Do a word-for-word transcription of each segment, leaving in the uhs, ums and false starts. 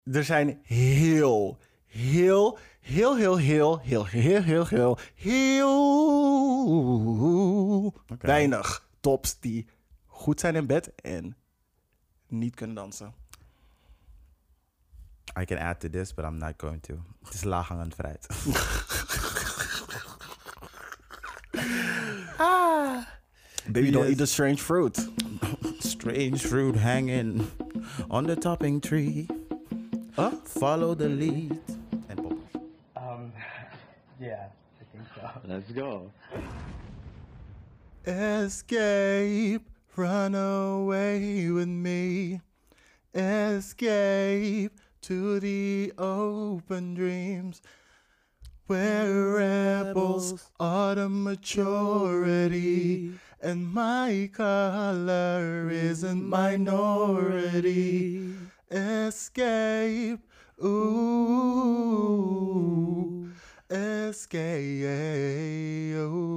er zijn heel, heel, heel, heel, heel, heel, heel, heel, heel, heel Okay. weinig tops die goed zijn in bed en niet kunnen dansen. I can add to this, but I'm not going to. Het is laaghangend fruit. ah. Baby, Yes. don't eat the strange fruit. Strange fruit hanging on the topping tree. Huh? Follow the lead. En poppers. Um, yeah, I think so. Let's go. Escape, run away with me. Escape to the open dreams. Where rebels are the majority. And my color isn't minority. Escape, ooh, escape,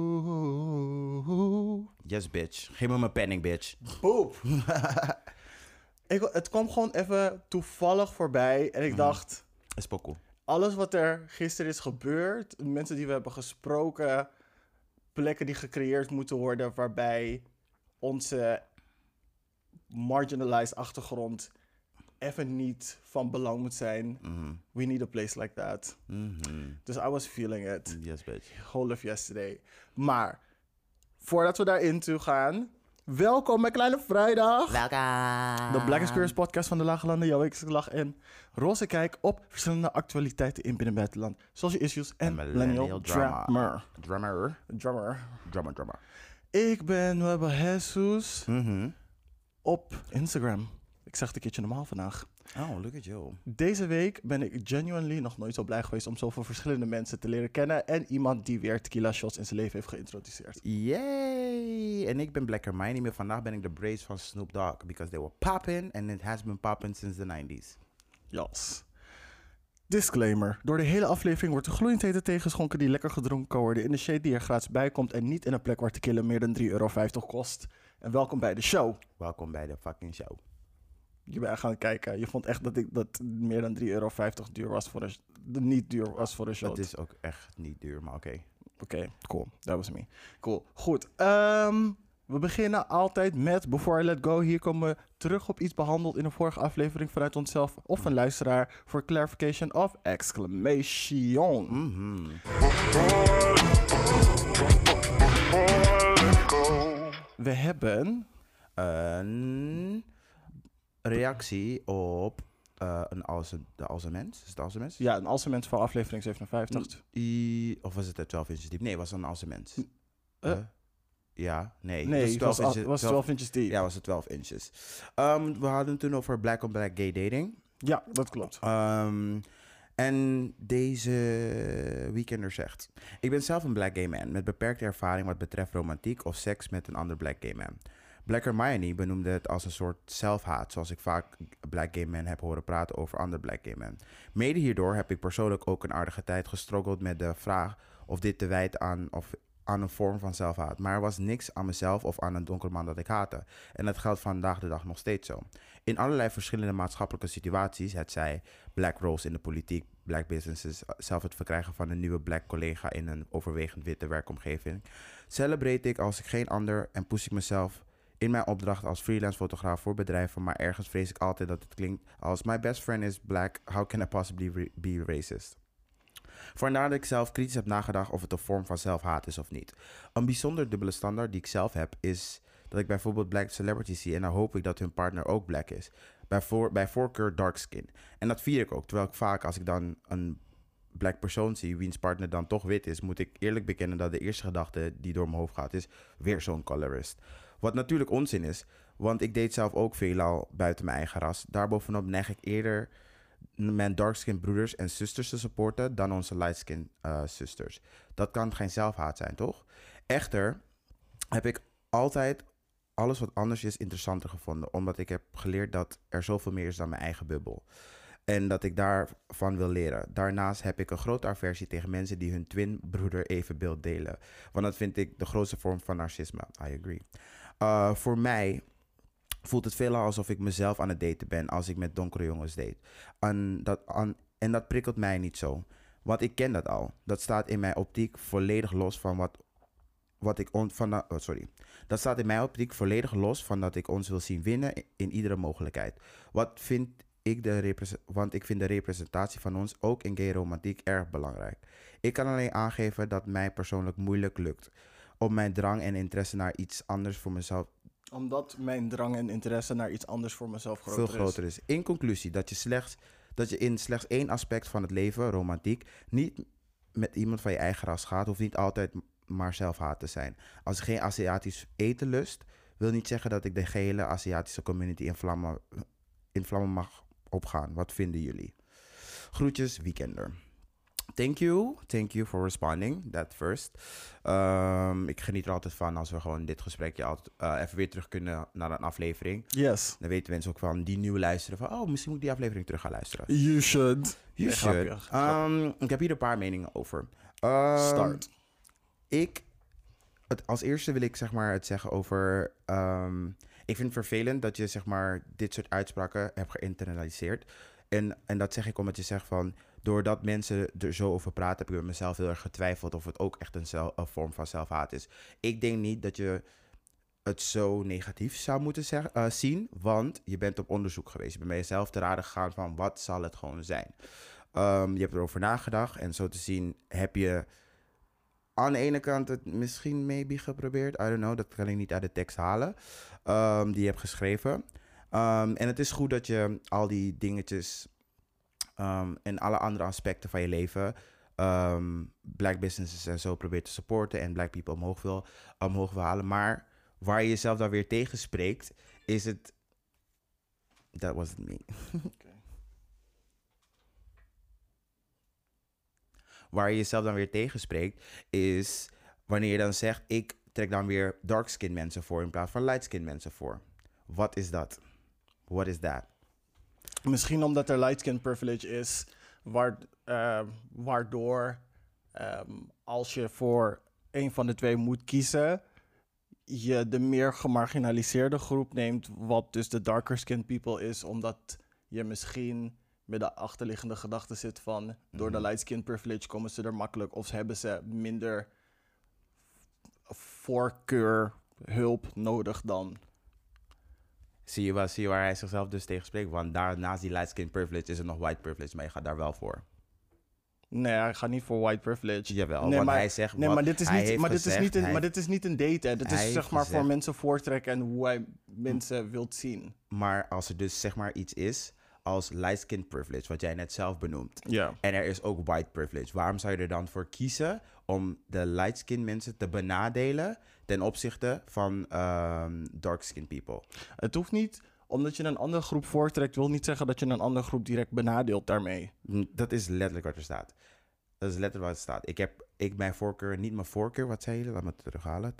ooh. Yes, bitch. Geef me mijn penning, bitch. Boep. ik, het kwam gewoon even toevallig voorbij. En ik Mm. dacht, Is pokoe. alles wat er gisteren is gebeurd, mensen die we hebben gesproken, plekken die gecreëerd moeten worden waarbij onze marginalized achtergrond even niet van belang moet zijn. Mm-hmm. We need a place like that. Mm-hmm. Dus I was feeling it. Yes, bitch. Whole of yesterday. Maar, voordat we daarin toe gaan, welkom bij Kleine Vrijdag. Welkom. De Black Experience podcast van de Lage Landen, jouw wekelijkse lach en roze kijk op verschillende actualiteiten in binnen- en buitenland. Social issues en millennial drama. Drummer. Drummer. Drummer, drummer. Ik ben Webber Jesus Mm-hmm. op Instagram. Ik zeg het een keertje normaal vandaag. Oh, look at you. Deze week ben ik genuinely nog nooit zo blij geweest om zoveel verschillende mensen te leren kennen. En iemand die weer tequila shots in zijn leven heeft geïntroduceerd. Yay! En ik ben Black Hermione, maar vandaag ben ik de Brace van Snoop Dogg. Because they were popping and it has been popping since the nineties. Yes. Disclaimer. Door de hele aflevering wordt er gloeiend hete thee geschonken die lekker gedronken kan worden in de shade die er gratis bij komt en niet in een plek waar tequila meer dan drie euro vijftig kost. En welkom bij de show. Welkom bij de fucking show. Je bent gaan kijken. Je vond echt dat ik dat meer dan drie euro vijftig duur was voor een niet duur was voor een shot. Het is ook echt niet duur, maar oké. Oké, okay, cool. Dat was me. Cool. Goed. Um, we beginnen altijd met Before I Let Go. Hier komen we terug op iets behandeld in een vorige aflevering vanuit onszelf of een luisteraar voor clarification of exclamation. Mm-hmm. We hebben Een reactie op uh, een als, de als een mens. Is het als een mens? ja, een alsement van aflevering zevenenvijftig. I, of was het de twaalf inches diep? Nee, het was een als een mens. Uh? Uh, ja, nee. Nee, het was, inches, al, was twaalf inches diep. Ja, was het twaalf inches. Um, we hadden het toen over black on black gay dating. Ja, dat klopt. Um, en deze weekender zegt: ik ben zelf een black gay man met beperkte ervaring wat betreft romantiek of seks met een ander black gay man. Black Hermione benoemde het als een soort zelfhaat, zoals ik vaak black gay men heb horen praten over andere black gay men. Mede hierdoor heb ik persoonlijk ook een aardige tijd gestruggeld met de vraag of dit te wijten aan, of, aan een vorm van zelfhaat. Maar er was niks aan mezelf of aan een donkere man dat ik haatte. En dat geldt vandaag de dag nog steeds zo. In allerlei verschillende maatschappelijke situaties, het zij black roles in de politiek, black businesses, zelf het verkrijgen van een nieuwe black collega in een overwegend witte werkomgeving, celebrate ik als ik geen ander en push ik mezelf in mijn opdracht als freelance fotograaf voor bedrijven, maar ergens vrees ik altijd dat het klinkt als my best friend is black, how can I possibly re- be racist? Vandaar dat ik zelf kritisch heb nagedacht of het een vorm van zelfhaat is of niet. Een bijzonder dubbele standaard die ik zelf heb is dat ik bijvoorbeeld black celebrities zie en dan hoop ik dat hun partner ook black is. Bij, voor, bij voorkeur dark skin. En dat vier ik ook, terwijl ik vaak als ik dan een black persoon zie, wiens partner dan toch wit is, moet ik eerlijk bekennen dat de eerste gedachte die door mijn hoofd gaat is weer zo'n colorist. Wat natuurlijk onzin is, want ik deed zelf ook veelal buiten mijn eigen ras. Daarbovenop neig ik eerder mijn dark-skin broeders en zusters te supporten dan onze light-skin uh, zusters. Dat kan geen zelfhaat zijn, toch? Echter heb ik altijd alles wat anders is interessanter gevonden, omdat ik heb geleerd dat er zoveel meer is dan mijn eigen bubbel. En dat ik daarvan wil leren. Daarnaast heb ik een grote aversie tegen mensen die hun twinbroeder evenbeeld delen. Want dat vind ik de grootste vorm van narcisme. I agree. Uh, voor mij voelt het veelal alsof ik mezelf aan het daten ben als ik met donkere jongens date. En dat, aan, en dat prikkelt mij niet zo. Want ik ken dat al. Dat staat in mijn optiek volledig los van wat, wat ik on, van, oh, sorry. Dat staat in mijn optiek volledig los van dat ik ons wil zien winnen in, in iedere mogelijkheid. Wat vind ik de represe- want ik vind de representatie van ons ook in gay romantiek erg belangrijk. Ik kan alleen aangeven dat mij persoonlijk moeilijk lukt om mijn drang en interesse naar iets anders voor mezelf Omdat mijn drang en interesse naar iets anders voor mezelf groter veel groter is. In conclusie, dat je, slechts, dat je in slechts één aspect van het leven, romantiek, niet met iemand van je eigen ras gaat, hoeft niet altijd maar zelfhaat te zijn. Als ik geen Aziatisch eten lust, wil niet zeggen dat ik de gehele Aziatische community in vlammen, in vlammen mag opgaan. Wat vinden jullie? Groetjes, Weekender. Thank you. Thank you for responding. That first. Um, ik geniet er altijd van als we gewoon dit gesprekje altijd uh, even weer terug kunnen naar een aflevering. Yes. Dan weten mensen ook van die nieuw luisteren van, oh, misschien moet ik die aflevering terug gaan luisteren. You should. You Nee, should. grapje, grapje. Um, ik heb hier een paar meningen over. Um, Start. Ik, het, als eerste wil ik zeg maar het zeggen over, um, ik vind het vervelend dat je zeg maar dit soort uitspraken hebt geïnternaliseerd. En, en dat zeg ik omdat je zegt van, doordat mensen er zo over praten, heb ik bij mezelf heel erg getwijfeld of het ook echt een, zelf, een vorm van zelfhaat is. Ik denk niet dat je het zo negatief zou moeten zeggen, uh, zien, want je bent op onderzoek geweest. Je bent bij jezelf te raden gegaan van wat zal het gewoon zijn. Um, je hebt erover nagedacht en zo te zien heb je aan de ene kant het misschien maybe geprobeerd. I don't know, dat kan ik niet uit de tekst halen um, die je hebt geschreven. Um, en het is goed dat je al die dingetjes um, en alle andere aspecten van je leven, um, black businesses en zo probeert te supporten en black people omhoog wil, omhoog wil halen. Maar waar je jezelf dan weer tegenspreekt, is het... That wasn't me. Okay. Waar je jezelf dan weer tegenspreekt, is wanneer je dan zegt, ik trek dan weer dark-skin mensen voor in plaats van light-skin mensen voor. Wat is dat? What is that? Misschien omdat er light skin privilege is, waar, uh, waardoor um, als je voor een van de twee moet kiezen, je de meer gemarginaliseerde groep neemt, wat dus de darker skin people is, omdat je misschien met de achterliggende gedachte zit van, door de light skin privilege komen ze er makkelijk, of hebben ze minder voorkeur, hulp nodig dan. Zie je, waar, zie je waar hij zichzelf dus tegenspreekt? Want daar, naast die light skin privilege is er nog white privilege, maar je gaat daar wel voor. Nee, hij gaat niet voor white privilege. Jawel, nee, want maar, hij zegt nee, wat maar dit is hij niet, heeft maar dit gezegd, is niet een, hij- maar dit is niet een date, hè. Dit hij is heeft zeg maar gezegd- voor mensen voortrekken en hoe hij mensen wilt zien. Maar als er dus zeg maar iets is als light skin privilege, wat jij net zelf benoemt, Ja. en er is ook white privilege, waarom zou je er dan voor kiezen om de light skin mensen te benadelen ten opzichte van um, dark skin people? Het hoeft niet, omdat je een andere groep voortrekt, wil niet zeggen dat je een andere groep direct benadeelt daarmee. Mm, Dat is letterlijk wat er staat. Dat is letterlijk wat er staat. Ik heb ik mijn voorkeur, niet mijn voorkeur, wat zei je? Laat me het terughalen.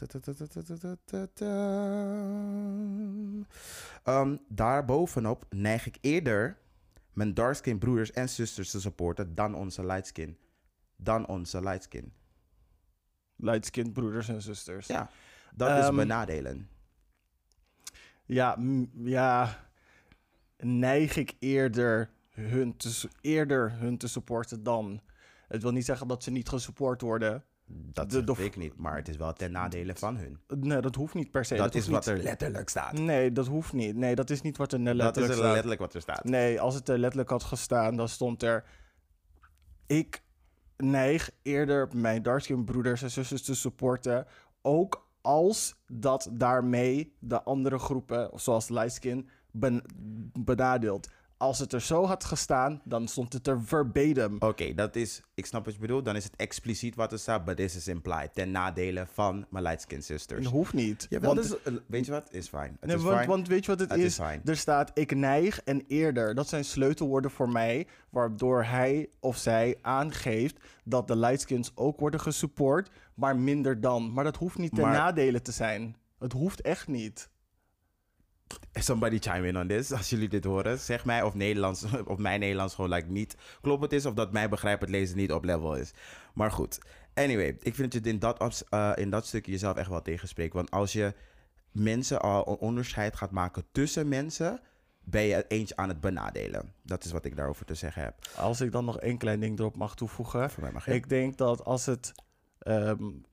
Um, daarbovenop neig ik eerder mijn darkskin broeders en zusters te supporten dan onze lightskin. Dan onze lightskin. Light skin broeders en zusters. Ja, dat is Um, benadelen. Ja, m- ja, neig ik eerder hun, te, su- eerder hun te supporten dan. Het wil niet zeggen dat ze niet gesupport worden. Dat de- zeg de- ik niet, maar het is wel ten nadele van hun. Nee, dat hoeft niet per se. Dat, is hoeft wat niet- er letterlijk staat. Nee, dat hoeft niet. Nee, dat is niet wat er net Dat is letterlijk er staat. letterlijk wat er staat. Nee, als het er letterlijk had gestaan, dan stond er... Ik neig eerder mijn darkskin broeders en zusters te supporten, ook als dat daarmee de andere groepen, zoals lightskin, ben, benadeelt. Als het er zo had gestaan, dan stond het er verbatim. Oké, dat is, ik snap wat je bedoelt. Dan is het expliciet wat er staat, but this is implied. Ten nadele van mijn light skin sisters. Dat hoeft niet. Jawel, want, dat is, uh, weet je wat? Is fijn. Het nee, is want, fijn. want weet je wat het, Het is? is fijn. Er staat ik neig en eerder. Dat zijn sleutelwoorden voor mij, waardoor hij of zij aangeeft dat de lightskins ook worden gesupport, maar minder dan. Maar dat hoeft niet ten Maar- nadele te zijn. Het hoeft echt niet. Somebody chime in on this. Als jullie dit horen, zeg mij of Nederlands, of mijn Nederlands gewoon like, niet kloppend is, of dat mijn begrijp het lezen niet op level is. Maar goed. Anyway, ik vind dat je in dat, abs- uh, in dat stukje jezelf echt wel tegenspreekt. Want als je mensen al een onderscheid gaat maken tussen mensen, ben je eentje aan het benadelen. Dat is wat ik daarover te zeggen heb. Als ik dan nog één klein ding erop mag toevoegen. Voor mij mag je. Ik denk dat als het um,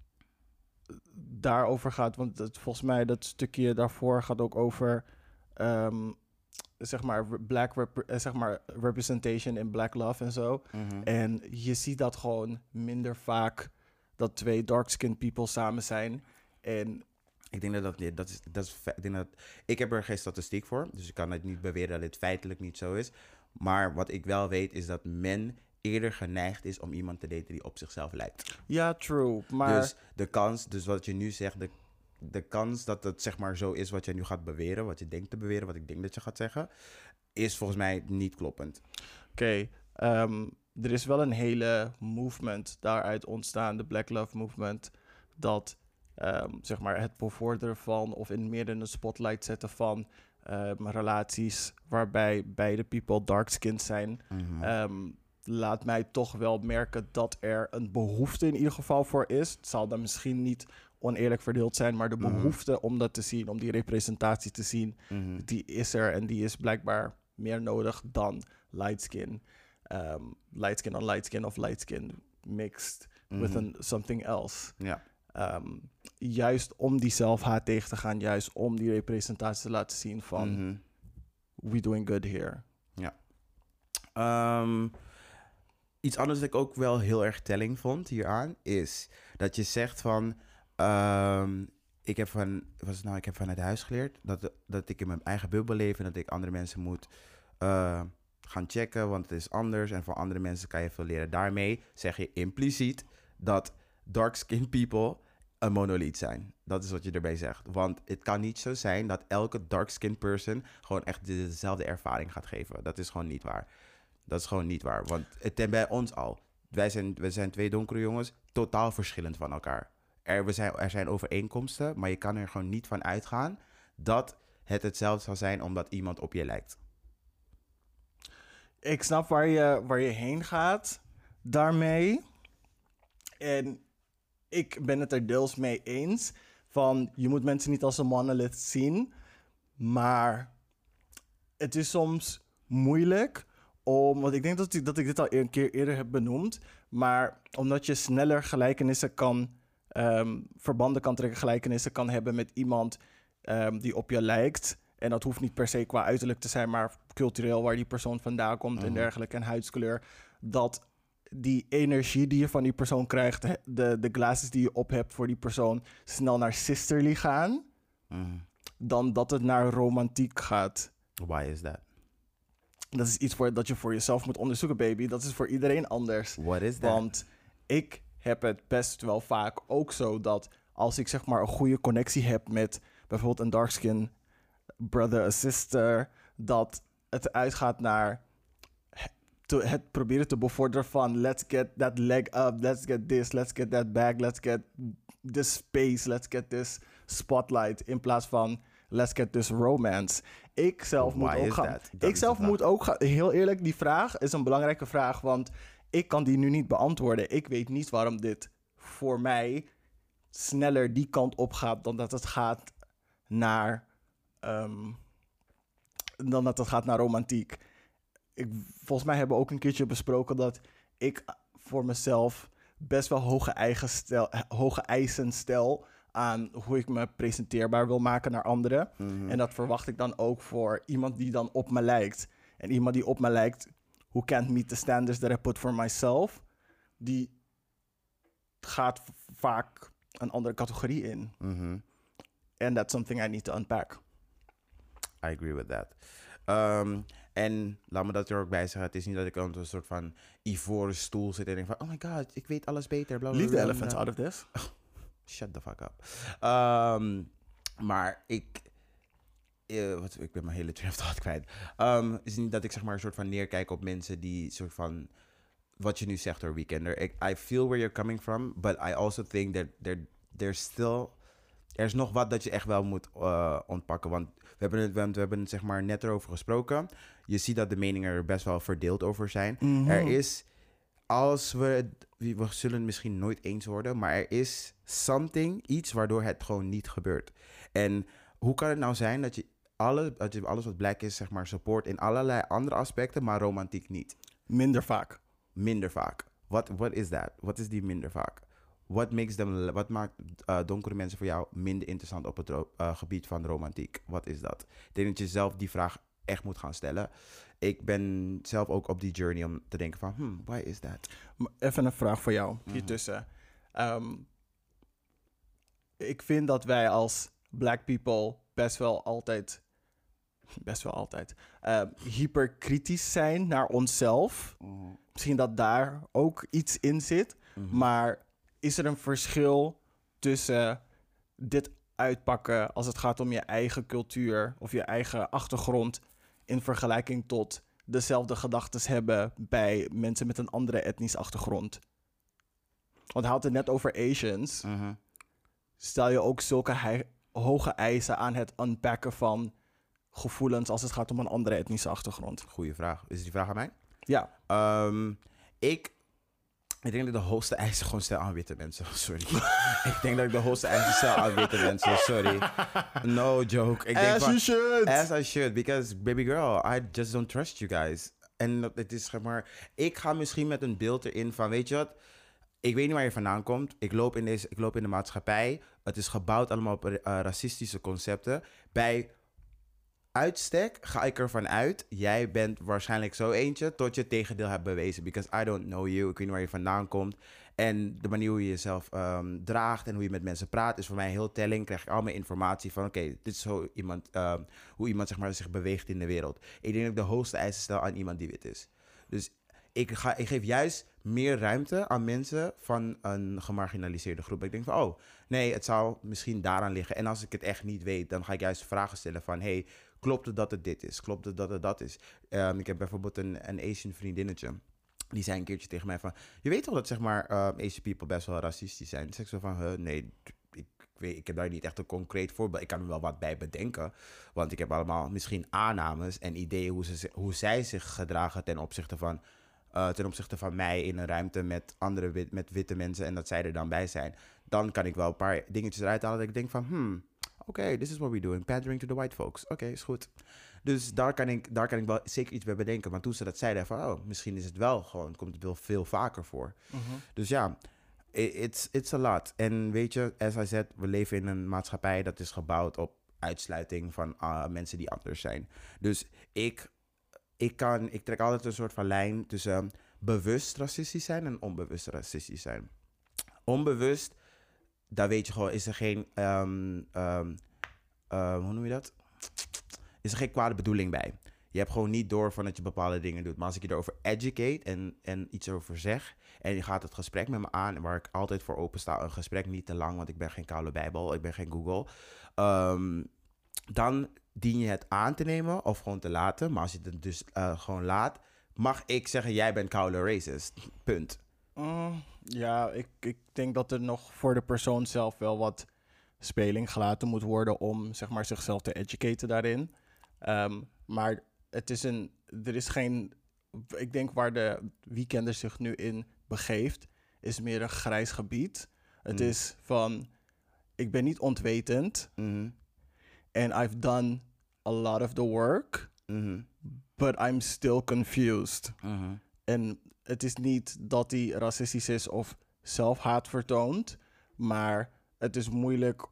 daarover gaat, want het, volgens mij dat stukje daarvoor gaat ook over um, zeg maar black rep- zeg maar representation in black love en zo. Mm-hmm. En je ziet dat gewoon minder vaak dat twee dark-skinned people samen zijn. En Ik denk dat dat, dat is, dat is, ik denk dat, ik heb er geen statistiek voor, dus ik kan het niet beweren dat dit feitelijk niet zo is. Maar wat ik wel weet is dat men eerder geneigd is om iemand te daten die op zichzelf lijkt. ja, true. Maar Dus de kans, dus wat je nu zegt, de, de kans dat het zeg maar zo is wat je nu gaat beweren, wat je denkt te beweren, wat ik denk dat je gaat zeggen, is volgens mij niet kloppend. Oké, okay, um, er is wel een hele movement daaruit ontstaan, de Black Love Movement, dat um, zeg maar het bevorderen van of in meer in de spotlight zetten van um, relaties waarbij beide people dark-skinned zijn, Mm-hmm. um, laat mij toch wel merken dat er een behoefte in ieder geval voor is. Het zal dan misschien niet oneerlijk verdeeld zijn, maar de behoefte mm-hmm. om dat te zien, om die representatie te zien, Mm-hmm. die is er en die is blijkbaar meer nodig dan light skin. Um, light skin on light skin of light skin mixed mm-hmm. with an, something else. Ja. Um, juist om die zelfhaat tegen te gaan, juist om die representatie te laten zien van Mm-hmm. we doing good here. Ja. Um, iets anders dat ik ook wel heel erg telling vond hieraan is dat je zegt van um, ik heb van wat is nou ik heb vanuit huis geleerd dat dat ik in mijn eigen bubbel leef en dat ik andere mensen moet uh, gaan checken, want het is anders en van andere mensen kan je veel leren. Daarmee zeg je impliciet dat dark-skinned people een monolith zijn. Dat is wat je erbij zegt. Want het kan niet zo zijn dat elke dark-skinned person gewoon echt dezelfde ervaring gaat geven. Dat is gewoon niet waar. Dat is gewoon niet waar. Want het is bij ons al. Wij zijn, wij zijn twee donkere jongens, totaal verschillend van elkaar. Er, we zijn, er zijn overeenkomsten, maar je kan er gewoon niet van uitgaan dat het hetzelfde zal zijn omdat iemand op je lijkt. Ik snap waar je, waar je heen gaat daarmee. En ik ben het er deels mee eens. Van, je moet mensen niet als een monolith zien. Maar het is soms moeilijk om... Want ik denk dat ik, dat ik dit al een keer eerder heb benoemd. Maar omdat je sneller gelijkenissen kan... Um, verbanden kan trekken, gelijkenissen kan hebben met iemand um, die op je lijkt. En dat hoeft niet per se qua uiterlijk te zijn, maar cultureel waar die persoon vandaan komt mm-hmm. en dergelijke. En huidskleur. Dat die energie die je van die persoon krijgt, de, de glasses die je op hebt voor die persoon, snel naar sisterly gaan. Mm. Dan dat het naar romantiek gaat. Why is that? Dat is iets voor, dat je voor jezelf moet onderzoeken, baby. Dat is voor iedereen anders. What is that? Want ik heb het best wel vaak ook zo dat als ik zeg maar een goede connectie heb met bijvoorbeeld een darkskin brother of sister, dat het uitgaat naar te, het proberen te bevorderen van let's get that leg up, let's get this, let's get that bag, let's get this space, let's get this spotlight, in plaats van let's get this romance. Ik zelf moet ook gaan. Ik zelf moet ook gaan. Heel eerlijk, die vraag is een belangrijke vraag, want ik kan die nu niet beantwoorden. Ik weet niet waarom dit voor mij sneller die kant op gaat dan dat het gaat naar um, dan dat het gaat naar romantiek. Ik, volgens mij hebben we ook een keertje besproken dat ik voor mezelf best wel hoge, eigen stel, hoge eisen stel aan hoe ik me presenteerbaar wil maken naar anderen. Mm-hmm. En dat verwacht ik dan ook voor iemand die dan op me lijkt. En iemand die op me lijkt, who can't meet the standards that I put for myself, die gaat v- vaak een andere categorie in. Mm-hmm. And that's something I need to unpack. I agree with that. Um, en laat me dat er ook bij zeggen. Het is niet dat ik op een soort van ivoren stoel zit en denk van, oh my god, ik weet alles beter. Bla, bla, Leave bla, the elephant bla. out of this. Oh, shut the fuck up. Um, maar ik... Uh, wat, ik ben mijn hele train of thought kwijt. Um, is niet dat ik zeg maar een soort van neerkijk op mensen die soort van... Wat je nu zegt door Weekender. Ik, I feel where you're coming from. But I also think that there, there's still... Er is nog wat dat je echt wel moet uh, ontpakken. Want we hebben het, we hebben het zeg maar net erover gesproken. Je ziet dat de meningen er best wel verdeeld over zijn. Mm-hmm. Er is... Als we... We zullen het misschien nooit eens worden. Maar er is something, iets waardoor het gewoon niet gebeurt. En hoe kan het nou zijn dat je, alle, dat je alles wat black is, zeg maar, support in allerlei andere aspecten, maar romantiek niet? Minder vaak. Minder vaak. What, what is that? Wat is die minder vaak? What makes them, wat maakt uh, donkere mensen voor jou minder interessant op het ro- uh, gebied van romantiek? Wat is dat? Ik denk dat je zelf die vraag echt moet gaan stellen. Ik ben zelf ook op die journey om te denken van, hmm, why is that? Even een vraag voor jou Mhm. hiertussen. Um, ik vind dat wij als black people best wel altijd, best wel altijd, uh, hyperkritisch zijn naar onszelf. Mhm. Misschien dat daar ook iets in zit. Mhm. Maar is er een verschil tussen dit uitpakken als het gaat om je eigen cultuur of je eigen achtergrond in vergelijking tot dezelfde gedachtes hebben bij mensen met een andere etnische achtergrond? Want hij had het net over Asians. Mhm. Stel je ook zulke hei- hoge eisen aan het unpacken van gevoelens als het gaat om een andere etnische achtergrond? Goeie vraag. Is die vraag aan mij? Ja. Um, ik, ik denk dat ik de hoogste eisen gewoon stel aan witte mensen. Sorry. Ik denk dat ik de hoogste eisen stel aan witte mensen. Sorry. No joke. Ik denk As van, you should. As I should. Because, baby girl, I just don't trust you guys. En dat- het is, zeg maar... Ik ga misschien met een beeld erin van, weet je wat? Ik weet niet waar je vandaan komt. Ik loop in, deze, ik loop in de maatschappij. Het is gebouwd allemaal op uh, racistische concepten. Bij uitstek ga ik ervan uit, jij bent waarschijnlijk zo eentje tot je het tegendeel hebt bewezen. Because I don't know you. Ik weet niet waar je vandaan komt. En de manier hoe je jezelf um, draagt en hoe je met mensen praat is voor mij heel telling. Krijg ik al mijn informatie van, oké, okay, dit is hoe iemand, um, hoe iemand zeg maar, zich beweegt in de wereld. Ik denk dat ik de hoogste eisen stel aan iemand die wit is. Dus ik, ga, ik geef juist meer ruimte aan mensen van een gemarginaliseerde groep. Ik denk van, oh, nee, het zou misschien daaraan liggen. En als ik het echt niet weet, dan ga ik juist vragen stellen van, hey, klopt het dat het dit is? Klopt het dat het dat is? Um, ik heb bijvoorbeeld een, een Asian vriendinnetje. Die zei een keertje tegen mij van, je weet toch dat zeg maar uh, Asian people best wel racistisch zijn? Dus ik zo van, huh, nee, ik, weet, ik heb daar niet echt een concreet voorbeeld. Ik kan er wel wat bij bedenken. Want ik heb allemaal misschien aannames en ideeën hoe, ze, hoe zij zich gedragen ten opzichte van, uh, ten opzichte van mij in een ruimte met andere wit, met witte mensen en dat zij er dan bij zijn. Dan kan ik wel een paar dingetjes eruit halen dat ik denk van, hmm, oké, okay, this is what we're doing. Pandering to the white folks. Oké, okay, is goed. Dus daar kan, ik, daar kan ik wel zeker iets bij bedenken. Maar toen ze dat zeiden, van, oh, misschien is het wel gewoon, komt het wel veel vaker voor. Mm-hmm. Dus ja, it's, it's a lot. En weet je, as I said, we leven in een maatschappij dat is gebouwd op uitsluiting van uh, mensen die anders zijn. Dus ik, ik, kan, ik trek altijd een soort van lijn tussen um, bewust racistisch zijn en onbewust racistisch zijn. Onbewust, daar weet je gewoon, is er geen, um, um, uh, hoe noem je dat? Is er geen kwade bedoeling bij. Je hebt gewoon niet door van dat je bepaalde dingen doet. Maar als ik je erover educate en, en iets over zeg, en je gaat het gesprek met me aan, waar ik altijd voor open sta, een gesprek niet te lang, want ik ben geen koude bijbel, ik ben geen Google, um, dan dien je het aan te nemen of gewoon te laten. Maar als je het dus uh, gewoon laat, mag ik zeggen, jij bent koude racist. Punt. Mm, ja, ik, ik denk dat er nog voor de persoon zelf wel wat speling gelaten moet worden om zeg maar, zichzelf te educaten daarin. Um, maar het is een, er is geen, ik denk waar de weekender zich nu in begeeft, is meer een grijs gebied. Het Mm. is van, ik ben niet ontwetend Mm-hmm. and I've done a lot of the work, Mm-hmm. but I'm still confused. Mm-hmm. En het is niet dat hij racistisch is of zelfhaat vertoont, maar het is moeilijk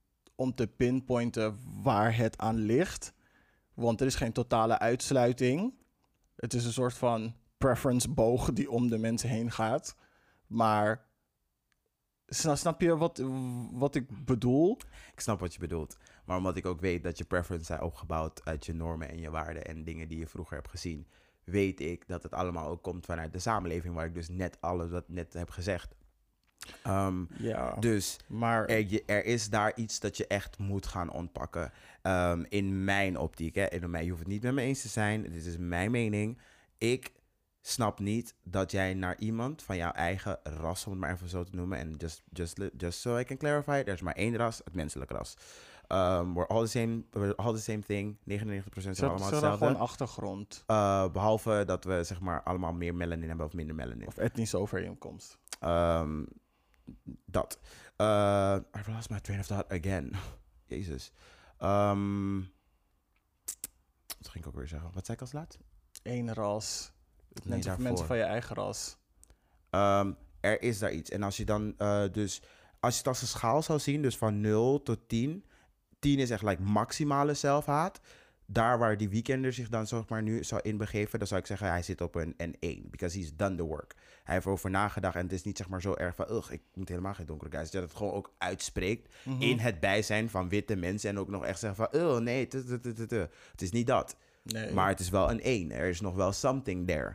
om te pinpointen waar het aan ligt. Want er is geen totale uitsluiting. Het is een soort van preference boog die om de mensen heen gaat. Maar snap je wat, wat ik bedoel? Ik snap wat je bedoelt. Maar omdat ik ook weet dat je preferences zijn opgebouwd uit je normen en je waarden en dingen die je vroeger hebt gezien, weet ik dat het allemaal ook komt vanuit de samenleving, waar ik dus net alles wat net heb gezegd. Um, Ja, dus maar er, er is daar iets dat je echt moet gaan ontpakken. Um, in mijn optiek. Hè. En mij, je hoeft het niet met me eens te zijn. Dit is mijn mening. Ik snap niet dat jij naar iemand van jouw eigen ras, om het maar even zo te noemen, en just, just, just so I can clarify, er is maar één ras, het menselijke ras. Um, we're all the same, we're all the same thing. negenennegentig procent zijn ze allemaal hebben hetzelfde. gewoon achtergrond Uh, behalve dat we zeg maar allemaal meer melanin hebben of minder melanin. of etnische overeenkomst. Um, dat. Uh, I've lost my train of thought again. Jezus. Um, wat ging ik ook weer zeggen? Wat zei ik als laat? Eén ras. Nee, Mensen, daarvoor. mensen van je eigen ras. Um, er is daar iets. En als je dan uh, dus... Als je het als een schaal zou zien, dus van nul tot tien. tien is echt like maximale zelfhaat. Daar waar die weekender zich dan zeg maar nu zou inbegeven, dan zou ik zeggen hij zit op een, een één. Because he's done the work. Hij heeft erover nagedacht en het is niet zeg maar zo erg van ugh, ik moet helemaal geen donkere guys. Dat het gewoon ook uitspreekt Mhm. in het bijzijn van witte mensen. En ook nog echt zeggen van oh nee, t- t- t- t- t. Het is niet dat. Nee. Maar het is wel een één. Er is nog wel something there.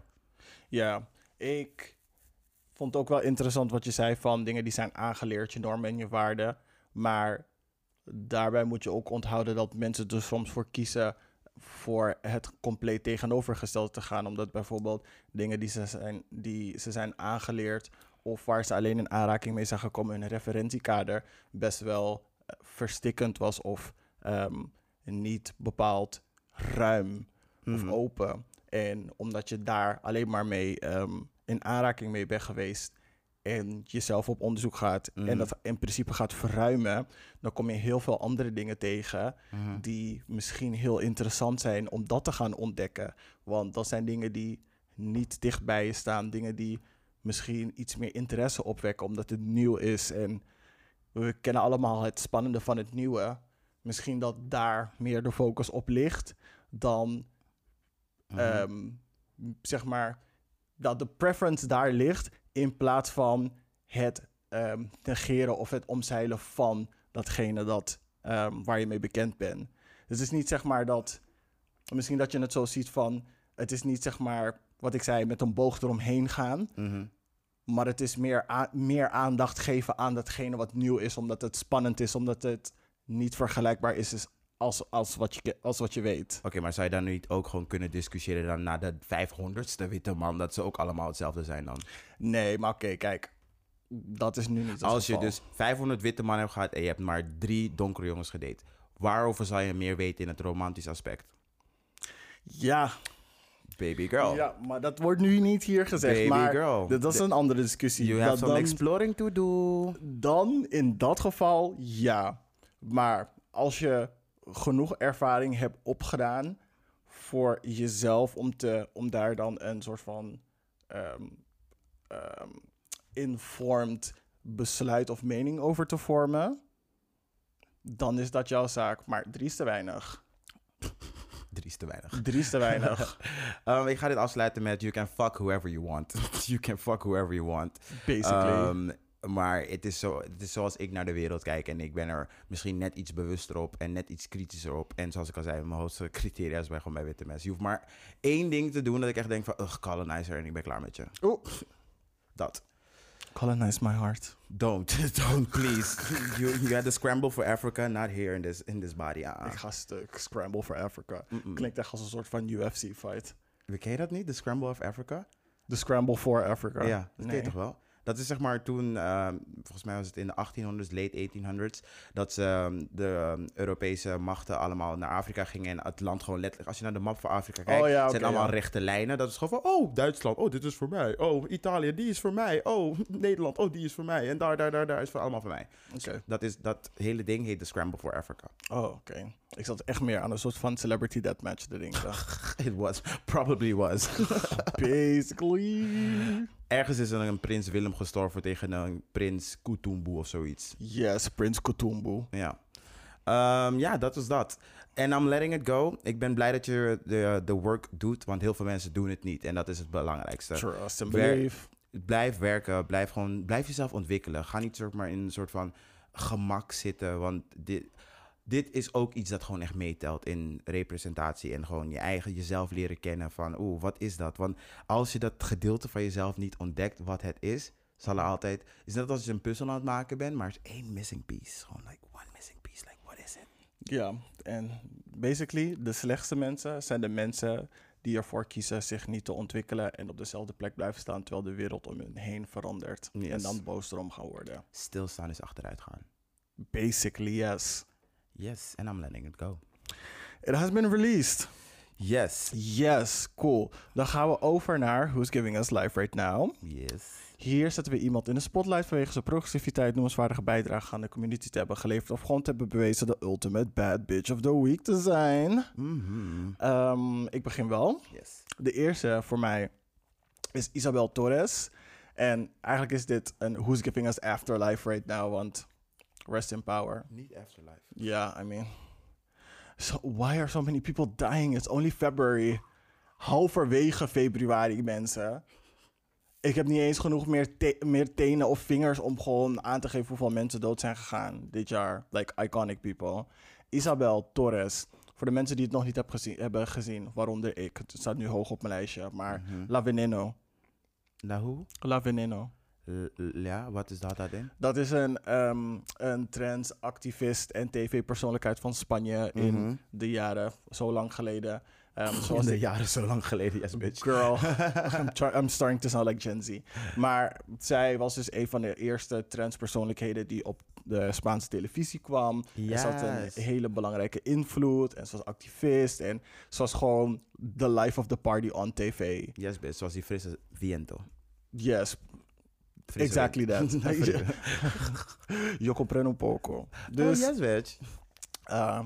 Ja, ik vond het ook wel interessant wat je zei van dingen die zijn aangeleerd, je normen en je waarden. Maar daarbij moet je ook onthouden dat mensen er soms voor kiezen voor het compleet tegenovergestelde te gaan. Omdat bijvoorbeeld dingen die ze zijn, die ze zijn aangeleerd of waar ze alleen in aanraking mee zijn gekomen in een referentiekader best wel eh, verstikkend was of ehm, niet bepaald ruim of Mhm. open. En omdat je daar alleen maar mee ehm, in aanraking mee bent geweest en jezelf op onderzoek gaat Mhm. en dat in principe gaat verruimen, dan kom je heel veel andere dingen tegen Mhm. die misschien heel interessant zijn om dat te gaan ontdekken. Want dat zijn dingen die niet dicht bij je staan, dingen die misschien iets meer interesse opwekken omdat het nieuw is en we kennen allemaal het spannende van het nieuwe. Misschien dat daar meer de focus op ligt dan Mhm. ehm, zeg maar, dat de preference daar ligt in plaats van het ehm, negeren of het omzeilen van datgene dat, ehm, waar je mee bekend bent. Dus het is niet zeg maar dat, misschien dat je het zo ziet van, het is niet zeg maar, wat ik zei, met een boog eromheen gaan, Mhm. maar het is meer, a- meer aandacht geven aan datgene wat nieuw is, omdat het spannend is, omdat het niet vergelijkbaar is, is als, als, wat je, ke- als wat je weet. Oké, maar zou je dan niet ook gewoon kunnen discussiëren dan na de vijfhonderdste witte man, dat ze ook allemaal hetzelfde zijn dan? Nee, maar oké, kijk. Dat is nu niet het Als je geval. dus vijfhonderd witte mannen hebt gehad en je hebt maar drie donkere jongens gedate, waarover zou je meer weten in het romantisch aspect? Ja, Baby girl. ja, maar dat wordt nu niet hier gezegd. Baby maar girl. dat is The- een andere discussie. You have Dat some dan, exploring to do. dan in dat geval ja. Maar als je genoeg ervaring hebt opgedaan voor jezelf om, te, om daar dan een soort van ehm, ehm, informed besluit of mening over te vormen, dan is dat jouw zaak. Maar drie is te weinig. Drie is te weinig. Drie is te weinig, Um, ik ga dit afsluiten met you can fuck whoever you want. You can fuck whoever you want. basically. Um, maar het is, zo, het is zoals ik naar de wereld kijk. En ik ben er misschien net iets bewuster op en net iets kritischer op. En zoals ik al zei, mijn hoogste criteria is bij gewoon bij witte mensen. Je hoeft maar één ding te doen dat ik echt denk van, ugh, colonizer en ik ben klaar met je. Oeh. Dat. Colonize my heart. Don't, don't please. You, you had to scramble for Africa, not here in this, in this body. Uh-uh. Ik ga stuk. Scramble for Africa. Mm-mm. Klinkt echt als een soort van U F C fight. Ken je dat niet? The Scramble of Africa? De Scramble for Africa. Ja, dat ken Nee. je toch wel? Dat is zeg maar toen, ehm, volgens mij was het in de achttienhonderd's, late achttienhonderd's, dat ze ehm, de ehm, Europese machten allemaal naar Afrika gingen en het land gewoon letterlijk, als je naar de map van Afrika kijkt, Oh ja, zijn oké, allemaal ja. rechte lijnen. Dat is gewoon van, oh, Duitsland, oh, dit is voor mij. Oh, Italië, die is voor mij. Oh, Nederland, oh, die is voor mij. En daar, daar, daar, daar is voor allemaal voor mij. Oké. Dat, is, dat hele ding heet de Scramble for Africa. Oh, oké. Ik zat echt meer aan een soort van celebrity deathmatch te denken. It was, probably was. Basically. Ergens is er een prins Willem gestorven tegen een prins Kutumbu of zoiets. Yes, Prince Kutumbu. Ja. Ehm, ja, dat was dat. En I'm letting it go. Ik ben blij dat je de, de work doet, want heel veel mensen doen het niet. En dat is het belangrijkste. Trust and Wer- believe. Blijf werken, blijf gewoon, blijf jezelf ontwikkelen. Ga niet soort maar in een soort van gemak zitten, want dit, dit is ook iets dat gewoon echt meetelt in representatie en gewoon je eigen jezelf leren kennen van, oeh, wat is dat? Want als je dat gedeelte van jezelf niet ontdekt wat het is, zal er altijd, is net als je een puzzel aan het maken bent, maar er is één missing piece. Gewoon like one missing piece, like what is it? Ja, en basically, de slechtste mensen zijn de mensen die ervoor kiezen zich niet te ontwikkelen en op dezelfde plek blijven staan terwijl de wereld om hen heen verandert. Yes. En dan boos erom gaan worden. Stilstaan is achteruit gaan. Basically, yes. Yes, and I'm letting it go. It has been released. Yes. Yes, cool. Dan gaan we over naar Who's Giving Us Life Right Now. Yes. Hier zetten we iemand in de spotlight vanwege zijn progressiviteit, noemenswaardige bijdrage aan de community te hebben geleverd of gewoon te hebben bewezen de ultimate bad bitch of the week te zijn. Mhm. Um, ik begin wel. Yes. De eerste voor mij is Isabel Torres. En eigenlijk is dit een Who's Giving Us Afterlife Right Now, want rest in power. Niet Afterlife. Yeah, I mean, so why are so many people dying? It's only February. Halverwege februari, mensen. Ik heb niet eens genoeg meer, te- meer tenen of vingers om gewoon aan te geven hoeveel mensen dood zijn gegaan dit jaar. Like iconic people. Isabel Torres. Voor de mensen die het nog niet heb gezien, hebben gezien, waaronder ik. Het staat nu hoog op mijn lijstje. Maar Mhm. La Veneno. Nou, hoe? La Veneno. L- l- ja, wat is dat dan? Dat is een, um, een transactivist en tv-persoonlijkheid van Spanje in Mhm. de jaren zo lang geleden. Um, In zoals de de jaren zo lang geleden, yes bitch. girl. I'm, try- I'm starting to sound like Gen Z. Maar zij was dus een van de eerste transpersoonlijkheden die op de Spaanse televisie kwam. En ze had Yes. een hele belangrijke invloed. En ze was activist. En ze was gewoon the life of the party on tv. Yes bitch, zoals die frisse viento. Yes, Frisse exactly wind. that. Yo comprendo un poco. Dus, Oh, yes bitch. uh,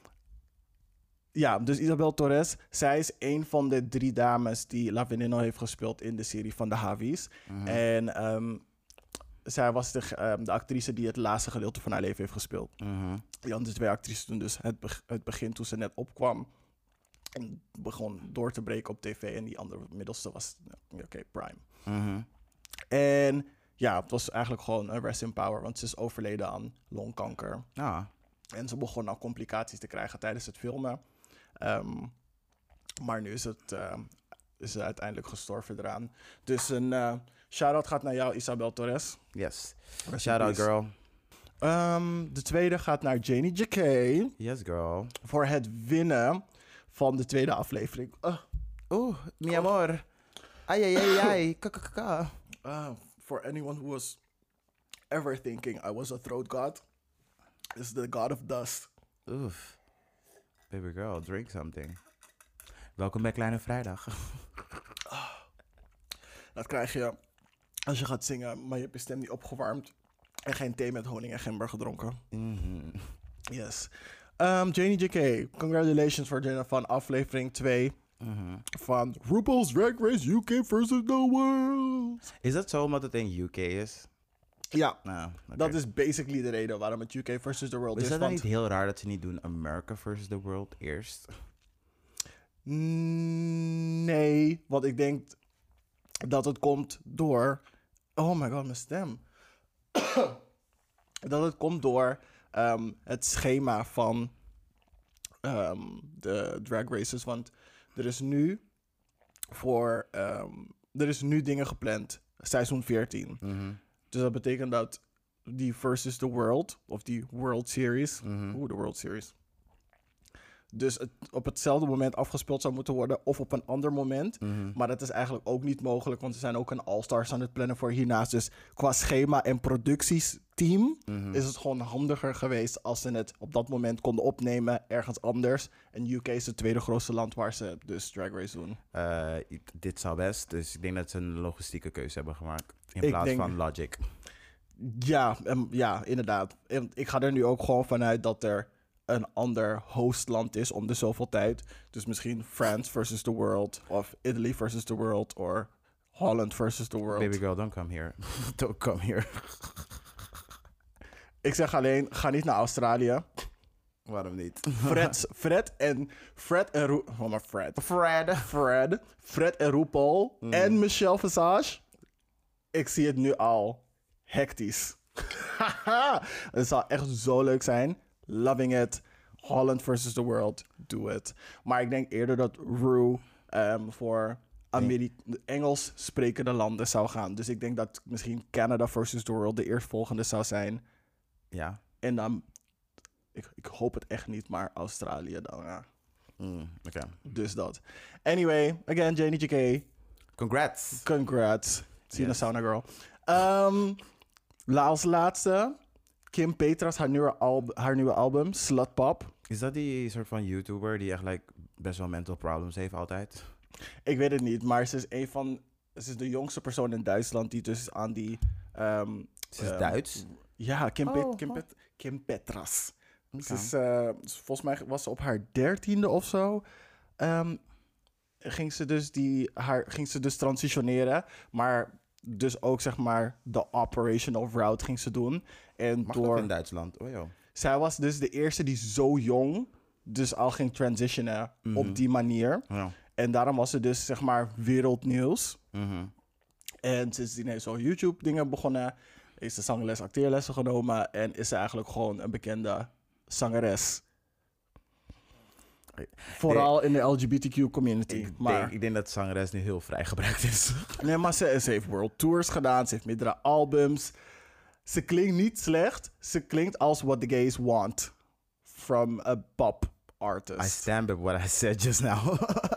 ja, dus Isabel Torres, zij is een van de drie dames die La Veneno heeft gespeeld in de serie van de Havies. Mhm. En um, zij was de, um, de actrice die het laatste gedeelte van haar leven heeft gespeeld. Mhm. Die andere twee actrices toen dus het, be- het begin toen ze net opkwam. En begon door te breken op tv. En die andere middelste was, ja, oké, okay, Prime. Mhm. En ja, het was eigenlijk gewoon een rest in power. Want ze is overleden aan longkanker. Ah. En ze begon al complicaties te krijgen tijdens het filmen. Um, maar nu is, het, uh, is ze uiteindelijk gestorven eraan. Dus een uh, shout-out gaat naar jou, Isabel Torres. Yes. Rest in Shout out peace. girl. Um, de tweede gaat naar Janie J K. Yes girl. Voor het winnen van de tweede aflevering. Uh, Oeh, mi amor. Ai ai ai ai. Kakakaka. uh, for anyone who was ever thinking I was a throat god, is the god of dust. Oef. Baby girl, drink something. Welkom bij Kleine Vrijdag. Dat krijg je als je gaat zingen, maar je hebt je stem niet opgewarmd. En geen thee met honing en gember gedronken. Mhm. Yes. Um, Janie J K, congratulations voor Jenna van aflevering twee Mhm. van RuPaul's Drag Race U K versus the World. Is dat zo omdat het in U K is? Ja, Nou, oké. dat is basically de reden waarom het U K versus the World Is is. dat dan want- niet heel raar dat ze niet doen America versus the World eerst? Mm, Nee, want ik denk dat het komt door... Oh my god, mijn stem. dat het komt door um, het schema van um, de drag races. Want er is nu voor... Um, er is nu dingen gepland. Seizoen veertien. Mhm. Dus dat betekent dat die versus the world, of die World Series, Mhm. oeh, de World Series, dus het op hetzelfde moment afgespeeld zou moeten worden of op een ander moment. Mhm. Maar dat is eigenlijk ook niet mogelijk, want ze zijn ook een All-Stars aan het plannen voor hiernaast. Dus qua schema en productiesteam Mhm. is het gewoon handiger geweest als ze het op dat moment konden opnemen ergens anders. En U K is het tweede grootste land waar ze dus Drag Race doen. Eh, dit zou best, dus ik denk dat ze een logistieke keuze hebben gemaakt. In Ik plaats denk- van logic. Ja, em, ja, inderdaad. En ik ga er nu ook gewoon vanuit dat er een ander hostland is om de zoveel tijd. Dus misschien France versus the world, of Italy versus the world, of Holland versus the world. Baby girl, don't come here. Don't come here. Ik zeg alleen, ga niet naar Australië. Waarom niet? Fred, Fred en Fred en Ru- oh, maar Fred. Fred. Fred, Fred en RuPaul en Michelle Visage. Ik zie het nu al. Hectisch. Het zal echt zo leuk zijn. Loving it. Holland versus the world. Do it. Maar ik denk eerder dat Ru um, voor Ameri- Engels sprekende landen zou gaan. Dus ik denk dat misschien Canada versus the world de eerstvolgende zou zijn. Ja. En dan, ik, ik hoop het echt niet, maar Australië dan, ja. Mm, Oké. Dus dat. Anyway, again, Janie J K, Congrats. congrats. Zie je Yes. Sauna Girl. Um, la- als laatste, Kim Petras, haar nieuwe, alb- haar nieuwe album, Slut Pop. Is dat die soort van YouTuber die echt like best wel mental problems heeft altijd. Ik weet het niet, maar ze is een van... Ze is de jongste persoon in Duitsland die dus aan die... Um, Ze is um, Duits? Ja, Kim, Pe- Oh, Kim, oh. Pet- Kim Petras. Okay. Ze is, uh, volgens mij was ze op haar dertiende of zo. Um, ging ze dus die haar ging ze dus transitioneren, maar dus ook zeg maar de operational route ging ze doen. En Mag door dat in Duitsland? Oh joh. zij was dus de eerste die zo jong dus al ging transitionen Mhm. op die manier. Ja. En daarom was ze dus zeg maar wereldnieuws. Mhm. En sindsdien heeft ze al YouTube dingen begonnen. Is ze zangles, acteerlessen genomen. En is ze eigenlijk gewoon een bekende zangeres. Vooral in de L G B T Q community. Ik, maar, denk, ik denk dat zangeres nu heel vrij gebruikt is. nee, maar ze, ze heeft world tours gedaan. Ze heeft meerdere albums. Ze klinkt niet slecht. Ze klinkt als what the gays want. From a pop artist. I stand by what I said just now.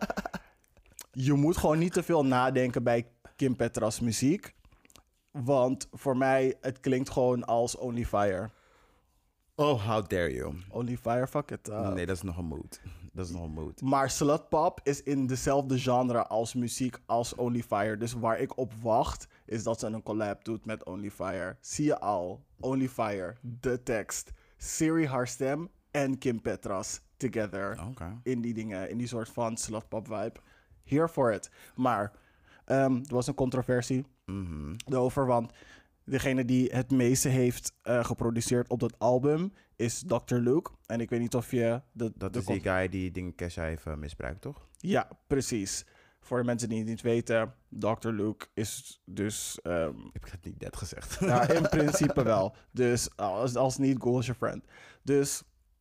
Je moet gewoon niet te veel nadenken bij Kim Petras muziek. Want voor mij, het klinkt gewoon als Only Fire. Oh, how dare you. Only Fire, fuck it. uh. Nee, dat is nog een mood. Dat is nog een mood. Maar slutpop is in dezelfde genre als muziek als Only Fire. Dus waar ik op wacht, is dat ze een collab doet met Only Fire. Zie je al. Only Fire, de tekst, Siri haar stem en Kim Petras together. Oké. In die dingen, in die soort van slutpop vibe. Here for it. Maar um, er was een controversie Mhm. over, want degene die het meeste heeft uh, geproduceerd op dat album is doctor Luke. En ik weet niet of je... De, Dat de is die guy die dingen Kesha heeft uh, misbruikt, toch? Ja, precies. Voor de mensen die het niet weten, doctor Luke is dus... Um, Heb ik dat niet net gezegd? ja, in principe wel. Dus als, als niet, Google is your friend. Dus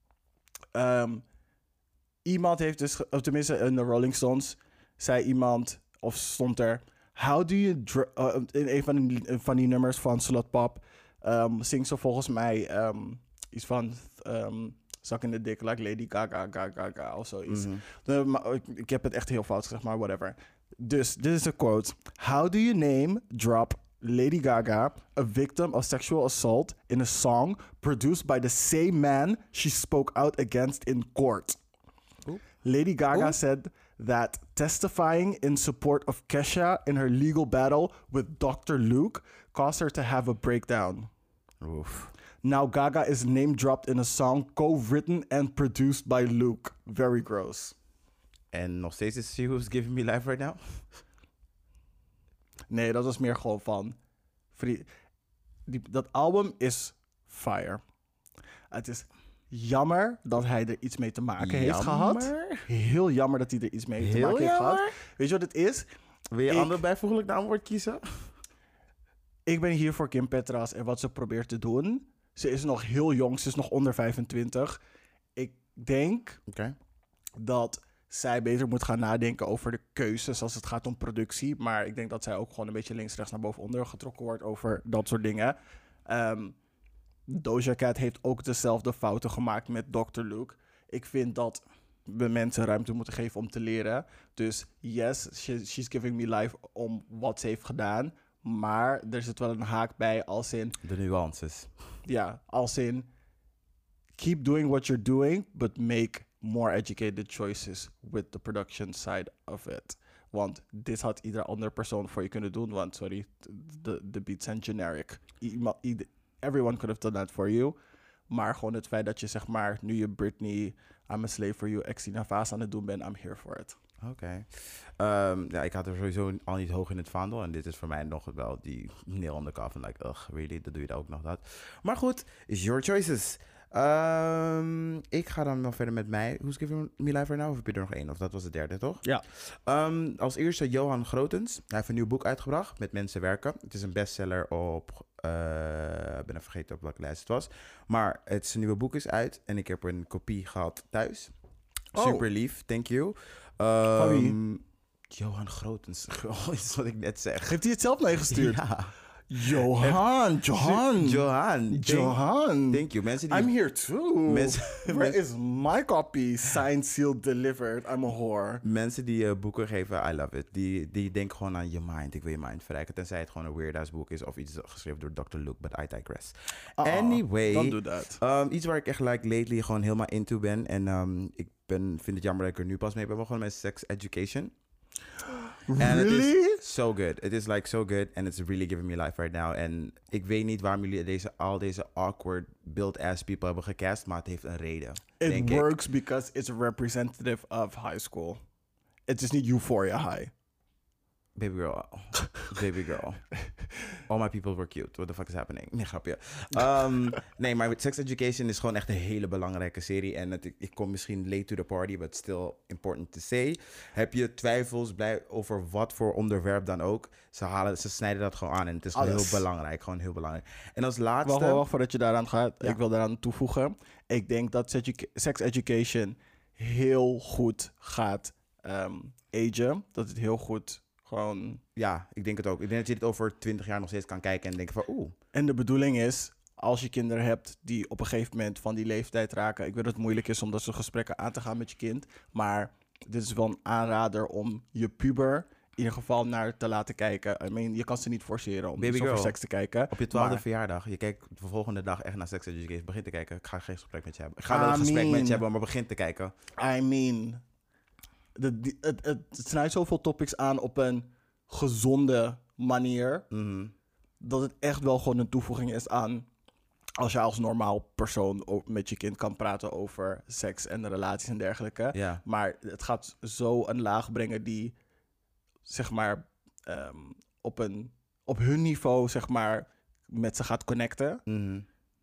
um, iemand heeft dus... ge- Of tenminste, in de Rolling Stones zei iemand, of stond er... How do you... dr- uh, in een van die, van die nummers van Slutpop um, zingt ze volgens mij um, iets van... Um, Zak in de dik, like Lady Gaga, Gaga, Gaga of zoiets. Mhm. De- maar ik, ik heb het echt heel fout gezegd, maar whatever. Dus, dit is een quote. How do you name drop Lady Gaga, a victim of sexual assault, in a song produced by the same man she spoke out against in court? Oeh. Lady Gaga Oeh. said that testifying in support of Kesha in her legal battle with doctor Luke caused her to have a breakdown. Oef. Now Gaga is name dropped in a song co-written and produced by Luke. Very gross. En nog steeds is she who's giving me life right now? Nee, dat was meer gewoon van... vrie- Die, dat album is fire. Het is jammer dat hij er iets mee te maken heeft gehad. Jammer? Heel jammer dat hij er iets mee te Heel maken heeft gehad. jammer? Weet je wat het is? Wil je Ik- ander bijvoeglijk naamwoord kiezen? Ik ben hier voor Kim Petras en wat ze probeert te doen. Ze is nog heel jong, ze is nog onder vijfentwintig. Ik denk Oké. dat zij beter moet gaan nadenken over de keuzes als het gaat om productie. Maar ik denk dat zij ook gewoon een beetje links, rechts naar boven onder getrokken wordt over dat soort dingen. Um, Doja Cat heeft ook dezelfde fouten gemaakt met doctor Luke. Ik vind dat we mensen ruimte moeten geven om te leren. Dus yes, she, she's giving me life om wat ze heeft gedaan. Maar er zit wel een haak bij als in... De nuances. Ja, als in... Keep doing what you're doing, but make more educated choices with the production side of it. Want dit had iedere andere persoon voor je kunnen doen. Want, sorry, de, de beats zijn generic. Iema- ieder- everyone could have done that for you. Maar gewoon het feit dat je, zeg maar, nu je Britney, I'm a slave for you, Xina Vaas aan het doen bent, I'm here for it. Oké. Okay. Um, ja, ik had er sowieso al niet hoog in het vaandel. En dit is voor mij nog wel die nail on the coffin. Like, ugh, really? Dat doe je daar ook nog dat. Maar goed, is your choices. Um, ik ga dan nog verder met mij. Who's Giving Me Life Right Now? Of heb je er nog één? Of dat was de derde, toch? Ja. Um, als eerste Johan Grotens. Hij heeft een nieuw boek uitgebracht. Met Mensen Werken. Het is een bestseller op... Ik uh, ben even vergeten op welke lijst het was. Maar het zijn nieuwe boek is uit. En ik heb een kopie gehad thuis. Oh. Super lief, thank you. Um, Van wie? Johan Grotens. Oh, is wat ik net zeg. Heeft hij het zelf meegestuurd? Ja. Johan, Johan. Johan. Thank- Johan. Thank you. Mensen die... I'm here too. Mensen- Where mensen- is my copy? Signed, sealed, delivered. I'm a whore. Mensen die uh, boeken geven, I love it. Die, die denken gewoon aan je mind. Ik wil je mind verrijken. Tenzij het gewoon een weird-ass boek is of iets geschreven door doctor Luke, but I digress. Uh-uh, Anyway. don't do that. Um, iets waar ik echt like lately gewoon helemaal into ben. En um, ik ben, vind het jammer dat ik er nu pas mee ben begonnen met sex education. And Really? it is so good. It is like so good and it's really giving me life right now. En ik weet niet waarom jullie deze, al deze awkward build-ass people hebben gecast, maar het heeft een reden. It denk ik. works because it's representative of high school. Het is niet Euphoria High. Baby girl. Baby girl. All my people were cute. What the fuck is happening? Nee, grapje. Um, nee, maar Sex Education is gewoon echt een hele belangrijke serie. En het, ik kom misschien late to the party, but still important to say. Heb je twijfels blij, over wat voor onderwerp dan ook? Ze, halen, ze snijden dat gewoon aan. En het is gewoon Alles. heel belangrijk. Gewoon heel belangrijk. En als laatste... Wacht, wacht, wacht voordat je daaraan gaat. Ja. Ik wil daaraan toevoegen. Ik denk dat sex edu- sex education heel goed gaat um, agen. Dat het heel goed gewoon... Ja, ik denk het ook. Ik denk dat je dit over twintig jaar nog steeds kan kijken en denken van... Oeh, En de bedoeling is, als je kinderen hebt die op een gegeven moment van die leeftijd raken. Ik weet dat het moeilijk is om dat soort gesprekken aan te gaan met je kind. Maar dit is wel een aanrader om je puber in ieder geval naar te laten kijken. I mean, je kan ze niet forceren om Baby iets over girl, seks te kijken. op je twaalfde maar- verjaardag, je kijkt de volgende dag echt naar Sex Education, begin te kijken. Ik ga geen gesprek met je hebben. Ik ga wel een I gesprek met mean- je hebben, maar begin te kijken. I mean, de, die- het, het, het snijdt zoveel topics aan op een gezonde manier. Mhm. Dat het echt wel gewoon een toevoeging is aan... als je als normaal persoon ook met je kind kan praten over seks en relaties en dergelijke. Ja. Maar het gaat zo een laag brengen die, zeg maar, ehm, op, een, op hun niveau, zeg maar, met ze gaat connecten. Mhm.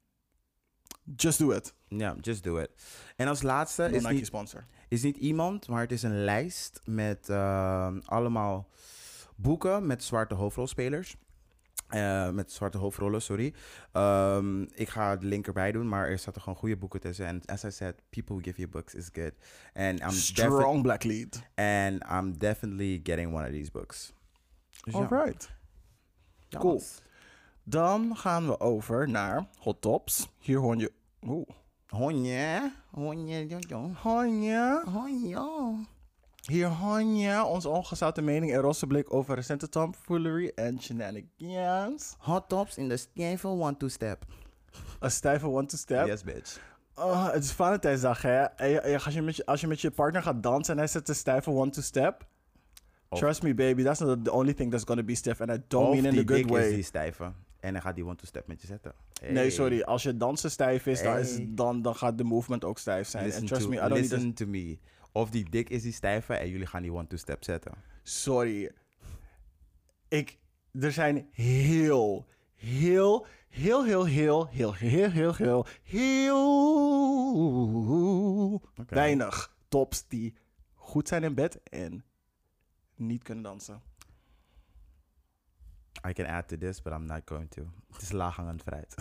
Just do it. Ja, just do it. En als laatste No is Nike niet, sponsor. is niet iemand, maar het is een lijst met ehm, allemaal boeken met zwarte hoofdrolspelers. Eh, met zwarte hoofdrollen, sorry. Ehm, ik ga de link erbij doen, maar er zaten gewoon goede boeken tussen. En as I said, people who give you books is good. And I'm, defi- Strong black lead. and I'm definitely getting one of these books. Dus ja. Alright. Ja, Cool. man. Dan gaan we over naar Hot Tops. Hier hoor je... Oeh. Honje, honje, jojo. Honja. Honjo. Hier Honja, onze ongezouten mening en rosse blik over recente tomfoolery en shenanigans. Hot tops in de stijve one-two-step. Een stijve one-to-step. Yes, bitch. Oh, het is Valentijnsdag, hè? En je- en je- als, je met je, als je met je partner gaat dansen en hij zet een stijve one-to-step... Of- Trust me, baby, that's not the only thing that's gonna be stiff. And I don't Of mean in die a good dik way. is die stijve. En dan gaat die one-two-step met je zetten. Hey. Nee, sorry. Als je dansen stijf is, dan, is Hey. dan, dan gaat de movement ook stijf zijn. Listen, En trust to, me, I don't need listen to me. Of die dik is die stijve en jullie gaan die one-two-step zetten. Sorry. Ik... Er zijn heel, heel, heel, heel, heel, heel, heel, heel, heel, heel Oké. weinig tops die goed zijn in bed en niet kunnen dansen. I can add to this, but I'm not going to. Het is laaghangend fruit.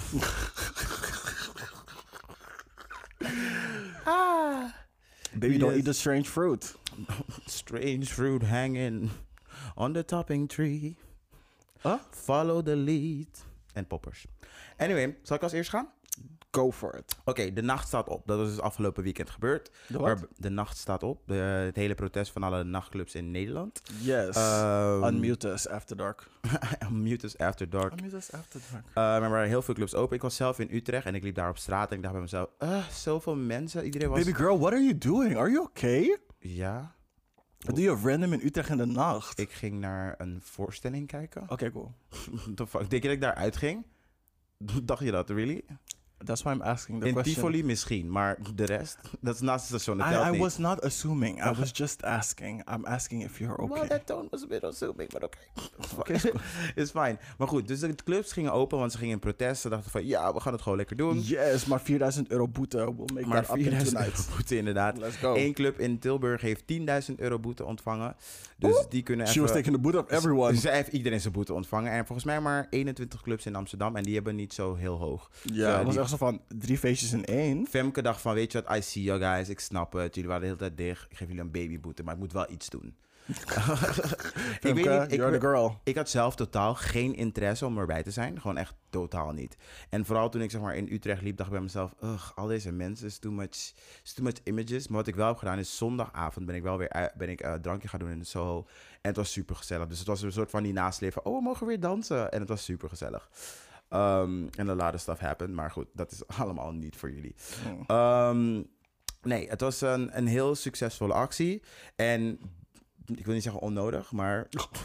ah. Baby, don't Yes. eat the strange fruit. Strange fruit hanging on the topping tree. Huh? Follow the lead. En poppers. Anyway, zal ik als eerst gaan? Go for it. Oké, de nacht staat op. Dat is dus afgelopen weekend gebeurd. De wat? Waar- de nacht staat op. De, het hele protest van alle nachtclubs in Nederland. Yes. Ehm, Unmute us after dark. Unmute us after dark. Unmute us after dark. Uh, maar er waren heel veel clubs open. Ik was zelf in Utrecht en ik liep daar op straat en ik dacht bij mezelf, uh, zoveel mensen. Iedereen was... Baby girl, what are you doing? Are you okay? Ja, Wat doe je random in Utrecht in de nacht? ik ging naar een voorstelling kijken. Oké, cool. What the fuck? Denk je dat ik daar uitging? Dacht je dat, really? That's why I'm asking the In question. Tivoli misschien, maar de rest, dat is naast het station, dat telt I, I niet. was not assuming. I was just asking. I'm asking if you're okay. Well, that tone was a bit assuming, maar oké. Oké, It's It's fine. Maar goed, dus de clubs gingen open, want ze gingen in protest. Ze dachten van, ja, we gaan het gewoon lekker doen. Yes, maar vierduizend euro boete. We'll make Maar that up in vierduizend tonight. euro boete inderdaad. Let's go. Eén club in Tilburg heeft tienduizend euro boete ontvangen. Dus die kunnen She even... was taking the boot of everyone. Dus zij heeft iedereen zijn boete ontvangen. En volgens mij maar eenentwintig clubs in Amsterdam. En die hebben niet zo heel hoog. Ja, het was die- echt zo van drie feestjes in één. Femke dacht van, weet je wat, I see you guys. Ik snap het. Jullie waren de hele tijd dicht. Ik geef jullie een babyboete, maar ik moet wel iets doen. ik weet niet, ik, you're the girl. ik had zelf totaal geen interesse om erbij te zijn. Gewoon echt totaal niet. En vooral toen ik zeg maar in Utrecht liep, dacht ik bij mezelf, ugh, al deze mensen, is too much, is too much images. Maar wat ik wel heb gedaan is, zondagavond ben ik wel weer uit- ben ik uh, drankje gaan doen in de Soho. En het was super gezellig. Dus het was een soort van die nasleven van, oh, we mogen weer dansen. En het was super gezellig. Um, en a lot of stuff happened. Maar goed, dat is allemaal niet voor jullie. Hmm. Um, nee, het was een, een heel succesvolle actie. En ik wil niet zeggen onnodig, maar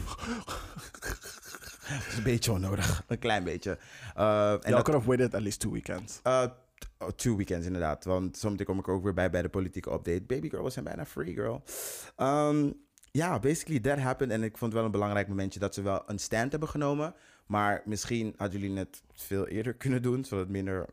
het is een beetje onnodig. Een klein beetje. Uh, en Y'all dat, could have waited at least two weekends. uh, t- oh, two weekends inderdaad. Want zometeen kom ik er ook weer bij bij de politieke update. Baby girl, we zijn bijna free, girl. Um, ja, basically that happened. En ik vond het wel een belangrijk momentje dat ze wel een stand hebben genomen. Maar misschien hadden jullie het veel eerder kunnen doen, zodat het minder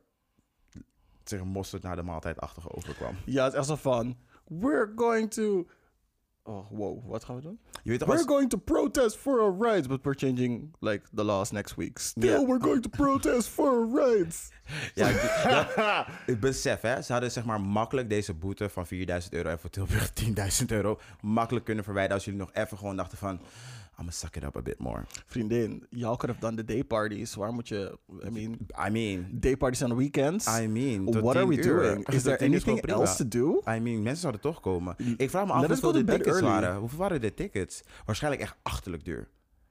zeg, mosterd naar de maaltijdachtige overkwam. Ja, het is echt zo van, we're going to... Oh, wow, wat gaan we doen? Je weet toch We're als... going to protest for our rights, but we're changing like the laws next week. Still, Ja. we're going to protest for our rights. Ja, ik, ja, ik besef, hè. Ze hadden zeg maar makkelijk deze boete van vierduizend euro en voor Tilburg tienduizend euro makkelijk kunnen verwijderen als jullie nog even gewoon dachten van, I'm gonna suck it up a bit more. Vriendin, y'all could have done the day parties. Waar moet je, I mean, I mean, day parties on the weekends? I mean, tot What are we tien uur. doing? Is Tot there tien uur is anything gewoon prima. else to do? I mean, mensen zouden toch komen. Ik vraag me af Let us hoeveel go de to bed tickets early. waren. Hoeveel waren de tickets? Waarschijnlijk echt achterlijk duur.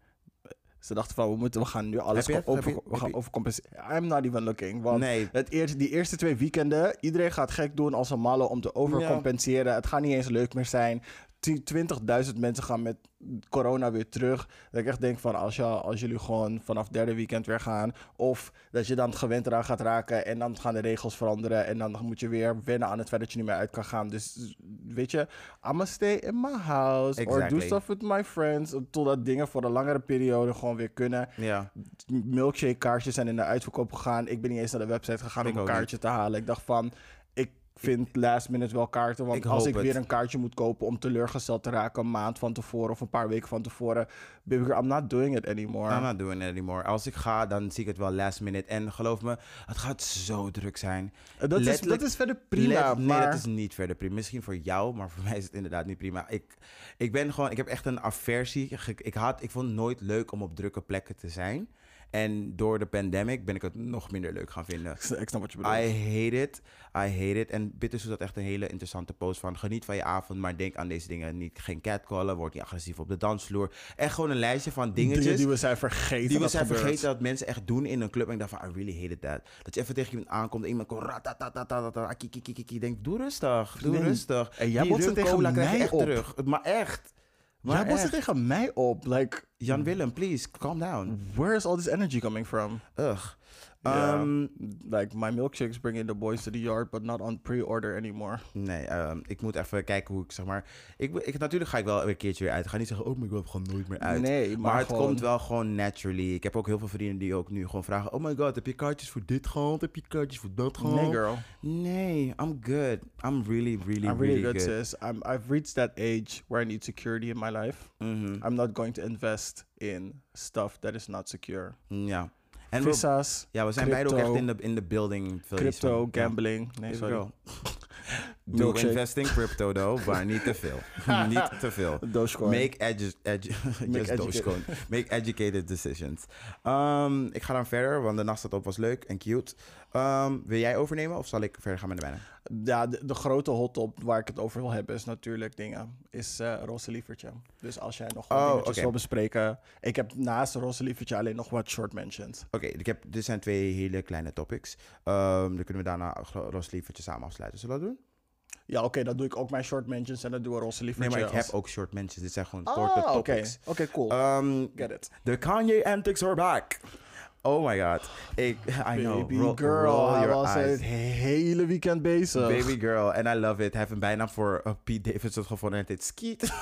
Ze dachten van, we, moeten, we gaan nu alles Heb je het? over, Heb je- we heb gaan je- overcompenseren. I'm not even looking. Want Nee. het eerste, die eerste twee weekenden, iedereen gaat gek doen als een malle om te overcompenseren. Het gaat niet eens leuk meer zijn. twintigduizend mensen gaan met corona weer terug. Dat ik echt denk van, als, je, als jullie gewoon vanaf derde weekend weer gaan, of dat je dan gewend eraan gaat raken en dan gaan de regels veranderen en dan moet je weer wennen aan het feit dat je niet meer uit kan gaan. Dus weet je, I'ma stay in my house or do Exactly. stuff with my friends, totdat dingen voor een langere periode gewoon weer kunnen. Ja. Milkshake kaartjes zijn in de uitverkoop gegaan. Ik ben niet eens naar de website gegaan Ik om een ook kaartje te halen. Ik dacht van, ik vind last minute wel kaarten. Want Ik als hoop ik het. weer een kaartje moet kopen om teleurgesteld te raken een maand van tevoren of een paar weken van tevoren, baby girl, I'm not doing it anymore. I'm not doing it anymore. Als ik ga, dan zie ik het wel last minute. En geloof me, het gaat zo druk zijn. Uh, dat, is, letterlijk- dat is verder prima, Let- nee, maar... dat is niet verder prima. Misschien voor jou, maar voor mij is het inderdaad niet prima. Ik, ik ben gewoon, ik heb echt een aversie. ge- Ik, had, ik vond het nooit leuk om op drukke plekken te zijn. En door de pandemic ben ik het nog minder leuk gaan vinden. Ik snap- Ik snap wat je bedoelt. I hate it. I hate it. En Bitters doet dat echt een hele interessante post van. Geniet van je avond, maar denk aan deze dingen. Niet, geen catcallen, word niet agressief op de dansvloer. Echt gewoon een lijstje van dingetjes. Dingen die we zijn vergeten. Die we dat zijn gebeurt. vergeten dat mensen echt doen in een club. En ik dacht van, I really hated that. Dat je even tegen iemand aankomt en iemand komt... ratatatatata, ki, ki, ki, ki. Denk, doe rustig, doe Nee. rustig. En jij Die botste rum tegen cola krijg je mij echt op. terug. Maar echt. Maar Jij botste echt. tegen mij op. Like, Jan Willem, please, calm down. where is all this energy coming from? Ugh. Ja. Ehm, Like, my milkshakes bringing the boys to the yard, but not on pre-order anymore. Nee, ehm, ik moet even kijken hoe ik zeg maar. Ik, ik, natuurlijk ga ik wel een keertje weer uit. Ik ga niet zeggen, oh my god, ik ga nooit meer uit. Nee, maar, maar het gewoon- komt wel gewoon naturally. Ik heb ook heel veel vrienden die ook nu gewoon vragen: oh my god, heb je kaartjes voor dit gehaald? Heb je kaartjes voor dat gehaald? Nee, girl. Nee, I'm good. I'm really, really, I'm really, really good, good. sis. I'm, I've reached that age where I need security in my life. Mhm. I'm not going to invest in stuff that is not secure. Ja. En we, Vissa's, ja, we zijn crypto, beide ook echt in de, in de building. Veel iets crypto, van- ja. gambling. Nee, Baby sorry. girl. Do Milkshake. invest in crypto though, maar niet te veel. niet te veel. Dogecoin. Make, edu- edu- just educa- Dogecoin. Make educated decisions. Um, ik ga dan verder, want de nacht staat op was leuk en cute. Um, wil jij overnemen of zal ik verder gaan met de mijne? Ja, de, de grote hot top waar ik het over wil hebben is natuurlijk dingen. Is uh, Roze Lievertje. Dus als jij nog wat Oh, dingetjes oké. wil bespreken. Ik heb naast Roze Lievertje alleen nog wat short mentions. Oké, ik heb dit zijn twee hele kleine topics. Um, dan kunnen we daarna Roos Lievertje samen afsluiten. Zullen we dat doen? Ja, oké, dan doe ik ook mijn short mentions en dan doen we Roze Nee, Lievertje. maar ik als- heb ook short mentions. Dit zijn gewoon Ah, korte oké. topics. Oké, cool. Um, Get it. The Kanye antics are back. Oh my god. Ik, I know. Baby Roll- girl, roll hij your was eyes. het hele weekend bezig. Baby girl, and I love it. Hij heeft een bijnaam voor uh, Pete Davidson gevonden en het heet Skeet.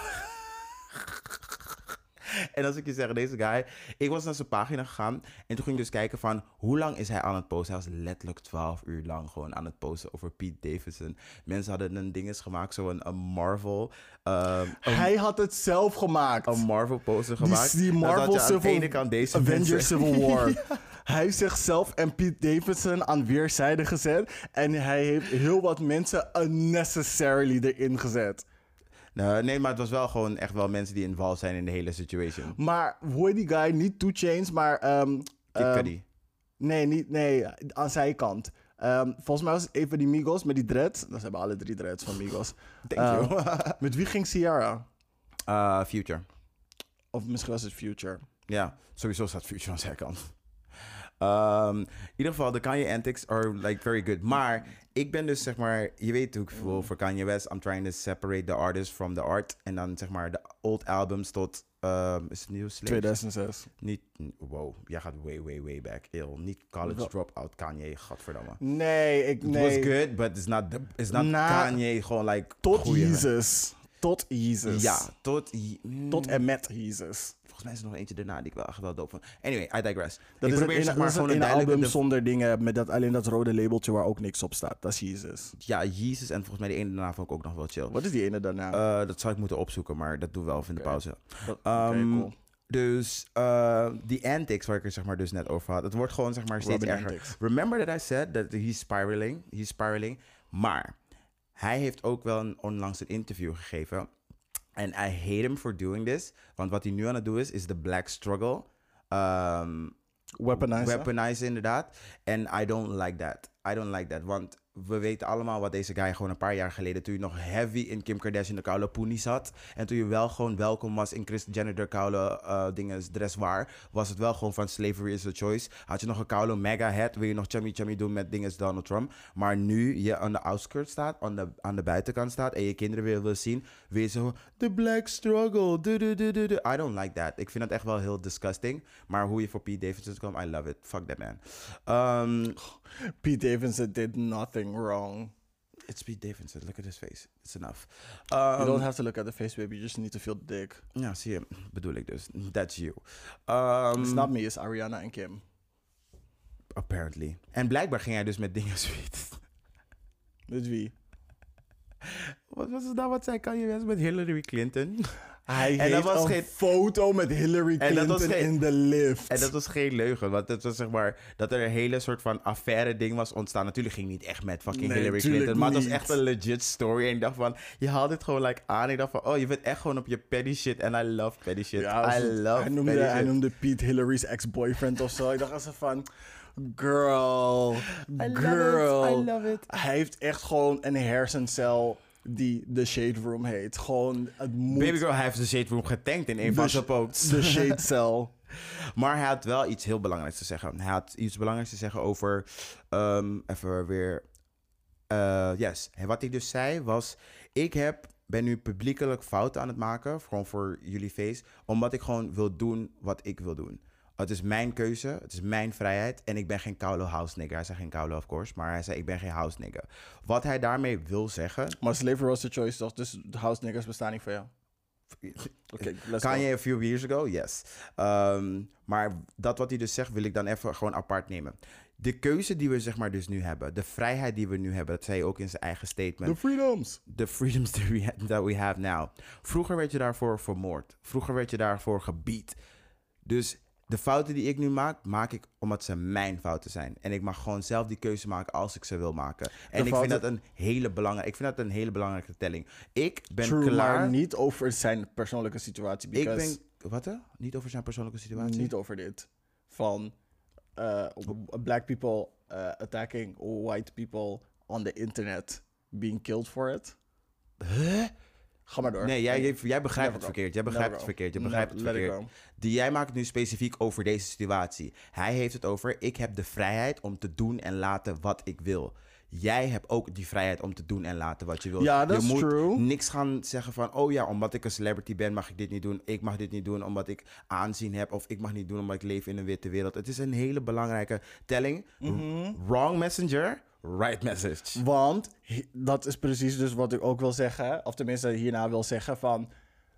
En als ik je zeg, deze guy... Ik was naar zijn pagina gegaan en toen ging ik dus kijken van... hoe lang is hij aan het posten? Hij was letterlijk twaalf uur lang gewoon aan het posten over Pete Davidson. Mensen hadden een dinges gemaakt, zo'n een Marvel... Um, een, Hij had het zelf gemaakt. een Marvel poster Die- gemaakt. Die, Dan Marvel had je aan Civil... de ene kant deze Avengers mensen. Civil War. Ja. Hij heeft zichzelf en Pete Davidson aan weerszijden gezet. En hij heeft heel wat mensen unnecessarily erin gezet. Nee, nee, maar het was wel gewoon echt wel mensen die involved zijn in de hele situation. Maar hoe heet die guy? Niet two Chainz, maar... Um, Kid um, Cudi. Nee, niet, nee, aan zijn kant. Um, volgens mij was het een van die Migos met die dreads. Dat hebben alle drie dreads van Migos. Thank Um, you. met wie ging Ciara? Uh, Future. Of misschien was het Future. Ja, sowieso staat Future aan zijn kant. Um, in ieder geval, de Kanye antics are like very good. Maar ik ben dus zeg maar, je weet hoe ik voel voor Kanye West. I'm trying to separate the artist from the art. En dan zeg maar de old albums tot, um, is het nieuw? tweeduizend zes. Niet, wow, jij gaat way, way, way back. Ill. Niet college Wel- dropout Kanye, godverdamme. Nee, ik... It Nee. was good, but it's not, the, it's not Na- Kanye gewoon like... Tot goeie- Jezus. Tot Jezus. Ja, tot... mm, Tot en met Jezus. Volgens mij is er nog eentje daarna die ik wel echt wel dope vond. Anyway, I digress. Dat ik is het probeer ene, zeg dat maar is het gewoon een ene duidelijke... album de- zonder dingen met dat, alleen dat rode labeltje waar ook niks op staat. Dat is Jezus. Ja, Jezus en volgens mij de ene daarna vond ik ook nog wel chill. Wat is die ene daarna? Uh, dat zou ik moeten opzoeken, maar dat doen we wel even in de Oké. pauze. Wat- Oké, Um, cool. Dus uh, die antics waar ik er zeg maar dus net over had, het wordt gewoon zeg maar steeds Robin erger. antics. Remember that I said that he's spiraling, he's spiraling. Maar hij heeft ook wel een, onlangs een interview gegeven. En I hate him for doing this. Want wat hij nu aan het doen is, is de black struggle. Um, Weaponizen. Weaponizen, inderdaad. En I don't like that. I don't like that. Want we weten allemaal wat deze guy gewoon een paar jaar geleden... toen je nog heavy in Kim Kardashian de koude poenie zat... en toen je wel gewoon welkom was in Kris Jenner de koude uh, dingen dressoir... was het wel gewoon van slavery is a choice. Had je nog een koude mega head... wil je nog chummy chummy doen met dingen Donald Trump. Maar nu je aan de outskirts staat... aan de, aan de buitenkant staat... en je kinderen weer wil zien... weer zo... the black struggle... Du, du, du, du, du. I don't like that. Ik vind dat echt wel heel disgusting. Maar hoe je voor Pete Davidson komt... I love it. Fuck that man. Um, Pete Davidson did nothing wrong. It's Pete Davidson. Look at his face. It's enough. You Um, don't have to look at the face, baby. You just need to feel the dick. ja, zie je. Bedoel ik dus. That's you. Um, It's not me, it's Ariana en Kim. Apparently. En blijkbaar ging hij dus met dingen sweet. Met wie? Wat was het nou wat zei Kanye West met Hillary Clinton? Hij En dat heeft was een geen- foto met Hillary En dat was Clinton geen- in de lift. En dat was geen leugen, want het was zeg maar dat er een hele soort van affaire ding was ontstaan. Natuurlijk ging niet echt met fucking Nee, Hillary tuurlijk Clinton, maar het was niet. echt een legit story. En ik dacht van, je haalt dit gewoon like aan. Ik dacht van, oh, je bent echt gewoon op je petty shit. En I love petty shit. Ja, I was het- love hij noemde, petty hij shit. noemde Pete Hillary's ex-boyfriend of zo. Ik dacht als van, girl, I girl. love it, I love it. Hij heeft echt gewoon een hersencel die de Shade Room heet. Gewoon, het moet... Baby girl, hij heeft de shade room getankt in een de van sh- zijn posts. De Shade Cell. Maar hij had wel iets heel belangrijks te zeggen. Hij had iets belangrijks te zeggen over... Um, even weer... Uh, yes. En wat ik dus zei was... Ik heb, ben nu publiekelijk fouten aan het maken. Gewoon voor jullie feest. Omdat ik gewoon wil doen wat ik wil doen. Het is mijn keuze. Het is mijn vrijheid. En ik ben geen koude house nigger. Hij zei geen koude, of course. Maar hij zei, ik ben geen house nigger. Wat hij daarmee wil zeggen... Maar slavery was the choice toch? Dus de house niggers bestaan niet voor jou. Oké, let's go. Kanye a few years ago, yes. Um, maar dat wat hij dus zegt, wil ik dan even gewoon apart nemen. De keuze die we zeg maar dus nu hebben, de vrijheid die we nu hebben, dat zei hij ook in zijn eigen statement. The freedoms. The freedoms that we, ha- that we have now. Vroeger werd je daarvoor vermoord. Vroeger werd je daarvoor gebied. Dus de fouten die ik nu maak, maak ik omdat ze mijn fouten zijn. En ik mag gewoon zelf die keuze maken als ik ze wil maken. En ik fouten- vind dat een hele belangrijke, ik vind dat een hele belangrijke telling. Ik ben True, klaar. maar niet over zijn persoonlijke situatie. Ik because- ben... Wat hè? Niet over zijn persoonlijke situatie? Niet over dit. Van uh, black people uh, attacking white people on the internet. Being killed for it. Huh? Ga maar door. Nee, jij, jij, jij begrijpt Never het go. verkeerd. Jij Never begrijpt het go. verkeerd. Je Never- begrijpt het let it verkeerd. go. Die, jij maakt het nu specifiek over deze situatie. Hij heeft het over, ik heb de vrijheid om te doen en laten wat ik wil. Jij hebt ook die vrijheid om te doen en laten wat je wil. Ja, dat je is moet true. niks gaan zeggen van, oh ja, omdat ik een celebrity ben, mag ik dit niet doen. Ik mag dit niet doen omdat ik aanzien heb. Of ik mag niet doen omdat ik leef in een witte wereld. Het is een hele belangrijke telling. Mhm. Wrong messenger, right message. Want hi- dat is precies dus wat ik ook wil zeggen. Of tenminste hierna wil zeggen van...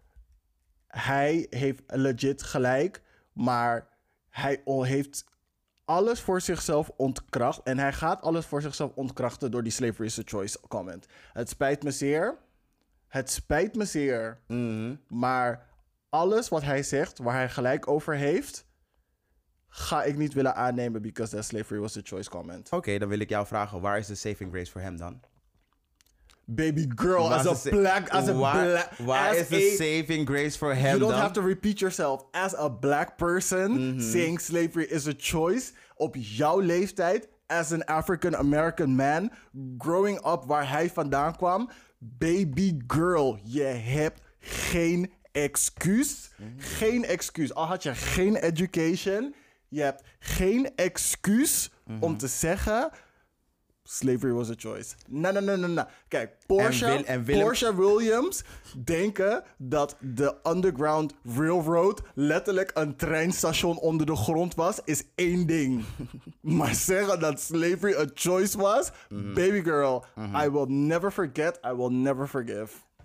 Hij heeft legit gelijk. Maar hij o- heeft alles voor zichzelf ontkracht. En hij gaat alles voor zichzelf ontkrachten door die slavery is a choice comment. Het spijt me zeer. Het spijt me zeer. Mhm. Maar alles wat hij zegt, waar hij gelijk over heeft... ga ik niet willen aannemen because that slavery was a choice comment. Oké, dan wil ik jou vragen, waar is de saving grace voor hem dan? baby girl, Maar as a ze- black, as a Waar- black, Waar as is de a- saving grace voor hem You don't dan? have to repeat yourself. As a black person, saying slavery is a choice op jouw leeftijd, as an African American man, growing up waar hij vandaan kwam, baby girl, je hebt geen excuus. Geen excuus. Al had je geen education, je hebt geen excuus om te zeggen slavery was a choice. Nee, nee, nee, nee, nee. Kijk, Porsche, En Wil- en Willem- Porsche Williams denken dat de Underground Railroad letterlijk een treinstation onder de grond was, is één ding. Maar zeggen dat slavery a choice was, baby girl, I will never forget, I will never forgive.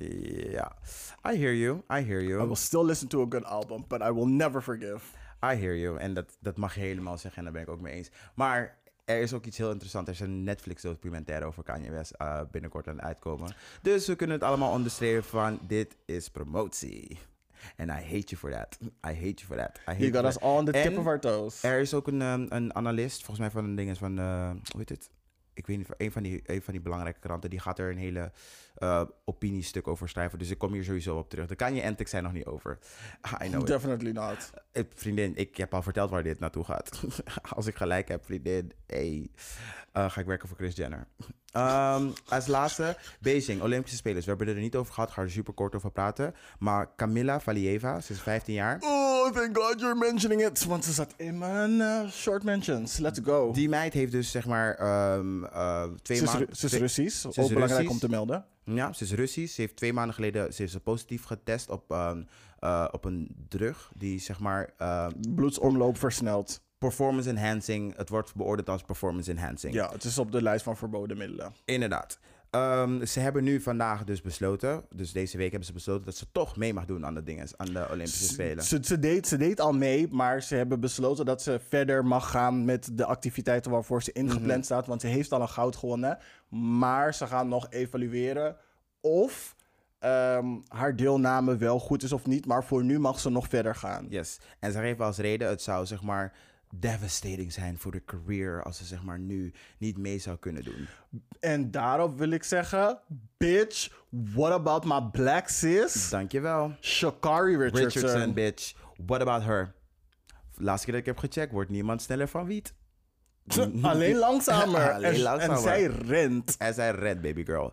Ja, I hear you, I hear you. I will still listen to a good album, but I will never forgive. I hear you. En dat, dat mag je helemaal zeggen en daar ben ik ook mee eens. Maar er is ook iets heel interessants. Er is een Netflix-documentaire over Kanye West uh, binnenkort aan het uitkomen. Dus we kunnen het allemaal onderstrepen van dit is promotie. And I hate you for that. I hate you for that. I hate You got for us that. all on the tip En of our toes. Er is ook een, um, een analist, volgens mij van een ding is van, uh, hoe heet het? Ik weet niet, een van, die, een van die belangrijke kranten, die gaat er een hele uh, opiniestuk over schrijven. Dus ik kom hier sowieso op terug. De Kanye antics zijn nog niet over. I know it. Definitely not. Eh, Vriendin, ik heb al verteld waar dit naartoe gaat. Als ik gelijk heb, vriendin, hey, uh, ga ik werken voor Kris Jenner. Um, als laatste, Beijing, Olympische Spelers. We hebben er niet over gehad, ga er super kort over praten. Maar Kamila Valieva, ze is vijftien jaar. Oh, thank God you're mentioning it. Want ze zat in mijn uh, short mentions. Let's go. Die meid heeft dus zeg maar um, uh, twee Ze is, maanden... Ru- ze is twee- Russisch. ze is Ook belangrijk Russisch. om te melden. Ja, ze is Russisch. Ze heeft twee maanden geleden ze is positief getest op, um, uh, op een drug die zeg maar uh, Bloedsomloop versneld. performance enhancing. Het wordt beoordeeld als performance enhancing. Ja, het is op de lijst van verboden middelen. Inderdaad. Um, ze hebben nu vandaag dus besloten, dus deze week hebben ze besloten dat ze toch mee mag doen aan de dingen, aan de Olympische Spelen. Ze, ze, deed, ze deed al mee, maar ze hebben besloten dat ze verder mag gaan met de activiteiten waarvoor ze ingepland Mhm. staat. Want ze heeft al een goud gewonnen. Maar ze gaan nog evalueren of um, haar deelname wel goed is of niet. Maar voor nu mag ze nog verder gaan. Yes. En ze geven als reden, het zou zeg maar devastating zijn voor de career als ze zeg maar nu niet mee zou kunnen doen. En daarop wil ik zeggen, bitch, what about my black sis? Dankjewel. Sha'Carri Richardson. Richardson, bitch. What about her? Laatste keer dat ik heb gecheckt, wordt niemand sneller van wiet. Alleen langzamer. Alleen en, langzamer. en zij rent. En zij red, baby girl.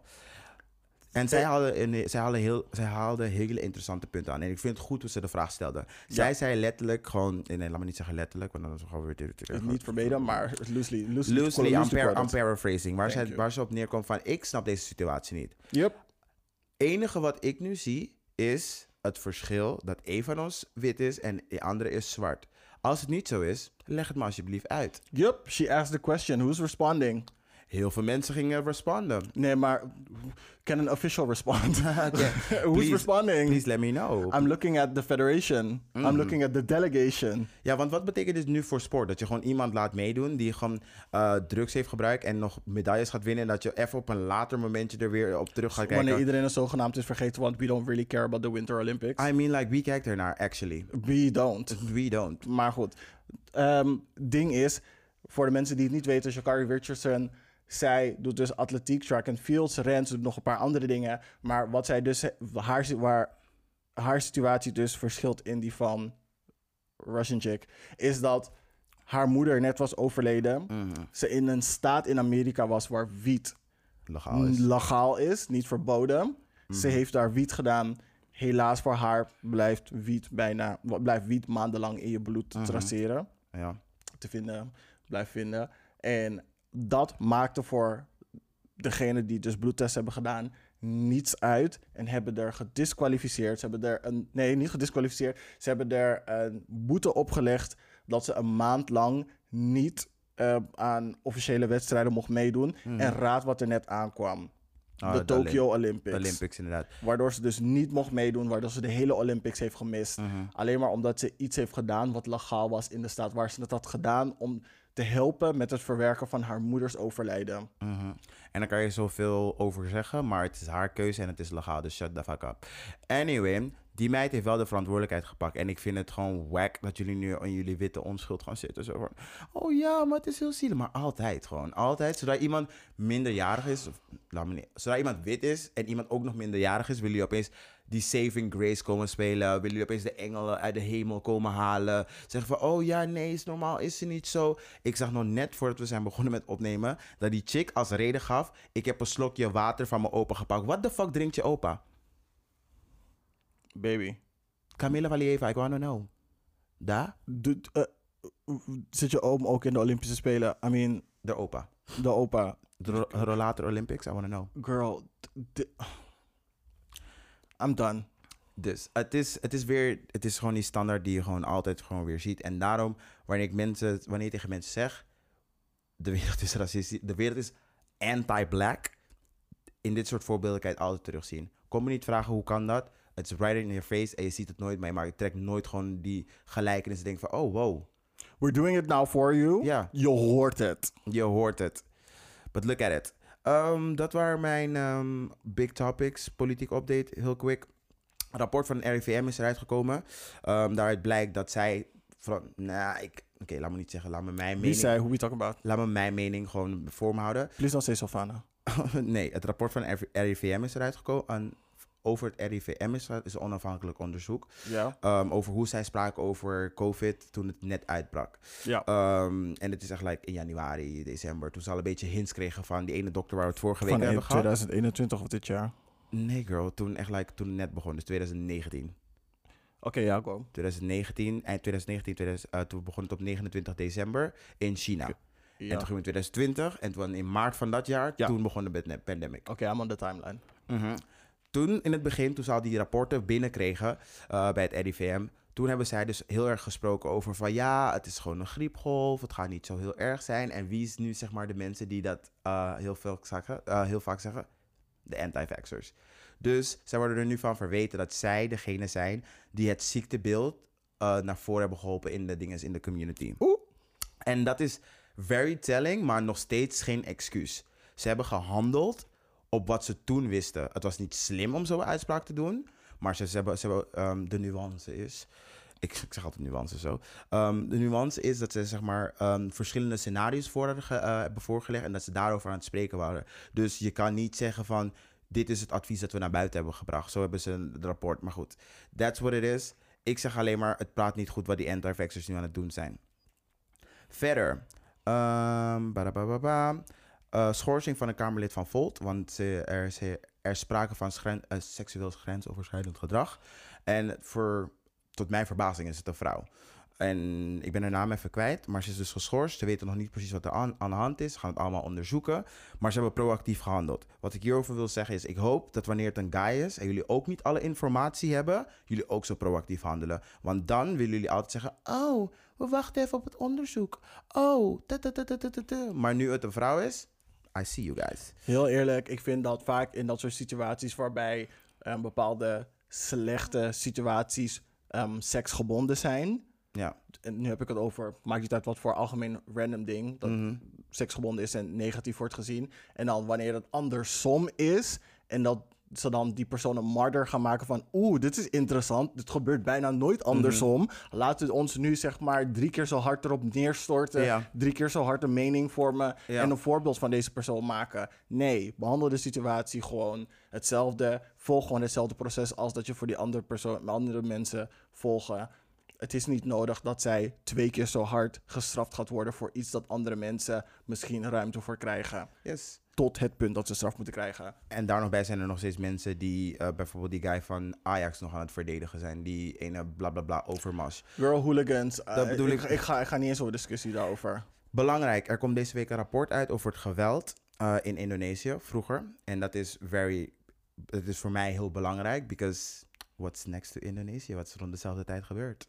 En zij haalde, een, zij, haalde heel, zij haalde hele interessante punten aan. En ik vind het goed hoe ze de vraag stelden. Zij Ja. zei zei letterlijk gewoon... Nee, laat me niet zeggen letterlijk, want dan is het gewoon weer... Het is niet vermeden, maar loosely. Loosely, Loosely, I'm, loosely par- I'm quoted. paraphrasing. Waar, Thank zij, you. waar ze op neerkomt van... Ik snap deze situatie niet. Yep. Enige wat ik nu zie is het verschil dat een van ons wit is en de andere is zwart. Als het niet zo is, leg het me alsjeblieft uit. Yep, she asked the question. Who's responding? Heel veel mensen gingen responden. Nee, maar can an official respond? Okay. Who's Please- responding? Please let me know. I'm looking at the federation. I'm looking at the delegation. Ja, want wat betekent dit nu voor sport? Dat je gewoon iemand laat meedoen die gewoon uh, drugs heeft gebruikt en nog medailles gaat winnen. En dat je even op een later momentje er weer op terug gaat kijken. Wanneer iedereen een zogenaamd is vergeten, want we don't really care about the Winter Olympics. I mean, like, wie kijkt ernaar, actually? We don't. We don't. Maar goed. Um, ding is, voor de mensen die het niet weten, Sha'Carri Richardson, zij doet dus atletiek, track and field, ze rent, ze doet nog een paar andere dingen. Maar wat zij dus, haar, waar haar situatie dus verschilt in die van Russian chick, is dat haar moeder net was overleden. Ze in een staat in Amerika was waar wiet Legaal is. legaal is, niet verboden. Ze heeft daar wiet gedaan. Helaas voor haar blijft wiet bijna, blijft wiet maandenlang in je bloed traceren. Ja. Te vinden, blijft vinden. En dat maakte voor degene die dus bloedtests hebben gedaan niets uit. En hebben er gedisqualificeerd. Ze hebben er een, nee, niet gedisqualificeerd. Ze hebben er een boete opgelegd dat ze een maand lang niet uh, aan officiële wedstrijden mocht meedoen. En raad wat er net aankwam. Ah, de de Tokyo Olymp- Olympics. Olympics, inderdaad. Waardoor ze dus niet mocht meedoen, waardoor ze de hele Olympics heeft gemist. Alleen maar omdat ze iets heeft gedaan wat legaal was in de staat waar ze het had gedaan om te helpen met het verwerken van haar moeders overlijden. Mhm. En dan kan je zoveel over zeggen, maar het is haar keuze en het is legaal, dus shut the fuck up. Anyway, Die meid heeft wel de verantwoordelijkheid gepakt. En ik vind het gewoon wack dat jullie nu in jullie witte onschuld gaan zitten. Zo van, oh ja, maar het is heel zielig. Maar altijd gewoon, altijd. Zodra iemand minderjarig is, of, laat me niet. Zodra iemand wit is en iemand ook nog minderjarig is, willen jullie opeens die saving grace komen spelen. Willen jullie opeens de engelen uit de hemel komen halen. Zeggen van, oh ja, nee, is normaal, is ze niet zo. Ik zag nog net voordat we zijn begonnen met opnemen, dat die chick als reden gaf, ik heb een slokje water van mijn opa gepakt. What the fuck drinkt je opa? Baby. Camilla Valieva, I wanna know. Da? De, uh, zit je oom ook in de Olympische Spelen? I mean, De opa. de opa. De ro- rollator Olympics, I wanna know. Girl. de- I'm done. Dus het is, het is weer, het is gewoon die standaard die je gewoon altijd gewoon weer ziet. En daarom, wanneer ik mensen, wanneer je tegen mensen zeg, de wereld is racistisch, de wereld is anti-black. In dit soort voorbeelden kan je het altijd terugzien. Kom me niet vragen hoe kan dat. Het is right in your face en je ziet het nooit mee, maar ik trek nooit gewoon die gelijkenis en denk van, oh wow. We're doing it now for you. Ja. Je hoort het. Je hoort het. But look at it. Um, dat waren mijn um, big topics. Politiek update, heel quick. Een rapport van de R I V M is eruit gekomen. Um, daaruit blijkt dat zij... Van, nou, ik... Oké, okay, laat me niet zeggen. Laat me mijn Wie mening... zei, who we talking about? Laat me mijn mening gewoon voor me houden. Please don't say Sylvana. Nee, het rapport van de R I V M is eruit gekomen. Over het R I V M is, is een onafhankelijk onderzoek. Ja. Um, over hoe zij spraken over COVID toen het net uitbrak. Ja. Um, en het is echt like in januari, december. Toen ze al een beetje hints kregen van die ene dokter waar we het vorige week Van hebben gehad. twintig eenentwintig of dit jaar. Nee girl, toen echt like, toen het net begon. Dus twintig negentien. Oké, okay, ja, go. twintig negentien, eind twintig negentien, twintig, uh, toen begon het op negenentwintig december in China. Ja. En toen ging het twintig twintig. En toen in maart van dat jaar, Ja. toen begon de pandemic. Oké, okay, I'm on the timeline. Mm-hmm. Toen in het begin, toen ze al die rapporten binnenkregen uh, bij het R I V M, toen hebben zij dus heel erg gesproken over van ja, het is gewoon een griepgolf, het gaat niet zo heel erg zijn. En wie is nu zeg maar de mensen die dat uh, heel, veel zeggen, uh, heel vaak zeggen? De anti-vaxxers. Dus zij worden er nu van verweten dat zij degene zijn die het ziektebeeld uh, naar voren hebben geholpen in de dingen in de community. Oeh. En dat is very telling, maar nog steeds geen excuus. Ze hebben gehandeld op wat ze toen wisten. Het was niet slim om zo'n uitspraak te doen, maar ze, ze hebben, ze hebben um, de nuance is... Ik, ik zeg altijd nuance zo. Um, de nuance is dat ze zeg maar um, verschillende scenario's voor hadden ge, uh, hebben voorgelegd en dat ze daarover aan het spreken waren. Dus je kan niet zeggen van dit is het advies dat we naar buiten hebben gebracht. Zo hebben ze het rapport. Maar goed, that's what it is. Ik zeg alleen maar, het praat niet goed wat die anti-vaxxers nu aan het doen zijn. Verder. Um, badabababa. Uh, schorsing van een Kamerlid van Volt, want ze, er, is, er is sprake van schren, uh, seksueel grensoverschrijdend gedrag. En voor, tot mijn verbazing is het een vrouw. En ik ben haar naam even kwijt, maar ze is dus geschorst. Ze weten nog niet precies wat er aan, aan de hand is. Ze gaan het allemaal onderzoeken. Maar ze hebben proactief gehandeld. Wat ik hierover wil zeggen is, ik hoop dat wanneer het een guy is en jullie ook niet alle informatie hebben, jullie ook zo proactief handelen. Want dan willen jullie altijd zeggen, oh, we wachten even op het onderzoek. Oh, ta ta ta ta ta ta. Maar nu het een vrouw is, I see you guys. Heel eerlijk, ik vind dat vaak in dat soort situaties waarbij um, bepaalde slechte situaties um, seksgebonden zijn. Ja. En nu heb ik het over, maakt niet uit wat voor algemeen random ding, dat Mm-hmm. seksgebonden is en negatief wordt gezien. En dan wanneer het andersom is en dat ze dan die persoon een marder gaan maken van oeh, dit is interessant, dit gebeurt bijna nooit andersom. Mm-hmm. Laten we ons nu zeg maar drie keer zo hard erop neerstorten, Ja. drie keer zo hard een mening vormen Ja. en een voorbeeld van deze persoon maken. Nee, behandel de situatie gewoon hetzelfde, volg gewoon hetzelfde proces als dat je voor die andere persoon, andere mensen volgen. Het is niet nodig dat zij twee keer zo hard gestraft gaat worden voor iets dat andere mensen misschien ruimte voor krijgen. Yes. Tot het punt dat ze straf moeten krijgen. En daar nog bij zijn er nog steeds mensen die uh, bijvoorbeeld die guy van Ajax nog aan het verdedigen zijn. Die ene blablabla bla bla Overmars. Girl hooligans. Uh, Dat bedoel ik, ik. ik, ga, ik ga niet eens over discussie daarover. Belangrijk, er komt deze week een rapport uit over het geweld uh, in Indonesië vroeger. En dat is very, dat is voor mij heel belangrijk. Because what's next to Indonesië? Wat is rond dezelfde tijd gebeurd?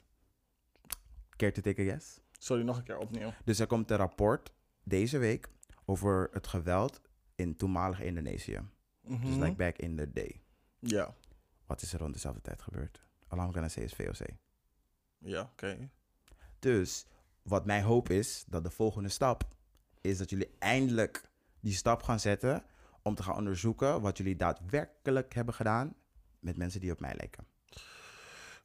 Care to take a guess? Sorry, nog een keer opnieuw. Dus er komt een rapport deze week over het geweld in toenmalig Indonesië. Mm-hmm. Dus like back in the day. Ja. Wat is er rond dezelfde tijd gebeurd? All I'm gonna say is V O C. Ja, oké. Okay. Dus wat mijn hoop is, dat de volgende stap is dat jullie eindelijk die stap gaan zetten om te gaan onderzoeken wat jullie daadwerkelijk hebben gedaan met mensen die op mij lijken.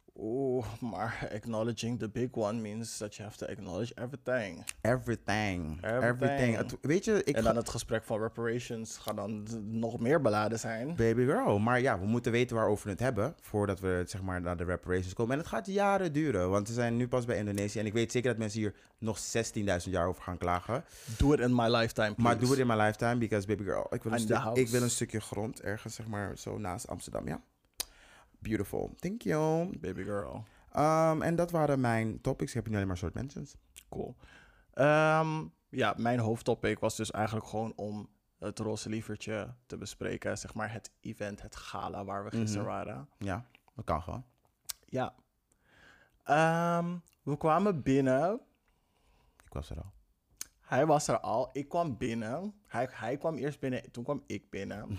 Oeh, maar acknowledging the big one means that you have to acknowledge everything. Everything. Everything. Everything. Het- weet je, ik En ga- dan het gesprek van reparations gaat dan d- nog meer beladen zijn. Baby girl. Maar ja, we moeten weten waarover we het hebben voordat we zeg maar naar de reparations komen. En het gaat jaren duren, want we zijn nu pas bij Indonesië. En ik weet zeker dat mensen hier nog zestienduizend jaar over gaan klagen. Do it in my lifetime, please. Maar doe het in my lifetime, because baby girl, ik wil, een In the stuk, house. ik wil een stukje grond ergens, zeg maar, zo naast Amsterdam, ja. Beautiful. Thank you. Baby girl. Um, en dat waren mijn topics. Ik heb nu alleen maar short mentions. Cool. Ehm, ja, mijn hoofdtopic was dus eigenlijk gewoon om het roze lievertje te bespreken. Zeg maar het event, het gala waar we gisteren Mhm. waren. Ja, dat kan gewoon. Ja. Ehm, we kwamen binnen. Ik was er al. Hij was er al. Ik kwam binnen. Hij, hij kwam eerst binnen. Toen kwam ik binnen.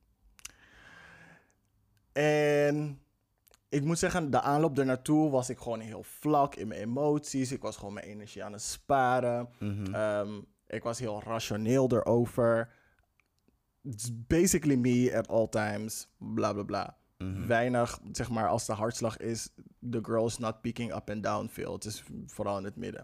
En ik moet zeggen, de aanloop ernaartoe was ik gewoon heel vlak in mijn emoties. Ik was gewoon mijn energie aan het sparen. Mhm. Ehm, ik was heel rationeel erover. It's basically me at all times. Bla bla bla. Mhm. Weinig, zeg maar, als de hartslag is, the girl is not peaking up and down veel. Het is vooral in het midden.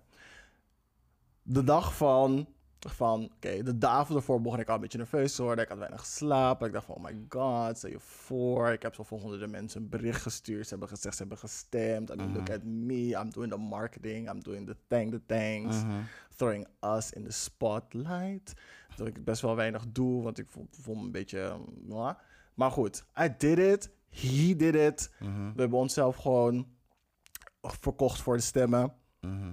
De dag van, van oké, de dagen ervoor begon ik al een beetje nerveus te worden. Ik had weinig geslapen. Ik dacht van, oh my god, stel je voor. Ik heb zo voor honderden mensen een bericht gestuurd. Ze hebben gezegd, ze hebben gestemd. I mean, Mhm. look at me. I'm doing the marketing. I'm doing the thing, the things. Mhm. Throwing us in the spotlight. Dat ik best wel weinig doe, want ik voel, voel me een beetje... um, mwah. Maar goed, I did it. He did it. Mhm. We hebben onszelf gewoon verkocht voor de stemmen. Mhm.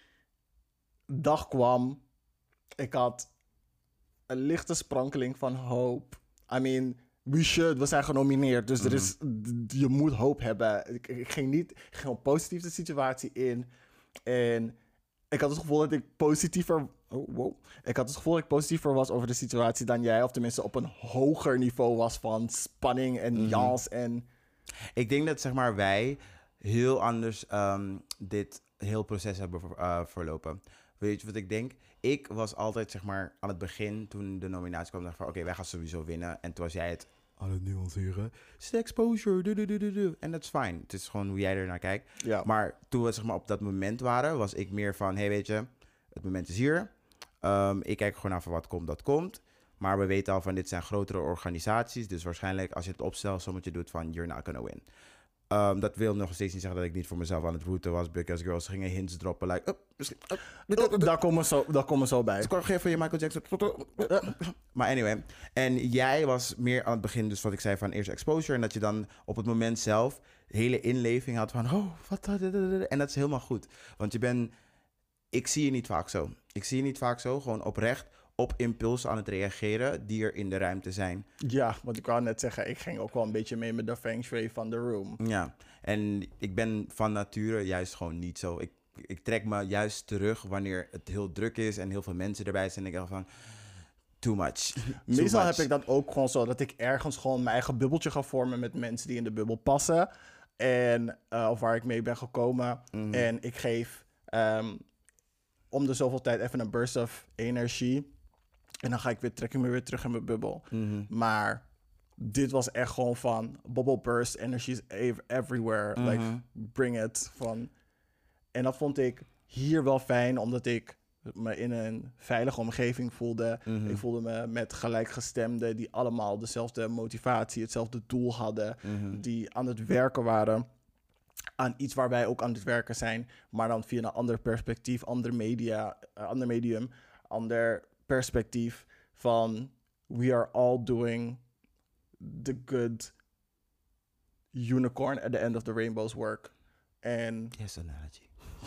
Dag kwam. Ik had een lichte sprankeling van hoop. I mean, we should. We zijn genomineerd. Dus er is, d- je moet hoop hebben. Ik, ik ging niet ik ging gewoon positief de situatie in. En ik had het gevoel dat ik positiever... Oh, wow. Ik had het gevoel dat ik positiever was over de situatie dan jij. Of tenminste op een hoger niveau was van spanning en Mhm. jans en... Ik denk dat zeg maar wij heel anders ehm, dit heel proces hebben ver- eh, verlopen. Weet je wat ik denk? Ik was altijd zeg maar aan het begin toen de nominatie kwam, dacht van oké, wij gaan sowieso winnen. En toen was jij het aan het nuanceren. Set exposure, du, du, du, du, du. En dat is fijn. Het is gewoon hoe jij er naar kijkt. Ja. Maar toen we zeg maar op dat moment waren, was ik meer van, hey weet je, het moment is hier. Ehm, ik kijk gewoon naar van wat komt, dat komt. Maar we weten al van dit zijn grotere organisaties. Dus waarschijnlijk als je het opstelsommetje doet van you're not gonna win. Ehm, dat wil nog steeds niet zeggen dat ik niet voor mezelf aan het routen was. Because girls gingen hints droppen like... Up, misschien, up, Oh, daar komen we zo, daar komen we zo bij. Score geven je Michael Jackson. Maar anyway. En jij was meer aan het begin, dus wat ik zei van eerst exposure. En dat je dan op het moment zelf hele inleving had van... Oh, wat... En dat is helemaal goed. Want je bent... Ik zie je niet vaak zo. Ik zie je niet vaak zo. Gewoon oprecht op impulsen aan het reageren die er in de ruimte zijn. Ja, want ik wou net zeggen, ik ging ook wel een beetje mee met de feng shui van the room. Ja. En ik ben van nature juist gewoon niet zo. Ik, ik trek me juist terug wanneer het heel druk is en heel veel mensen erbij zijn. En ik dacht van... Too much. Too Meestal much. heb ik dat ook gewoon zo, dat ik ergens gewoon mijn eigen bubbeltje ga vormen met mensen die in de bubbel passen. En, eh, of waar ik mee ben gekomen. Mhm. En ik geef ehm, om de zoveel tijd even een burst of energie. En dan ga ik weer, trek ik me weer terug in mijn bubbel. Mhm. Maar dit was echt gewoon van bubble burst, energy is ev- everywhere. Like, Mhm. bring it. Van. En dat vond ik hier wel fijn, omdat ik me in een veilige omgeving voelde. Mhm. Ik voelde me met gelijkgestemden die allemaal dezelfde motivatie, hetzelfde doel hadden. Mhm. Die aan het werken waren aan iets waar wij ook aan het werken zijn, maar dan via een ander perspectief, ander media, eh, ander medium, ander perspectief van we are all doing the good unicorn at the end of the rainbow's work. En, Yes, analogy.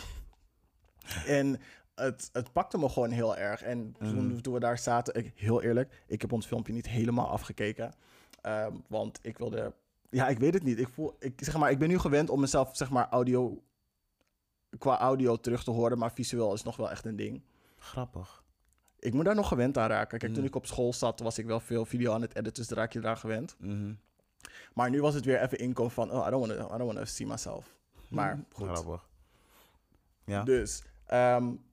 en het, het pakte me gewoon heel erg. En toen, Mhm. toen we daar zaten, ik, heel eerlijk, ik heb ons filmpje niet helemaal afgekeken. Ehm, want ik wilde... Ja, ik weet het niet. Ik, voel, ik, zeg maar, ik ben nu gewend om mezelf zeg maar, audio, qua audio terug te horen. Maar visueel is nog wel echt een ding. Grappig. Ik moet daar nog gewend aan raken. Kijk, toen Mm. ik op school zat, was ik wel veel video aan het editen. Dus daar raak je eraan gewend. Mhm. Maar nu was het weer even inkomen van... Oh, I don't want to I don't wanna see myself. Maar goed. Grappig. Ja. Dus, ehm,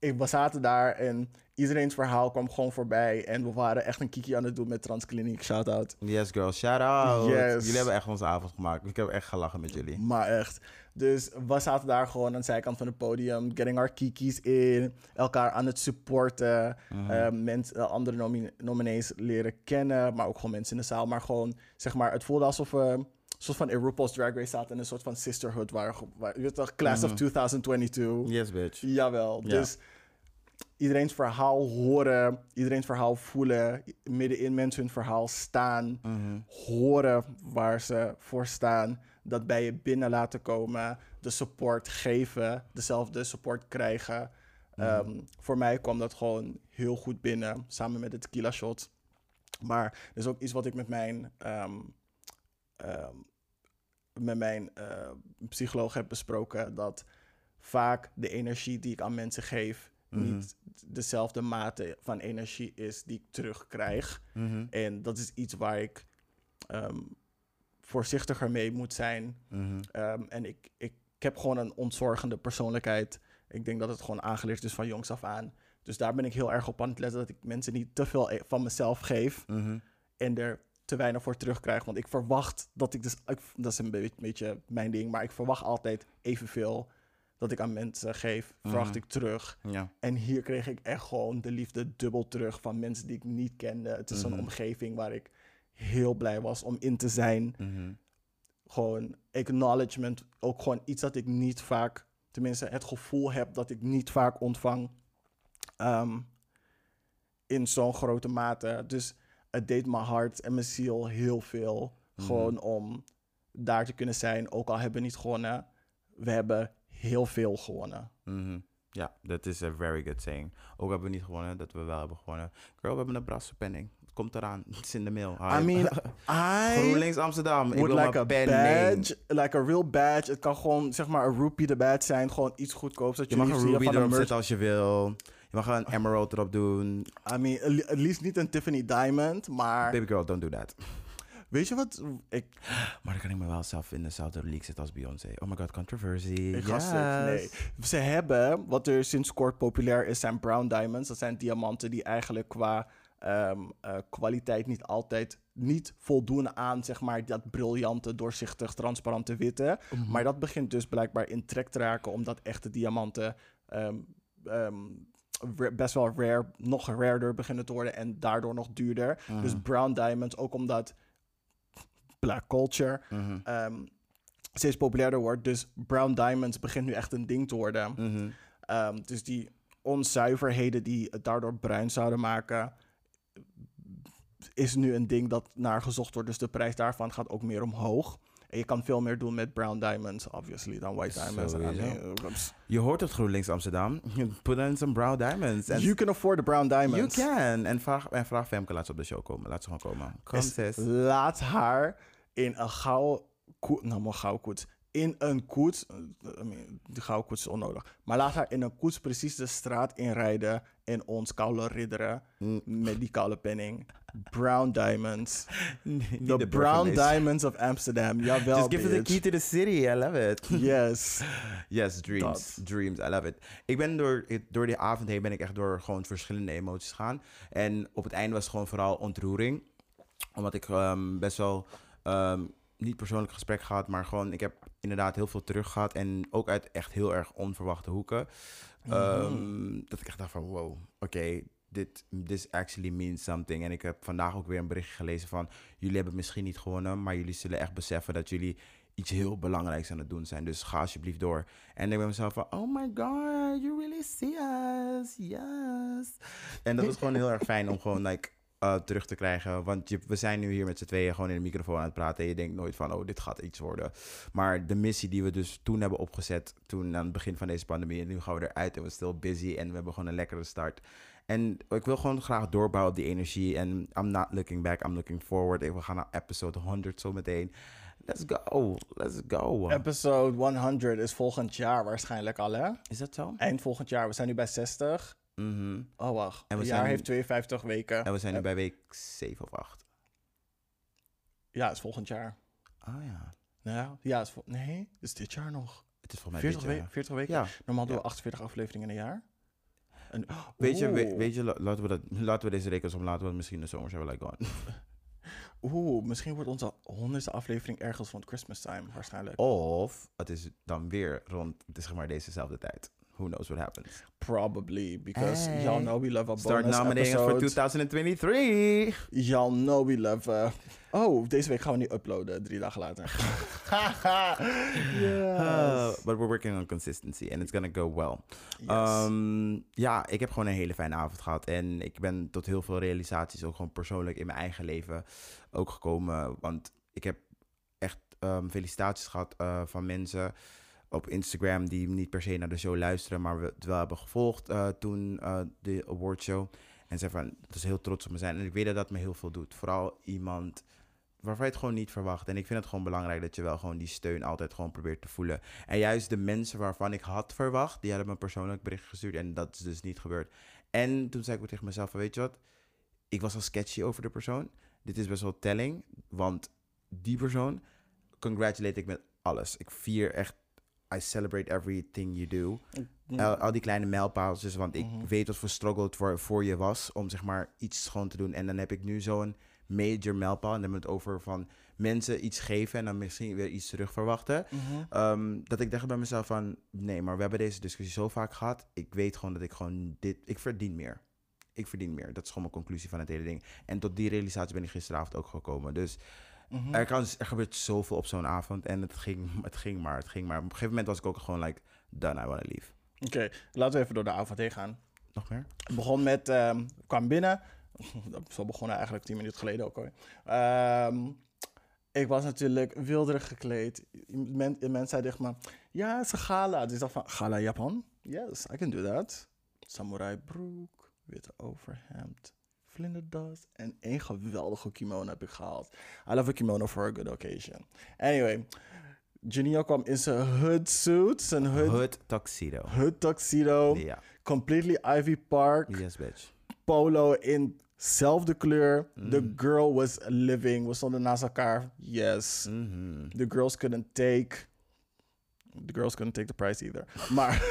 ik, we zaten daar en iedereen's verhaal kwam gewoon voorbij. En we waren echt een kiki aan het doen met Transkliniek. Shout-out. Yes, girl. Shout out. Yes. Jullie hebben echt onze avond gemaakt. Ik heb echt gelachen met jullie. Maar echt. Dus we zaten daar gewoon aan de zijkant van het podium. Getting our kiki's in. Elkaar aan het supporten. Mhm. eh, mens, eh, andere nomi- nominees leren kennen. Maar ook gewoon mensen in de zaal. Maar gewoon, zeg maar, het voelde alsof we... een soort van in RuPaul's Drag Race zaten. En een soort van sisterhood waren. Waar, je weet toch, Class Mhm. of twintig tweeëntwintig. Yes, bitch. Jawel. Ja. Dus iedereen's verhaal horen. Iedereen's verhaal voelen. Middenin mensen hun verhaal staan. Mhm. Horen waar ze voor staan. Dat bij je binnen laten komen. De support geven. Dezelfde support krijgen. Mhm. Ehm, voor mij kwam dat gewoon heel goed binnen. Samen met de tequila shot. Maar er is ook iets wat ik met mijn... ehm, ehm, met mijn eh, psycholoog heb besproken. Dat vaak de energie die ik aan mensen geef... Mhm. niet dezelfde mate van energie is die ik terugkrijg. Mhm. En dat is iets waar ik ehm, voorzichtiger mee moet zijn. Mhm. Ehm, en ik, ik, ik heb gewoon een ontzorgende persoonlijkheid. Ik denk dat het gewoon aangeleerd is van jongs af aan. Dus daar ben ik heel erg op aan het letten... dat ik mensen niet te veel e- van mezelf geef... Mhm. en er te weinig voor terugkrijg. Want ik verwacht dat ik dus... Ik, dat is een beetje, beetje mijn ding... maar ik verwacht altijd evenveel... dat ik aan mensen geef, verwacht Mhm. ik terug. Ja. En hier kreeg ik echt gewoon de liefde dubbel terug... van mensen die ik niet kende. Het is Mhm. een omgeving waar ik heel blij was om in te zijn. Mhm. Gewoon acknowledgement. Ook gewoon iets dat ik niet vaak... tenminste het gevoel heb dat ik niet vaak ontvang... ehm, in zo'n grote mate. Dus het deed mijn hart en mijn ziel heel veel. Mhm. Gewoon om daar te kunnen zijn. Ook al hebben we niet gewonnen. We hebben heel veel gewonnen. Mhm. Ja, dat is a very good saying. Ook hebben we niet gewonnen, dat we wel hebben gewonnen. Girl, we hebben een braspenning. Het komt eraan. Het is in de mail. I mean, I GroenLinks Amsterdam. Ik would wil like a mijn penning. badge. Like a real badge. Het kan gewoon, zeg maar, een rupee de badge zijn. Gewoon iets goedkoops. Dat Je je mag lief een ziet ruby van de erop merch. zetten als je wil. Je mag een emerald erop doen. I mean, at least niet een Tiffany Diamond. Maar Baby girl, don't do that. weet je wat? Ik, Maar dan kan ik me wel zelf in dezelfde league zetten als Beyoncé. Oh my god, controversy. ik ga Yes. stuk, nee. Ze hebben, wat er sinds kort populair is, zijn brown diamonds. Dat zijn diamanten die eigenlijk qua ehm, eh, kwaliteit niet altijd niet voldoen aan, zeg maar, dat briljante, doorzichtig, transparante witte. Mhm. Maar dat begint dus blijkbaar in trek te raken, omdat echte diamanten ehm, ehm, ra- best wel rare, nog raarder beginnen te worden en daardoor nog duurder. Mhm. Dus brown diamonds, ook omdat black culture Mhm. ehm, steeds populairder wordt. Dus brown diamonds begint nu echt een ding te worden. Mhm. Ehm, dus die onzuiverheden die het daardoor bruin zouden maken, is nu een ding dat naar gezocht wordt. Dus de prijs daarvan gaat ook meer omhoog. En je kan veel meer doen met brown diamonds, obviously, dan white diamonds. Sowieso. I mean, uh, Je hoort het GroenLinks Amsterdam. Put in some brown diamonds. And you can afford the brown you diamonds. can. En vraag, en vraag Femke, laat ze op de show komen. Laat ze gewoon komen. Kom, Is- sis. Laat haar in een gouden koets, nou maar gouden koets, in een koets, uh, I mean, die gouden koets is onnodig, maar laat haar in een koets precies de straat inrijden en ons koude ridderen Mm. met die koude penning. Brown diamonds. Niet The de brown burgemeester. diamonds of Amsterdam. Jawel, Just give her the bitch. key to the city. I love it. Yes. Yes, dreams. Dat. Dreams, I love it. Ik ben door, door die avond heen ben ik echt door gewoon verschillende emoties gegaan. En op het einde was het gewoon vooral ontroering. Omdat ik ehm, best wel ehm, niet persoonlijk gesprek gehad, maar gewoon ik heb inderdaad heel veel terug gehad. En ook uit echt heel erg onverwachte hoeken. Ehm, Dat ik echt dacht van wow, oké, dit this actually means something. En ik heb vandaag ook weer een berichtje gelezen van jullie hebben misschien niet gewonnen, maar jullie zullen echt beseffen dat jullie iets heel belangrijks aan het doen zijn. Dus ga alsjeblieft door. En ik ben mezelf van, oh my god, you really see us. Yes. En dat was gewoon heel erg fijn om gewoon like, uh, terug te krijgen. Want je, we zijn nu hier met z'n tweeën gewoon in de microfoon aan het praten. En je denkt nooit van, oh, dit gaat iets worden. Maar de missie die we dus toen hebben opgezet, toen aan het begin van deze pandemie. En nu gaan we eruit en we still busy. En we hebben gewoon een lekkere start. En ik wil gewoon graag doorbouwen op die energie. En I'm not looking back, I'm looking forward. We gaan naar episode honderd zo meteen. Let's go, let's go. Episode honderd is volgend jaar waarschijnlijk al, hè? Is dat zo? Eind volgend jaar. We zijn nu bij zestig. Mhm. Oh, wacht. En we Een jaar zijn- heeft tweeënvijftig weken. En we zijn nu bij week zeven of acht. Ja, is volgend jaar. Oh ja. Ja, ja is vol- nee, is dit jaar nog. Het is volgens mij veertig, dit we- jaar. veertig weken? Ja. Normaal doen Ja. we achtenveertig afleveringen in een jaar. Een, Weet je, we- oeh. weet je la- laten, we dat, laten we deze rekens om, laten we misschien de zomer zijn we like gone. Oeh, misschien wordt onze honderdste aflevering ergens rond Christmas time, waarschijnlijk. Of het is dan weer rond zeg maar dezezelfde tijd. Who knows what happens. Probably, because Hey. y'all know we love a Start bonus nominating for episode. twenty twenty-three. Y'all know we love... uh, Oh, deze week gaan we niet uploaden, drie dagen later. Uh, Yes. but we're working on consistency and it's gonna go well. Yes. Um, ja, ik heb gewoon een hele fijne avond gehad. En ik ben tot heel veel realisaties ook gewoon persoonlijk in mijn eigen leven ook gekomen. Want ik heb echt um, felicitaties gehad uh, van mensen op Instagram die niet per se naar de show luisteren, maar we het wel hebben gevolgd uh, toen uh, de awardshow. En zei van, dat is heel trots op me zijn. En ik weet dat dat me heel veel doet. Vooral iemand waarvan je het gewoon niet verwacht. En ik vind het gewoon belangrijk dat je wel gewoon die steun altijd gewoon probeert te voelen. En juist de mensen waarvan ik had verwacht, die hadden me een persoonlijk bericht gestuurd. En dat is dus niet gebeurd. En toen zei ik ook tegen mezelf van, weet je wat? Ik was al sketchy over de persoon. Dit is best wel telling. Want die persoon congratulate ik met alles. Ik vier echt, I celebrate everything you do. Al, al die kleine mijlpaaltjes, want ik Mhm. weet wat voor struggle het voor, voor je was om zeg maar iets gewoon te doen. En dan heb ik nu zo'n major mijlpaal en dan hebben we het over van mensen iets geven en dan misschien weer iets terug verwachten. Mhm. Um, dat ik dacht bij mezelf van, nee, maar we hebben deze discussie zo vaak gehad. Ik weet gewoon dat ik gewoon dit, ik verdien meer. Ik verdien meer. Dat is gewoon mijn conclusie van het hele ding. En tot die realisatie ben ik gisteravond ook gekomen. Dus Mhm. er, kan, er gebeurt zoveel op zo'n avond en het ging, het ging maar, het ging maar. Op een gegeven moment was ik ook gewoon like, done, I wanna leave. Oké, laten we even door de avond heen gaan. Nog meer? Het begon met, um, we kwamen binnen. Zo begonnen eigenlijk tien minuten geleden ook hoor. Ehm, ik was natuurlijk wilderig gekleed. Men, mensen zeiden tegen me, ja, het is een gala. Dus ik dacht van, gala Japan? Yes, I can do that. Samurai broek, witte overhemd, vlinderdas en één geweldige kimono heb ik gehaald. I love a kimono for a good occasion. Anyway, Janio kwam in zijn hood suit, zijn hood, Hood tuxedo. hood tuxedo, Ja, completely Ivy Park. yes bitch. Polo in zelfde kleur. Mm. The girl was living. We stonden naast elkaar. Yes. Mhm. The girls couldn't take... The girls couldn't take the prize either. Maar...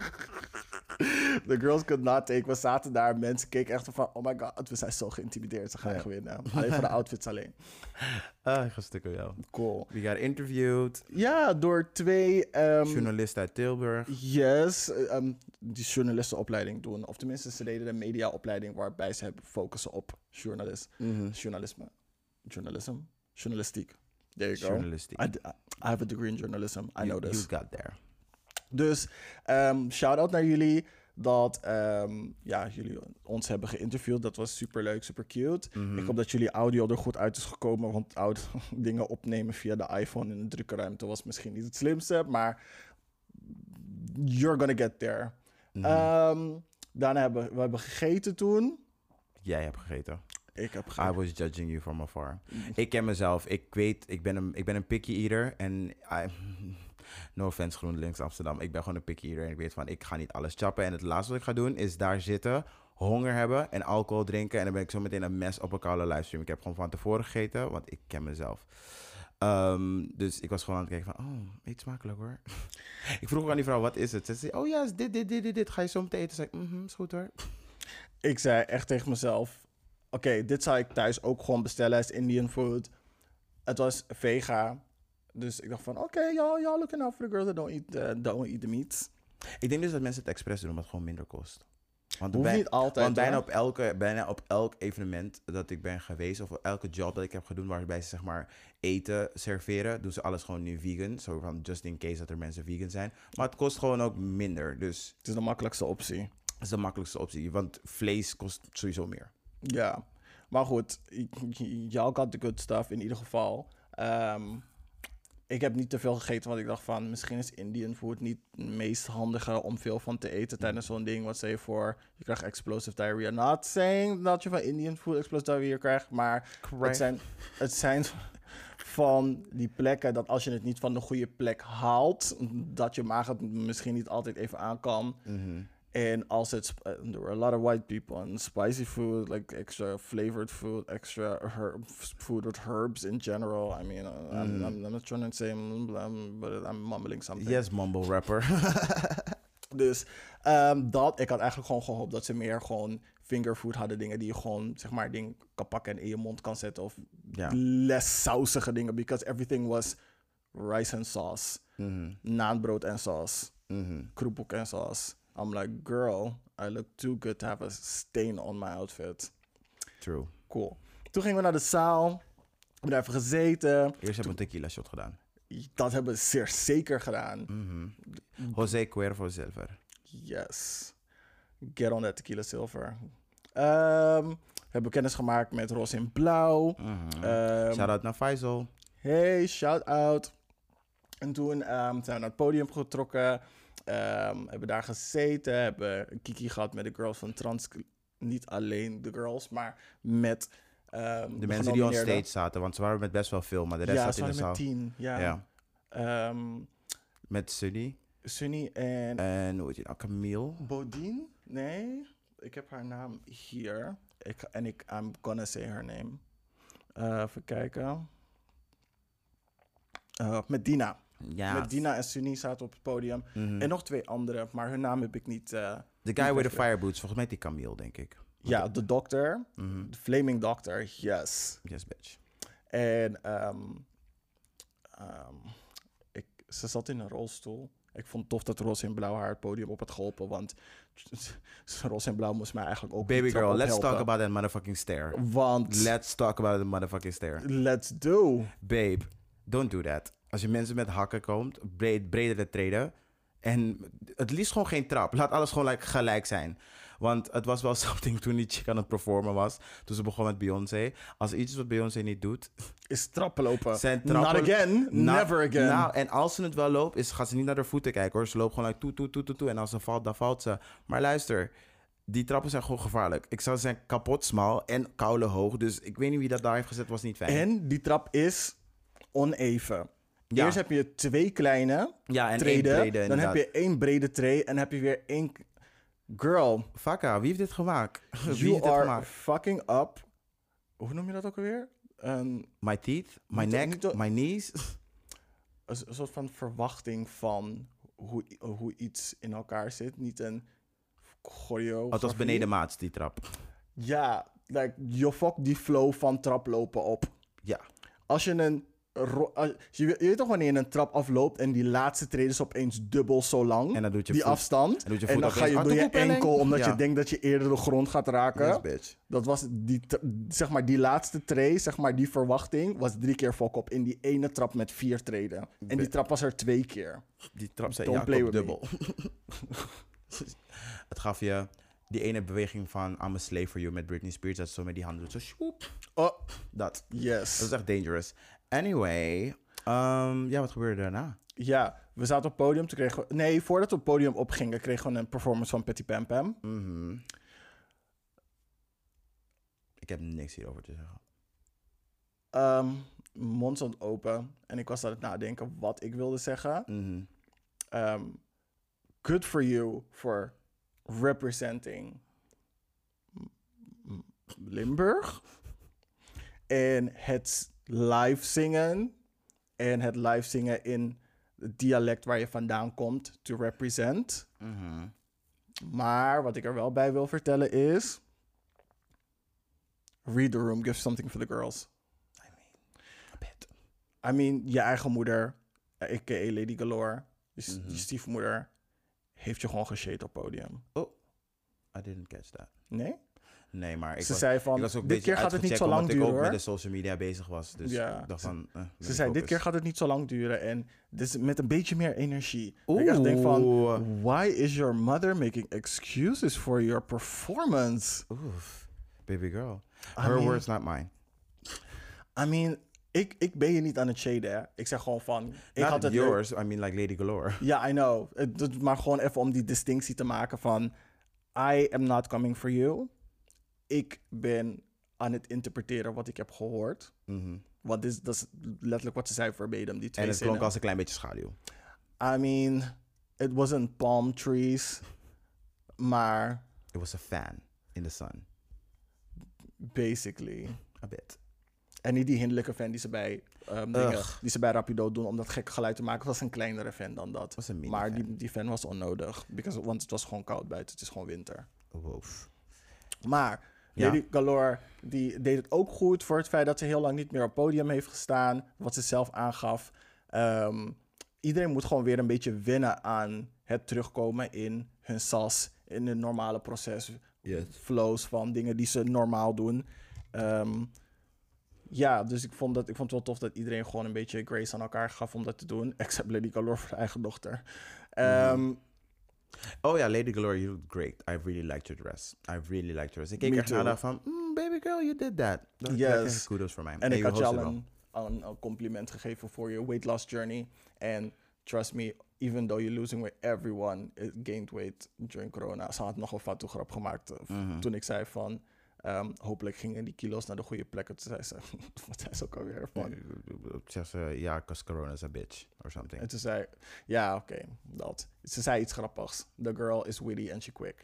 The girls could not take. We zaten daar. Mensen keken echt van... Oh my god. We zijn zo geïntimideerd. Ze gaan Ja. echt winnen. Alleen voor de outfits alleen. Ah, ik ga stukken jou. Cool. We got interviewed. Ja, door twee... ehm, Journalist uit Tilburg. Yes, eh, um, die journalistenopleiding doen. Of tenminste, ze deden een mediaopleiding waarbij ze hebben focussen op journalist, Mhm. journalisme. Journalism? Journalistiek. There you go. Journalistiek. I, d- I have a degree in journalism. I You- know this. You got there. Dus um, shout-out naar jullie dat ehm, ja, jullie ons hebben geïnterviewd. Dat was super leuk, super cute. Mhm. Ik hoop dat jullie audio er goed uit is gekomen. Want audio, dingen opnemen via de iPhone in de drukke ruimte was misschien niet het slimste. Maar you're gonna get there. Mhm. Ehm, daarna hebben we hebben gegeten toen. Jij hebt gegeten. Ik heb I gegeten. was judging you from afar. Ik ken mezelf. Ik weet, ik ben een, ik ben een picky eater. En I, no offense GroenLinks Amsterdam. Ik ben gewoon een picky eater. En ik weet van, ik ga niet alles chappen. En het laatste wat ik ga doen, is daar zitten, honger hebben en alcohol drinken. En dan ben ik zo meteen een mes op een koude livestream. Ik heb gewoon van tevoren gegeten, want ik ken mezelf. Um, dus ik was gewoon aan het kijken van, oh, eet smakelijk hoor. Ik vroeg ook aan die vrouw, wat is het? Ze zei, oh ja, is dit, dit, dit, dit, dit. Ga je zo meteen eten? Ze zei, mhm, is goed hoor. Ik zei echt tegen mezelf... Oké, dit zou ik thuis ook gewoon bestellen als Indian food. Het was vega. Dus ik dacht van... Oké, y'all, y'all looking out for the girls that don't eat, uh, don't eat the meat. Ik denk dus dat mensen het expres doen, omdat het gewoon minder kost. Want, Hoeft bij- niet altijd, want bijna hoor. op, elke, bijna op elk evenement dat ik ben geweest, of elke job dat ik heb gedaan waarbij ze zeg maar eten serveren, doen ze alles gewoon nu vegan. Zo van just in case dat er mensen vegan zijn. Maar het kost gewoon ook minder. Dus Het is de makkelijkste optie. dat is de makkelijkste optie. Want vlees kost sowieso meer. Ja. Maar goed, y- y- y'all got the good stuff in ieder geval. Ehm, ik heb niet te veel gegeten, want ik dacht van... Misschien is Indian food niet het meest handige om veel van te eten tijdens zo'n ding. Wat stel je voor, je krijgt explosive diarrhea. Not saying dat je van Indian food explosive diarrhea krijgt, maar... Het zijn, het zijn van die plekken dat als je het niet van de goede plek haalt, dat je maag het misschien niet altijd even aan kan. Mhm. En als het, sp- uh, there were a lot of white people and spicy food, like extra flavored food, extra herb, food with herbs in general. I mean, uh, I'm, I'm, I'm not trying to say, mm, blah, but I'm mumbling something. Yes, mumble rapper. Dus um, dat, ik had eigenlijk gewoon gehoopt dat ze meer gewoon fingerfood hadden. Dingen die je gewoon, zeg maar, ding kan pakken en in je mond kan zetten. Of Ja. less sausige dingen. Because everything was rice and sauce. Mm-hmm. Naanbrood en saus. Mm-hmm. Kroephoek en saus. I'm like, girl, I look too good to have a stain on my outfit. True. Cool. Toen gingen we naar de zaal. We hebben daar even gezeten. Eerst hebben we een tequila shot gedaan. Dat hebben we zeer zeker gedaan. Mm-hmm. José Cuervo Silver. Yes. Get on that tequila silver. Um, we hebben kennis gemaakt met Ros in Blauw. Mm-hmm. Um, Shout-out naar Faisal. Hey, shout-out. En toen um, zijn we naar het podium getrokken. Um, hebben daar gezeten. Hebben een kiki gehad met de girls van Trans... Niet alleen de girls, maar met... Um, De mensen die on stage zaten, want ze waren met best wel veel, maar de rest ja, zat in de ze zaal. waren met tien. Ja. Ja. Um, Met Sunny. Sunny en... En hoe heet je nou? Camille. Bodine? Nee, ik heb haar naam hier. Ik, en ik, I'm gonna say her name. Uh, even kijken. Uh, met Dina. Ja. Met Dina en Sunny zaten op het podium. Mm-hmm. En nog twee andere, maar hun naam heb ik niet... Uh, The guy with the fire boots, volgens mij die Camille, denk ik. ja, de dokter. Mm-hmm. De Flaming Doctor, yes. Yes, bitch. En um, um, ik, ze zat in een rolstoel. Ik vond het tof dat Ros in Blauw haar het podium op had geholpen, want Ros in Blauw moest mij eigenlijk ook... Baby girl, let's ophelpen. talk about that motherfucking stare. Want... Let's talk about the motherfucking stare. Let's do. Babe, don't do that. Als je mensen met hakken komt, breed, bredere treden. En het liefst gewoon geen trap. Laat alles gewoon like, gelijk zijn. Want het was wel something toen die chick aan het performen was. Toen ze begon met Beyoncé. Als er iets is wat Beyoncé niet doet... Is trappen lopen. Zijn trappen, Not again. Na- Never again. Nou, en als ze het wel loopt, is, gaat ze niet naar haar voeten kijken hoor. Ze loopt gewoon like, toe, toe, toe, toe, toe. En als ze valt, dan valt ze. Maar luister, die trappen zijn gewoon gevaarlijk. Ik zou zeggen kapot smal en koude hoog. Dus ik weet niet wie dat daar heeft gezet, was niet fijn. En die trap is oneven. Ja. Eerst heb je twee kleine Ja, en één treden. brede, dan inderdaad. heb je één brede tray. En dan heb je weer één... Girl, Fakka, wie heeft dit gemaakt? wie you heeft dit are gemaakt? fucking up. Hoe noem je dat ook alweer? Een, My teeth, my Niet- neck, niet de- my knees. een soort van verwachting van hoe, hoe iets in elkaar zit. Niet een choreo. Oh, het was beneden maats, die trap. Ja, like, je fuck die flow van traplopen op. Ja. Als je een... ro- als- je, weet- je weet toch wanneer je een trap afloopt en die laatste treden is opeens dubbel zo lang. En dan doet je die voet- afstand. en doet je en voet dan ga je opeens, door je "Atokoepelling." enkel omdat Ja. je denkt dat je eerder de grond gaat raken. Yes, bitch. Dat was die, t- zeg maar, die laatste tray, zeg maar, die verwachting was drie keer fuck op in die ene trap met vier treden. En die trap was er twee keer. Die trap zei Don't play Jacob with dubbel. Het gaf je die ene beweging van I'm a slave for you met Britney Spears. Dat ze zo met die handen doet. Zo swoep. Oh, Dat. yes. Dat is echt dangerous. Anyway. Um, ja, wat gebeurde daarna? Ja, we zaten op het podium. Toen kregen we, nee, voordat we op het podium opgingen, kregen we een performance van Petty Pam Pam. Mhm. Ik heb niks hierover te zeggen. Um, mond stond open. En ik was aan het nadenken wat ik wilde zeggen. Mhm. Um, good for you for representing M- M- Limburg. En het live zingen. En het live zingen in het dialect waar je vandaan komt. To represent. Mhm. Maar wat ik er wel bij wil vertellen is... Read the room, give something for the girls. I mean, a bit. I mean, je eigen moeder, a k a. Lady Galore, je, s- Mhm. je stiefmoeder, heeft je gewoon geshade op podium. Oh, I didn't catch that. Nee? Nee, maar ik Ze was, zei van, ik was ook een dit beetje keer gaat het niet uitgecheckt zo lang omdat ik duren, ook met hoor. de social media bezig was. Dus Ja. ik dacht van... eh, Ze zei, dit keer focus. gaat het niet zo lang duren en dus met een beetje meer energie. Dat ik echt denk van, Oeh. why is your mother making excuses for your performance? Oef, baby girl. I Her mean- words, not mine. I mean, ik, ik ben je niet aan het shaden, hè. Ik zeg gewoon van, ik Not had het leuk- yours, I mean like Lady Galore. Ja, I know. Het doet maar gewoon even om die distinctie te maken van... I am not coming for you. Ik ben aan het interpreteren wat ik heb gehoord. Mhm. Want dit is, dat is letterlijk wat ze zei verbatim, die twee En het zinnen. klonk als een klein beetje schaduw. I mean, it wasn't palm trees. Maar It was a fan in the sun. basically... A bit. En niet die hinderlijke fan die ze bij, um, dingen, die ze bij Rapido doen om dat gekke geluid te maken. Het was een kleinere fan dan dat. Was een mini maar fan. die, die fan was onnodig. Because, want het was gewoon koud buiten. Het is gewoon winter. Wow. Maar Ja. Lady Galore die deed het ook goed voor het feit dat ze heel lang niet meer op het podium heeft gestaan. Wat ze zelf aangaf. Um, iedereen moet gewoon weer een beetje wennen aan het terugkomen in hun sas. In het normale proces. Yes. Flows van dingen die ze normaal doen. Um, ja, dus ik vond, dat, ik vond het wel tof dat iedereen gewoon een beetje grace aan elkaar gaf om dat te doen. Except Lady Galore voor haar eigen dochter. Um, Mm. Oh ja, Lady Galore, you look great. I really liked your dress. I really liked your dress. Ik keek Me echt naar too. haar van, mm, baby girl, you did that. Dat is Yes. echt kudos voor mij. En ik je had je hostte al wel. een, al een, een compliment gegeven voor je weight loss journey. En trust me, even though you're losing weight, everyone gained weight during corona. Ze had nog een fatu grap gemaakt uh, Mhm. toen ik zei van... Um, hopelijk gingen die kilo's naar de goede plekken. Toen zei ze, wat zei ze ook alweer van? Zeg ze, ja, because corona is a bitch, or something. En toen zei ja, oké, okay, dat. Ze zei iets grappigs. The girl is witty and she quick.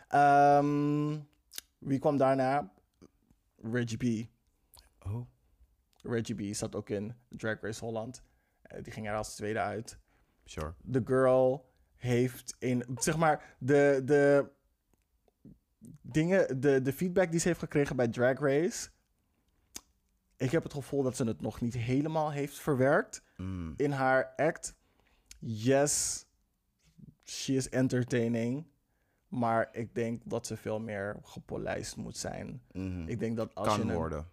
Um, wie kwam daarna? Reggie B. Oh. Reggie B zat ook in Drag Race Holland. Uh, die ging er als tweede uit. Sure. The girl heeft een, zeg maar, de, de dingen, de, de feedback die ze heeft gekregen bij Drag Race. Ik heb het gevoel dat ze het nog niet helemaal heeft verwerkt Mm. in haar act. Yes, she is entertaining. Maar ik denk dat ze veel meer gepolijst moet zijn. Mhm. Ik denk dat als Kan je een- worden.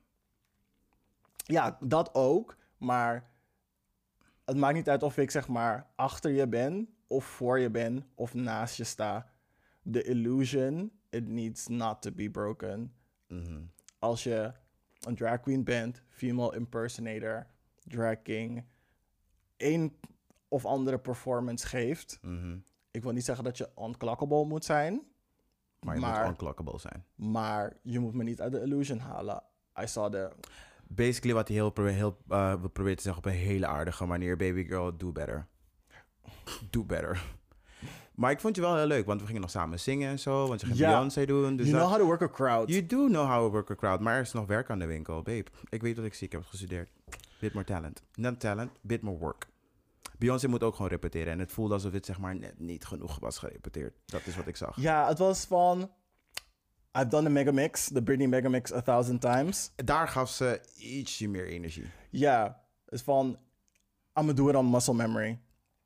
Ja, dat ook. Maar het maakt niet uit of ik zeg maar achter je ben, of voor je ben, of naast je sta. The illusion, it needs not to be broken. Mhm. Als je een drag queen bent, female impersonator, drag king, één of andere performance geeft. Mhm. Ik wil niet zeggen dat je unclockable moet zijn, Maar je Maar- moet unclockable zijn. maar je moet me niet uit de illusion halen. I saw the... Basically wat hij heel, probe- heel, uh, probeert te zeggen op een hele aardige manier. Baby girl, do better. Do better. Maar ik vond je wel heel leuk, want we gingen nog samen zingen en zo. Want je ging Ja. Beyoncé doen. Dus you dat- know how to work a crowd. You do know how to work a crowd, maar er is nog werk aan de winkel, babe. Ik weet wat ik zie, ik heb het gestudeerd. Bit more talent. Not talent, bit more work. Beyoncé moet ook gewoon repeteren. En het voelde alsof dit zeg maar net niet genoeg was gerepeteerd. Dat is wat ik zag. Ja, het was van... I've done the megamix, the Britney megamix a thousand times. Daar gaf ze ietsje meer energie. Ja, het is van... I'm gonna do it on muscle memory.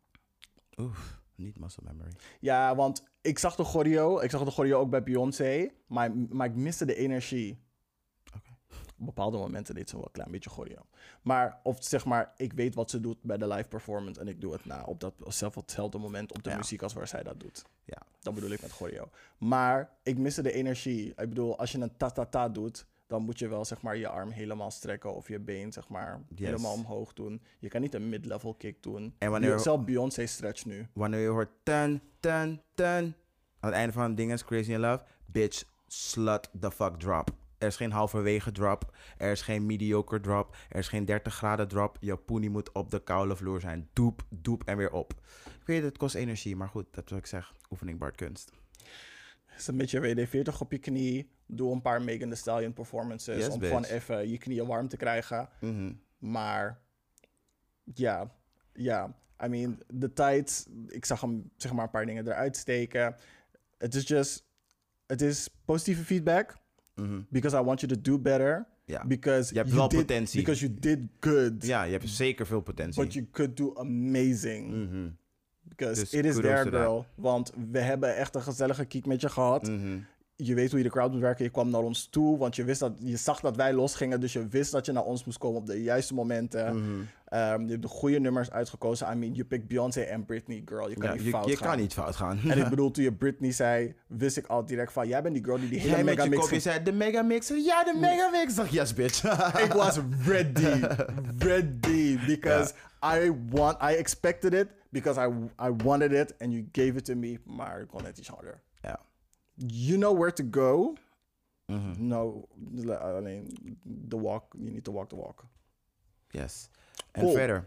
Oef, niet muscle memory. Ja, want ik zag de choreo. Ik zag de choreo ook bij Beyoncé. Maar, maar ik miste de energie. Oké. Op bepaalde momenten deed ze wel een klein beetje choreo. Maar of zeg maar, ik weet wat ze doet bij de live performance. En ik doe het na. Op datzelfde moment op de Ja. muziek als waar zij dat doet. Ja. Dat bedoel ik met choreo. Maar ik miste de energie. Ik bedoel, als je een ta-ta-ta doet... dan moet je wel zeg maar je arm helemaal strekken... of je been zeg maar Yes. helemaal omhoog doen. Je kan niet een mid-level kick doen. En wanneer- Zelf Beyoncé stretch nu. Wanneer je hoort ten, ten, ten. Aan het einde van het ding is Crazy in Love. Bitch, slut the fuck drop. Er is geen halverwege drop. Er is geen mediocre drop. Er is geen dertig graden drop. Je poenie moet op de koude vloer zijn. Doep, doep en weer op. Ik weet het, het kost energie. Maar goed, dat is wat ik zeg. Oefening baart kunst. Is een beetje W D veertig op je knie. Doe een paar Megan Thee Stallion performances. Yes, om bitch. gewoon even je knieën warm te krijgen. Mhm. Maar ja, ja. I mean, de tijd. Ik zag hem zeg maar een paar dingen eruit steken. Het is just... Het is positieve feedback. Mhm. Because I want you to do better. Ja. Because Je hebt you wel did, potentie. Because you did good. ja, je hebt zeker veel potentie. But you could do amazing. Mhm. Because Dus it is kudos there, to that. girl. Want we hebben echt een gezellige kiek met je gehad. Mhm. Je weet hoe je de crowd moet werken. Je kwam naar ons toe, want je wist dat je zag dat wij losgingen. Dus je wist dat je naar ons moest komen op de juiste momenten. Mhm. Ehm, je hebt de goede nummers uitgekozen. I mean, je picked Beyoncé en Britney, girl. Je kan Ja, niet je fout je gaan. kan niet fout gaan. En ik bedoel, toen je Britney zei, wist ik al direct van... Jij bent die girl die die hele Jij met je megamix... kopje zei, de megamix. Ja, de megamix. Dacht, yes, bitch. Ik was ready. Ready. Because I want... I expected it. Because I, I wanted it. And you gave it to me. Maar ik kon net iets harder. Ja. You know where to go. Mhm. No, alleen the walk. You need to walk the walk. Yes. En Cool. verder.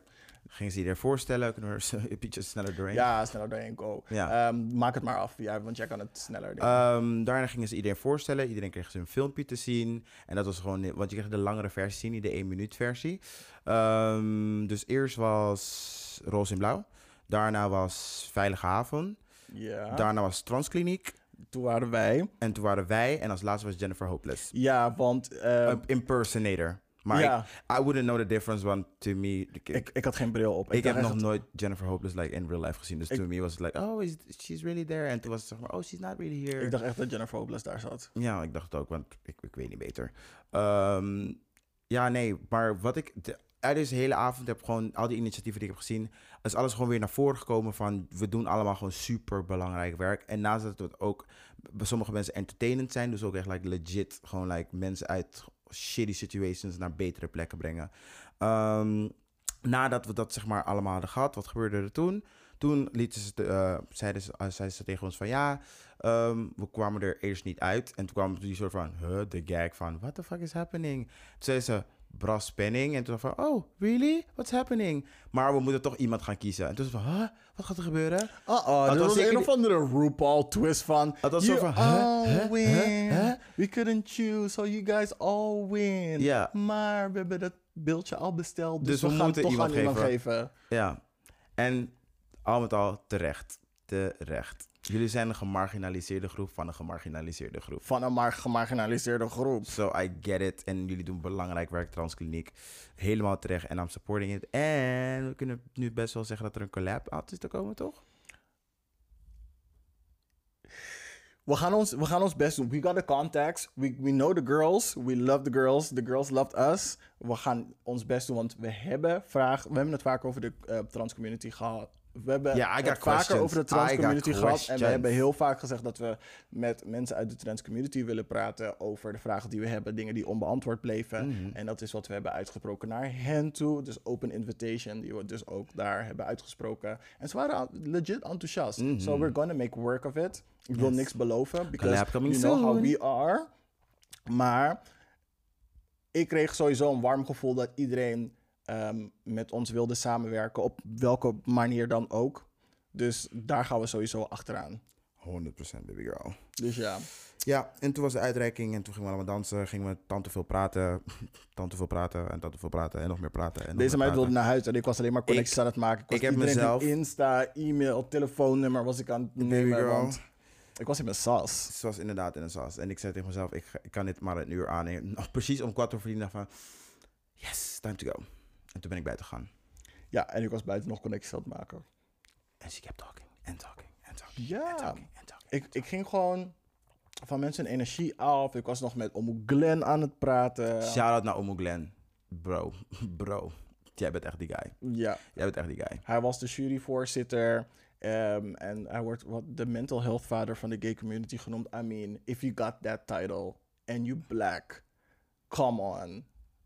Gingen ze iedereen voorstellen? Kunnen we er een beetje sneller doorheen? Ja, sneller doorheen, go. Ja. Um, maak het maar af, ja, want jij kan het sneller doen. Um, daarna gingen ze iedereen voorstellen. Iedereen kreeg een filmpje te zien. En dat was gewoon... Want je kreeg de langere versie zien, niet de één minuut versie. Um, dus eerst was Roze in Blauw. Daarna was Veilige Haven. Ja. Daarna was Transkliniek. Toen waren wij. En toen waren wij. En als laatste was Jennifer Hopeless. Ja, want... Uh, Een impersonator. Maar ja. ik, I wouldn't know the difference, want to me... Ik, ik, ik had geen bril op. Ik, ik heb nog echt... nooit Jennifer Hopeless like, in real life gezien. Dus ik, to me was het like, oh, is, she's really there. En toen was het zeg maar, oh, she's not really here. Ik dacht echt dat Jennifer Hopeless daar zat. Ja, ik dacht het ook, want ik, ik weet niet beter. Um, ja, nee, maar wat ik... De, uit deze hele avond heb gewoon al die initiatieven die ik heb gezien, is alles gewoon weer naar voren gekomen van we doen allemaal gewoon super belangrijk werk. En naast dat het ook bij sommige mensen entertainend zijn, dus ook echt like, legit gewoon like, mensen uit shitty situations naar betere plekken brengen. Um, nadat we dat zeg maar allemaal hadden gehad, wat gebeurde er toen? Toen lieten ze, uh, zeiden, ze, uh, zeiden ze tegen ons van ja, um, we kwamen er eerst niet uit. En toen kwam die soort van, huh, de gag van, what the fuck is happening? Toen zeiden ze, Bras Penning. En toen van, oh, really? What's happening? Maar we moeten toch iemand gaan kiezen. En toen was van, huh? Wat gaat er gebeuren? Uh-oh, er was een of andere RuPaul twist van, het was you zo van, all huh? win. Huh? Huh? We couldn't choose, so you guys all win. Ja. Maar we hebben dat beeldje al besteld, dus, Dus we, we gaan moeten toch iemand aan iemand geven. geven. Ja. En al met al terecht. Terecht. Jullie zijn een gemarginaliseerde groep van een gemarginaliseerde groep. Van een maar gemarginaliseerde groep. So I get it. En jullie doen belangrijk werk, Transkliniek. Helemaal terecht. En I'm supporting it. En we kunnen nu best wel zeggen dat er een collab out is te komen, toch? We gaan, ons, we gaan ons best doen. We got the contacts. We, we know the girls. We love the girls. The girls loved us. We gaan ons best doen, want we hebben vraag. We hebben het vaak over de uh, trans community gehad. We hebben yeah, I got het vaker questions. over de trans I community gehad. questions. En we hebben heel vaak gezegd dat we met mensen uit de trans community willen praten over de vragen die we hebben. Dingen die onbeantwoord bleven. Mm-hmm. En dat is wat we hebben uitgesproken naar hen toe. Dus open invitation, die we dus ook daar hebben uitgesproken. En ze waren legit enthousiast. Mm-hmm. So we're gonna make work of it. Ik wil yes. niks beloven. Because you know soon. How we are. Maar ik kreeg sowieso een warm gevoel dat iedereen Um, met ons wilde samenwerken, op welke manier dan ook. Dus daar gaan we sowieso achteraan. honderd procent baby girl. Dus ja. Ja, en toen was de uitreiking en toen gingen we allemaal dansen, gingen we tante veel praten, tante veel praten en tante veel praten en nog meer praten. En nog Deze meid wilde naar huis en ik was alleen maar connecties aan het maken. Ik, was ik heb mezelf... Insta, e-mail, telefoonnummer was ik aan het nemen, want ik was in mijn sas. Ze was inderdaad in een sas. En ik zei tegen mezelf, ik, ik kan dit maar een uur aannemen. Nog precies om kwart over tien dacht van, yes, time to go. En toen ben ik buiten gegaan. Ja, en ik was buiten nog connecties aan het maken. En she kept talking, and talking, and talking, ja. and talking, and talking. Ik, ik ging gewoon van mensen een energie af. Ik was nog met Omo Glenn aan het praten. Shout-out naar Omo Glenn. Bro, bro. Jij bent echt die guy. Ja. Jij bent echt die guy. Hij was de juryvoorzitter. Um, en hij wordt wat de mental health vader van de gay community genoemd. I mean, if you got that title and you black, come on.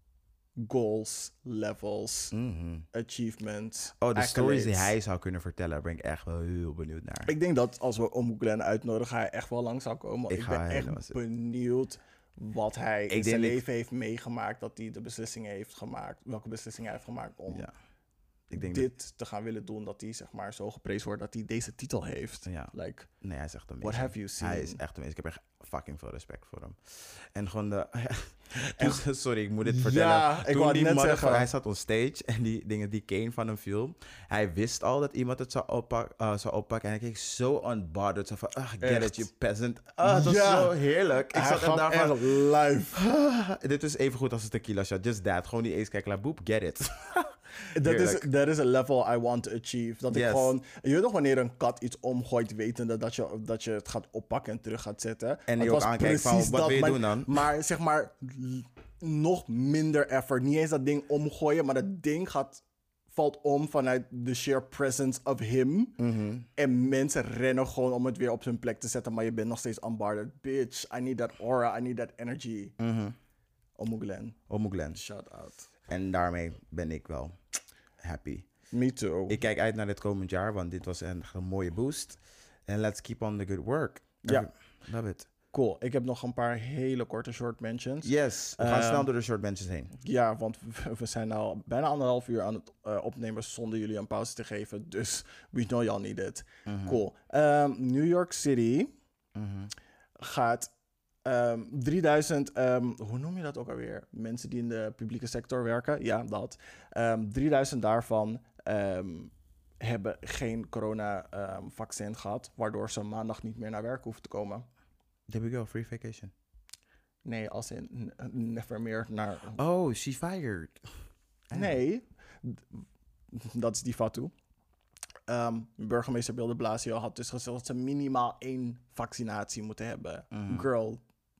Goals, levels, mm-hmm. achievements. Oh, de stories die hij zou kunnen vertellen, daar ben ik echt wel heel benieuwd naar. Ik denk dat als we Omo Glenn uitnodigen, hij echt wel lang zou komen. Ik, ik ben echt benieuwd wat hij ik in zijn leven ik... heeft meegemaakt, dat hij de beslissingen heeft gemaakt, welke beslissingen hij heeft gemaakt om ja. ik denk dit dat... te gaan willen doen, dat hij zeg maar zo geprezen wordt dat hij deze titel heeft. Ja. Like, nee, hij is echt amazing. What have you seen? Hij is echt amazing. Ik heb echt fucking veel respect voor hem. En gewoon de... Toen, sorry, ik moet dit vertellen. Ja, ik wou het net zeggen. Hij zat on stage en die dingen die Kane van hem viel. Hij wist al dat iemand het zou, oppak, uh, zou oppakken. En hij keek zo unbothered. Zo van, ah, get echt? It, you peasant. Ah, het was ja. zo heerlijk. Ik hij zat er echt van, live. Ah, dit is even goed als een tequila shot. Just that. Gewoon die eens kijken. Like, boop, get it. Dat is, that is a level I want to achieve. Dat yes. ik gewoon... Je weet nog wanneer een kat iets omgooit, wetende dat je, dat je het gaat oppakken en terug gaat zetten. En je ook aankijkt van, wat dat, wil je maar, doen dan? Maar zeg maar, nog minder effort. Niet eens dat ding omgooien, maar dat ding gaat, valt om vanuit de sheer presence of him. Mm-hmm. En mensen rennen gewoon om het weer op zijn plek te zetten, maar je bent nog steeds unbothered. Bitch, I need that aura, I need that energy. Mm-hmm. Omo Glenn. Omo Glenn. Shout out. En daarmee ben ik wel happy. Me too. Ik kijk uit naar dit komend jaar, want dit was een, een mooie boost. En let's keep on the good work. Ja. Love it. Cool. Ik heb nog een paar hele korte short mentions. Yes, we gaan Ehm, snel door de short mentions heen. Ja, want we- we zijn al bijna anderhalf uur aan het eh, opnemen zonder jullie een pauze te geven. Dus we know y'all need it. Mhm. Cool. Ehm, New York City Mhm. gaat ehm, drieduizend, ehm, hoe noem je dat ook alweer? Mensen die in de publieke sector werken. Ja, dat. Ehm, drieduizend daarvan ehm, hebben geen corona-vaccin gehad, waardoor ze maandag niet meer naar werk hoeven te komen. There we go, free vacation. Nee, als in n- never meer naar... Oh, she fired. Nee, d- dat is die Fatou. Ehm, burgemeester Bill de Blasio had dus gezegd dat ze minimaal één vaccinatie moeten hebben. Mhm. Girl.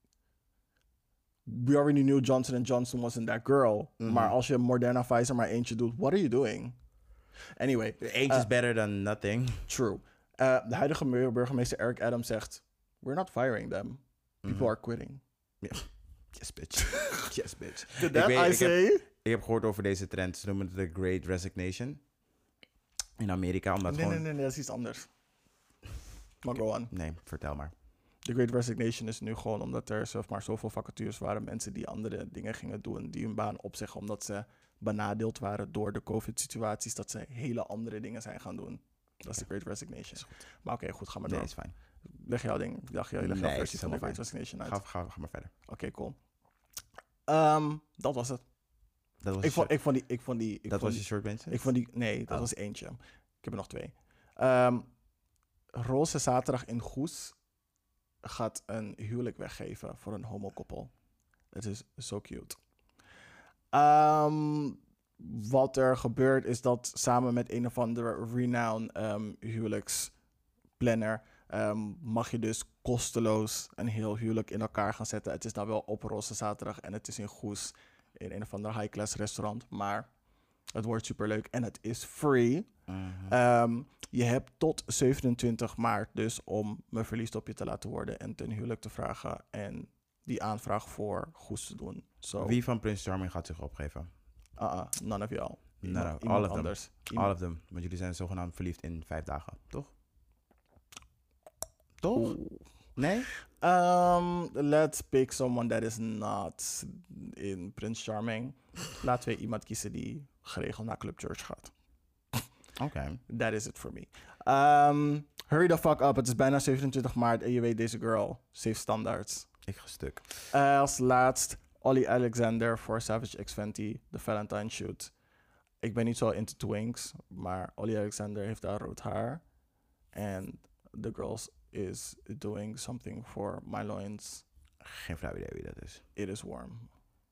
We already knew Johnson Johnson wasn't that girl. Mhm. Maar als je Moderna Pfizer maar eentje doet, what are you doing? Anyway, Eentje is uh, better than nothing. true. Uh, de huidige mayor- burgemeester Eric Adams zegt, we're not firing them. People Mhm. are quitting. Yes, bitch. Yes, bitch. To Ik that weet- I ik say... Heb, ik heb gehoord over deze trend. Ze noemen het de Great Resignation. In Amerika, omdat Nee, gewoon... nee, nee, nee, dat is iets anders. Maar go on. Nee, vertel maar. De Great Resignation is nu gewoon omdat er zeg maar, zoveel vacatures waren. Mensen die andere dingen gingen doen. Die hun baan opzeggen omdat ze benadeeld waren door de COVID-situaties. Dat ze hele andere dingen zijn gaan doen. Dat is de Great Resignation. Maar oké, goed, ga maar Nee, door. is fijn. Leg jouw ding. Leg jouw, leg jouw Nee, versie is van de helemaal Great Resignation uit. Ga, Oké, ga, ga maar verder. cool. Ehm, dat was het. Dat was, Ik je, vond, short, ik vond die... Ik vond die ik dat vond was die- je short mention? Ik vond die... Nee, dat Oh. was eentje. Ik heb er nog twee. Ehm, Roze Zaterdag in Goes gaat een huwelijk weggeven voor een homokoppel. Het is zo cute. Ehm, wat er gebeurt is dat samen met een of andere renowned ehm, huwelijksplanner ehm, mag je dus kosteloos een heel huwelijk in elkaar gaan zetten. Het is nou wel op Roze Zaterdag en het is in Goes in een of ander high-class restaurant, maar het wordt superleuk en het is free. Mhm. Ehm, je hebt tot zevenentwintig maart dus om mijn verliefd op je te laten worden en ten huwelijk te vragen en die aanvraag voor Goes te doen. So, Wie van Prince Charming gaat zich opgeven? uh-uh, none of y'all. Iemand, No, no, iemand all of them. anders. All Iemand- of them. Want jullie zijn zogenaamd verliefd in vijf dagen, toch? Toch? Nee? Um, let's pick someone that is not in Prince Charming. Laten we iemand kiezen die geregeld naar Club Church gaat. Oké. That is it for me. Um, hurry the fuck up. Het is bijna zevenentwintig maart en je weet deze girl. Ze heeft standaards. Ik ga stuk. Uh, als laatst Ollie Alexander voor Savage X Fenty, de Valentine shoot. Ik ben niet zo into twinks, maar Ollie Alexander heeft daar rood haar. En the girls is doing something for my loins. Geen flauw idee wie dat is. It is warm.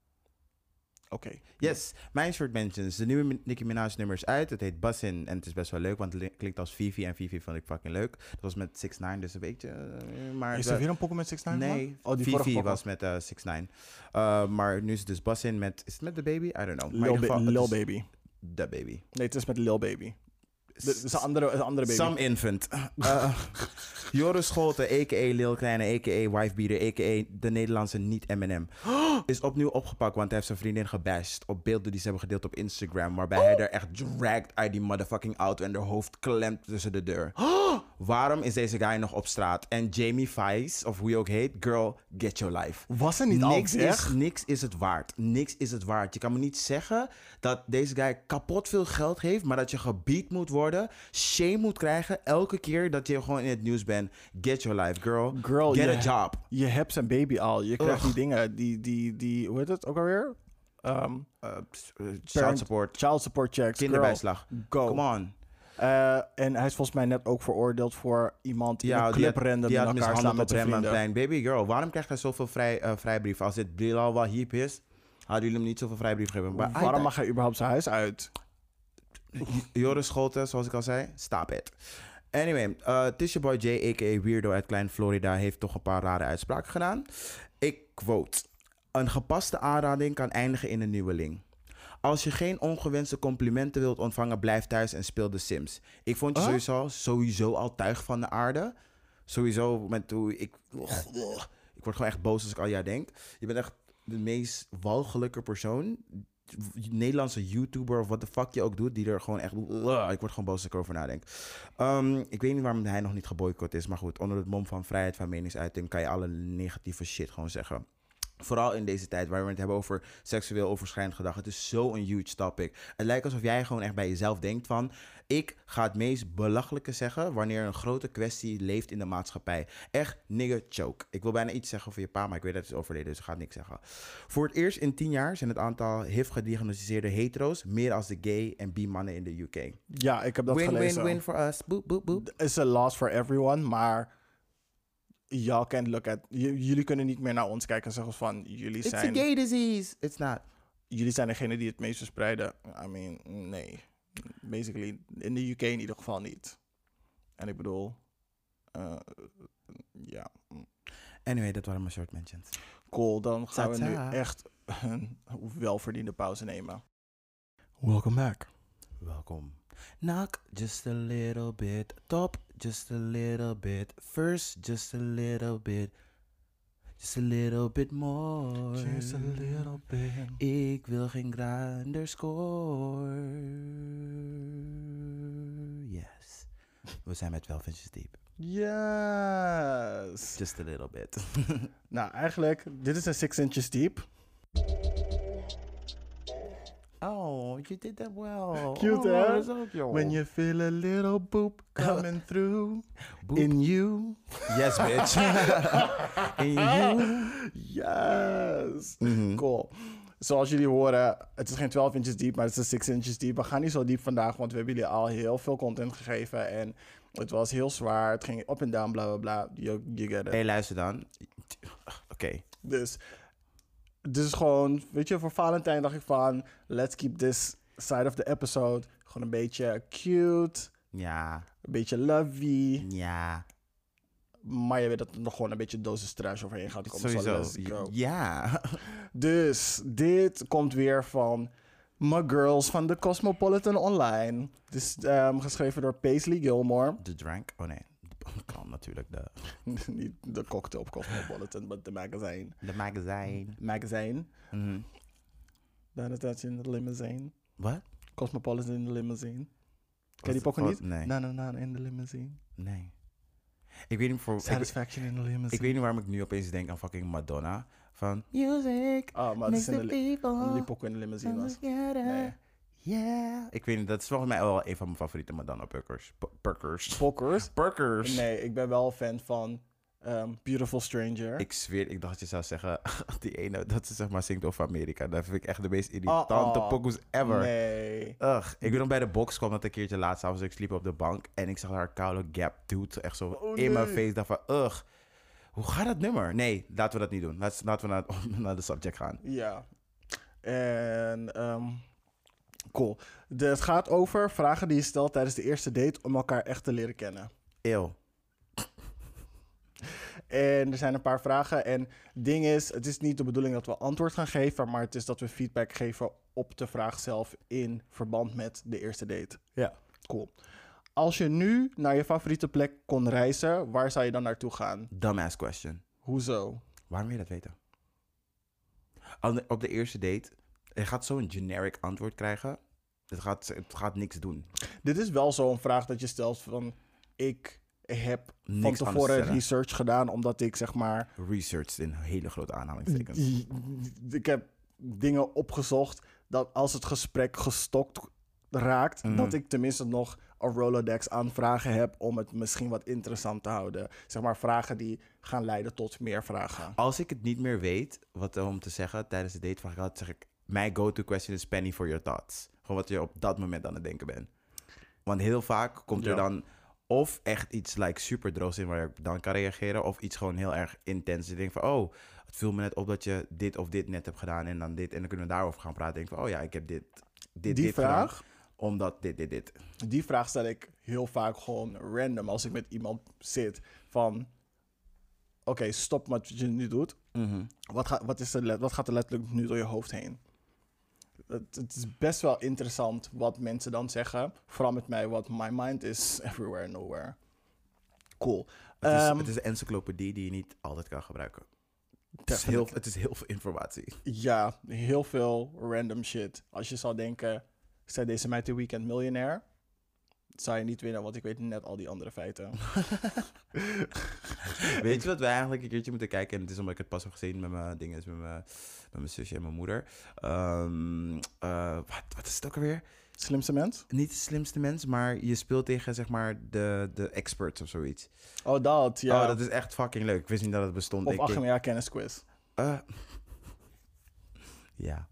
Oké. Yes, mijn short mentions. De nieuwe Nicki Minaj nummer is uit. Het heet Bussin' en het is best wel leuk, want het li- klinkt als Vivi. En Vivi vond ik fucking leuk. Dat was met six nine, dus een beetje... eh, maar Is wel- er weer een pokoe met six nine? Nee, Oh, die vorige Vivi pokoe. was met uh, six nine. Uh, maar nu is het dus Bussin' met... Is het met de baby? I don't know. Maar in Lil, ieder ba- geval, het Lil is Baby. The baby. Nee, het is met Lil Baby. Het is een andere, een andere baby. Some infant. Uh, Joris Scholten, a.k.a. Lil Kleine, a.k.a. Wifebeater, a.k.a. de Nederlandse niet-Eminem, is opnieuw opgepakt, want hij heeft zijn vriendin gebashed op beelden die ze hebben gedeeld op Instagram, waarbij hij er echt dragged uit die motherfucking auto en haar hoofd klemt tussen de deur. Waarom is deze guy nog op straat? En Jamie Foxx, of hoe je ook heet, girl, get your life. Was er niet Niks al, is, zeg? niks is het waard. Niks is het waard. Je kan me niet zeggen dat deze guy kapot veel geld heeft, maar dat je gebied moet worden, shame moet krijgen elke keer dat je gewoon in het nieuws bent. Get your life, girl. Girl, Get je- a job. Je hebt zijn baby al. Je krijgt Ugh. die dingen. Die, die, die, hoe heet het ook alweer? Um, Uh, s- uh, child Parent- support. child support checks. Kinderbijslag. Girl, go. Come on. Uh, en hij is volgens mij net ook veroordeeld voor iemand die Ja, een die clip had, random die in had elkaar slaan mishandeld met op zijn Remmen vrienden. Plein. Baby girl, waarom krijgt hij zoveel vrij, uh, vrijbrieven? Als dit Bilal Wahib is, hadden jullie hem niet zoveel vrijbrief gegeven. Maar Waarom hij- mag hij überhaupt zijn huis uit? Joris Scholten, zoals ik al zei, stop it. Anyway, uh, het is je boy Jay, a.k.a. Weirdo uit Klein Florida, heeft toch een paar rare uitspraken gedaan. Ik quote: een gepaste aanrading kan eindigen in een nieuweling. Als je geen ongewenste complimenten wilt ontvangen, blijf thuis en speel de Sims. Ik vond je Huh? sowieso, sowieso al tuig van de aarde. Sowieso met hoe ik... Ik word gewoon echt boos als ik al jou denk. Je bent echt de meest walgelijke persoon Nederlandse YouTuber of wat de fuck je ook doet, die er gewoon echt... Uh, ik word gewoon boos als ik erover nadenk. Um, ik weet niet waarom hij nog niet geboycott is, maar goed, onder het mom van vrijheid van meningsuiting kan je alle negatieve shit gewoon zeggen. Vooral in deze tijd waar we het hebben over seksueel overschrijdend gedrag. Het is zo'n huge topic. Het lijkt alsof jij gewoon echt bij jezelf denkt van... Ik ga het meest belachelijke zeggen wanneer een grote kwestie leeft in de maatschappij. Echt nigger choke. Ik wil bijna iets zeggen over je pa, maar ik weet dat het is overleden, dus ik ga niks zeggen. Voor het eerst in tien jaar zijn het aantal H I V-gediagnosticeerde hetero's meer als de gay en bi-mannen in de U K. Ja, ik heb dat win, gelezen. Win, win for us. Boop, boop, boop. It's a loss for everyone, maar... Y'all can't look at... J- jullie kunnen niet meer naar ons kijken en zeggen van... Jullie It's zijn... a gay disease. It's not. Jullie zijn degene die het meest verspreiden. I mean, nee. Basically, in de U K in ieder geval niet. En ik bedoel... uh, ja. Anyway, dat waren mijn short mentions. Cool, dan gaan we Ta-ta. nu echt een welverdiende pauze nemen. Welcome back. Welkom. Knock just a little bit. Top just a little bit. First just a little bit. Just a little bit more. Just a little bit. Ik wil geen grinder score. Yes. We zijn met twaalf inches deep. Yes. Just a little bit. Nou, eigenlijk, dit is een six inches deep. Oh, you did that well. Cute, oh, hè? zo cute. When you feel a little boop coming through Boop. in you. Yes, bitch. In you. Yes. Mhm. Cool. Zoals jullie horen, het is geen twaalf inches diep, maar het is een six inches diep. We gaan niet zo diep vandaag, want we hebben jullie al heel veel content gegeven. En het was heel zwaar. Het ging op en down, bla bla bla. You, you get it. Hey, luister dan. Oké. Dus, dus gewoon, weet je, voor Valentijn dacht ik van... Let's keep this side of the episode gewoon een beetje cute. Ja. Een beetje lovey. Ja. Maar je weet dat er nog gewoon een beetje dosis trash overheen gaat komen. So Sowieso. let's go. Ja. Dus dit komt weer van My Girls van de Cosmopolitan Online. Dus um, geschreven door Paisley Gilmore. The Drank. Oh nee. Kan natuurlijk. De, Niet de cocktail op Cosmopolitan, maar de magazine. de magazine. Magazine. Mhm. Daar is dat in de limousine. Wat? Cosmopolitan in de limousine. Ken je die Was- pokken wat? niet? Nee. Na na na in de limousine. Nee. Ik weet niet voor... Ik, Satisfaction in de limousine. ik weet niet waarom ik nu opeens denk aan fucking Madonna. Van... Music. Oh, maar het is in de li- omdat die pokken in de limousine was. Nee. Yeah. Ik weet niet, dat is volgens mij wel een van mijn favoriete Madonna Perkers. P- Perkers. Pokkers? Perkers. Nee, ik ben wel fan van um, Beautiful Stranger. Ik zweer, ik dacht dat je zou zeggen, die ene, dat ze zeg maar zingt over Amerika. Dat vind ik echt de meest irritante Oh, oh. pokoes ever. Nee. Ugh. Ik ben nog bij de box, kwam dat een keertje laatst avonds. Ik sliep op de bank en ik zag haar koude Gap dude echt zo Oh, in mijn nee. face. Dacht van, ugh. Hoe gaat dat nummer? Nee, laten we dat niet doen. Laten, laten we naar, naar de subject gaan. Ja. En, um, cool. De, het gaat over vragen die je stelt tijdens de eerste date om elkaar echt te leren kennen. Eeuw. En er zijn een paar vragen. En ding is, het is niet de bedoeling dat we antwoord gaan geven, maar het is dat we feedback geven op de vraag zelf in verband met de eerste date. Ja. Cool. Als je nu naar je favoriete plek kon reizen, waar zou je dan naartoe gaan? Dumbass question. Hoezo? Waarom wil je dat weten? Op de, op de eerste date, je gaat zo'n generic antwoord krijgen. Het gaat, het gaat niks doen. Dit is wel zo'n vraag dat je stelt van, ik heb van Niks anders tevoren stellen. research gedaan, omdat ik zeg maar, Researched in hele grote aanhalingstekens. ik heb dingen opgezocht dat als het gesprek gestokt raakt, Mhm. dat ik tenminste nog een Rolodex aan vragen heb om het misschien wat interessant te houden. Zeg maar vragen die gaan leiden tot meer vragen. Als ik het niet meer weet wat om te zeggen tijdens de date, vraag ik altijd, zeg ik, mijn go-to question is Penny for your thoughts. Gewoon wat je op dat moment aan het denken bent. Want heel vaak komt er Ja. dan of echt iets like super droogs in waar ik dan kan reageren, of iets gewoon heel erg intens. Ik denk van, oh, het viel me net op dat je dit of dit net hebt gedaan en dan dit. En dan kunnen we daarover gaan praten. Denk van, oh ja, ik heb dit, dit, Die dit vraag? gedaan, omdat dit, dit, dit. Die vraag stel ik heel vaak gewoon random als ik met iemand zit van, oké, stop wat je nu doet. Mhm. Wat, ga, wat, is er, let- wat gaat er letterlijk nu door je hoofd heen? Het, het is best wel interessant wat mensen dan zeggen. Vooral met mij, wat my mind is everywhere, nowhere. Cool. Het is, Ehm, het is een encyclopedie die je niet altijd kan gebruiken. Het is, heel, het is heel veel informatie. Ja, heel veel random shit. Als je zou denken, zei deze meid de Weekend miljonair, zou je niet winnen, want ik weet net al die andere feiten. Weet je wat wij eigenlijk een keertje moeten kijken? En het is omdat ik het pas heb gezien met mijn dingen, met mijn, met mijn zusje en mijn moeder. Um, uh, wat, wat is het ook alweer? Slimste mens? Niet de slimste mens, maar je speelt tegen zeg maar de, de experts of zoiets. Oh, dat, ja. Oh, dat is echt fucking leuk. Ik wist niet dat het bestond. Of ik, acht jaar kennisquiz. Uh, ja.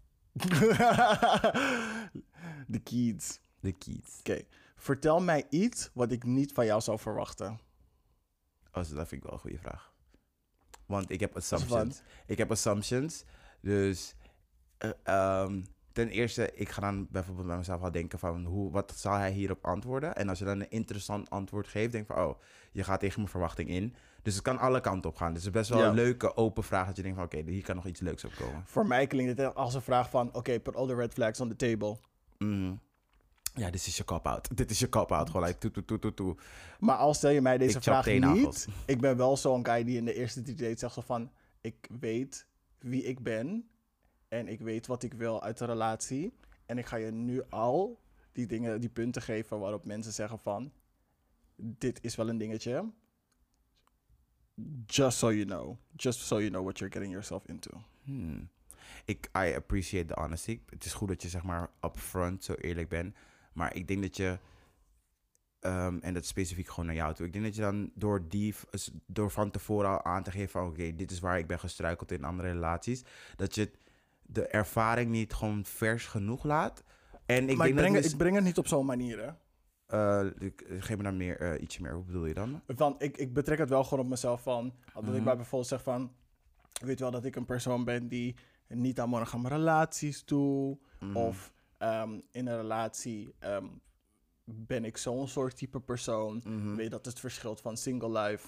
De kids. De kids. Oké, okay. Vertel mij iets wat ik niet van jou zou verwachten. Oh, dat vind ik wel een goede vraag. Want ik heb assumptions. Ik heb assumptions. Dus uh, um, ten eerste, ik ga dan bijvoorbeeld bij mezelf al denken van hoe, wat zal hij hierop antwoorden? En als je dan een interessant antwoord geeft, denk ik van oh, je gaat tegen mijn verwachting in. Dus het kan alle kanten op gaan. Dus het is best wel ja. een leuke open vraag dat je denkt van oké, okay, hier kan nog iets leuks op komen. Voor mij klinkt het als een vraag van oké, okay, put all the red flags on the table. Mm. Ja, dit is je cop-out. Dit is je cop-out. Gewoon like, toe, toe, toe, toe, toe. Maar als stel je mij deze ik vraag niet, ik ben wel zo'n guy die in de eerste drie dates zegt zo van ik weet wie ik ben en ik weet wat ik wil uit de relatie. En ik ga je nu al die dingen, die punten geven waarop mensen zeggen van dit is wel een dingetje. Just so you know. Just so you know what you're getting yourself into. Hmm. Ik, I appreciate the honesty. Het is goed dat je zeg maar upfront zo eerlijk bent. Maar ik denk dat je, um, en dat is specifiek gewoon naar jou toe. Ik denk dat je dan door die, door van tevoren al aan te geven van oké, okay, dit is waar ik ben gestruikeld in andere relaties. Dat je de ervaring niet gewoon vers genoeg laat. En ik maar denk ik, breng, dat dus, ik breng het niet op zo'n manier, hè? Uh, geef me dan meer, uh, ietsje meer. Hoe bedoel je dan? Van, ik, ik betrek het wel gewoon op mezelf van, dat mm-hmm. ik bij bijvoorbeeld zeg van, weet wel dat ik een persoon ben die niet aan monogame relaties doe. Mm. Of um, in een relatie um, ben ik zo'n soort type persoon. Mm-hmm. Weet dat het verschilt van single life.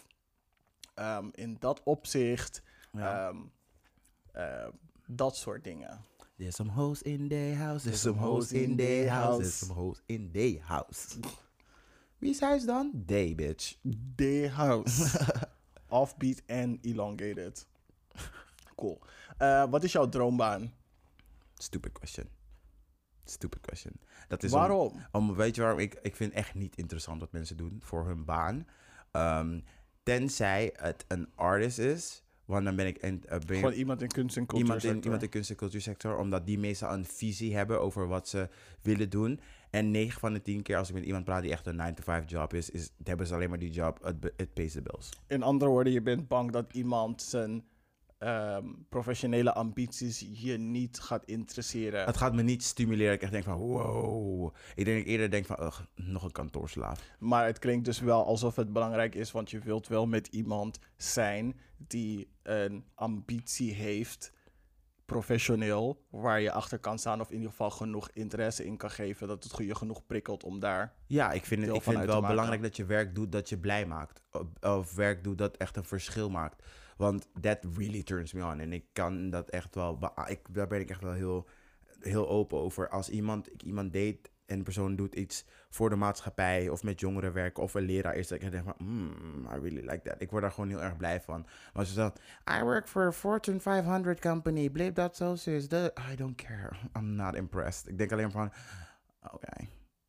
Um, in dat opzicht. Ja. Um, uh, dat soort dingen. There's some hoes in the house. There's some hoes in the house. There's some hoes in the house. Wie is huis dan? Day, bitch. The house. Offbeat en elongated. Cool. Uh, wat is jouw droombaan? Stupid question. Stupid question. Dat is waarom? Om, om, weet je waarom? Ik, ik vind echt niet interessant wat mensen doen voor hun baan. Um, tenzij het een artist is. Want dan ben ik... En, uh, ben Gewoon ik, iemand in kunst- en cultuursector. Iemand in, iemand in kunst- en cultuursector. Omdat die meestal een visie hebben over wat ze willen doen. En negen van de tien keer als ik met iemand praat die echt een nine to five job is, is hebben ze alleen maar die job. It pays the bills. In andere woorden, je bent bang dat iemand zijn um, professionele ambities je niet gaat interesseren. Het gaat me niet stimuleren. Ik echt denk van wow. Ik denk ik eerder denk van ugh, nog een kantoorslaaf. Maar het klinkt dus wel alsof het belangrijk is, want je wilt wel met iemand zijn die een ambitie heeft, professioneel, waar je achter kan staan of in ieder geval genoeg interesse in kan geven, dat het je genoeg prikkelt om daar. Ja, ik vind het, ik vind het wel belangrijk dat je werk doet dat je blij maakt. Of, of werk doet dat echt een verschil maakt. Want that really turns me on. En ik kan dat echt wel, ik, daar ben ik echt wel heel, heel open over. Als iemand, ik iemand date en de persoon doet iets voor de maatschappij of met jongeren werken of een leraar is, dat ik denk van, mm, I really like that. Ik word daar gewoon heel erg blij van. Maar als je zegt, I work for a Fortune vijfhonderd company, believe that so sis, I don't care. I'm not impressed. Ik denk alleen van, oké. Okay.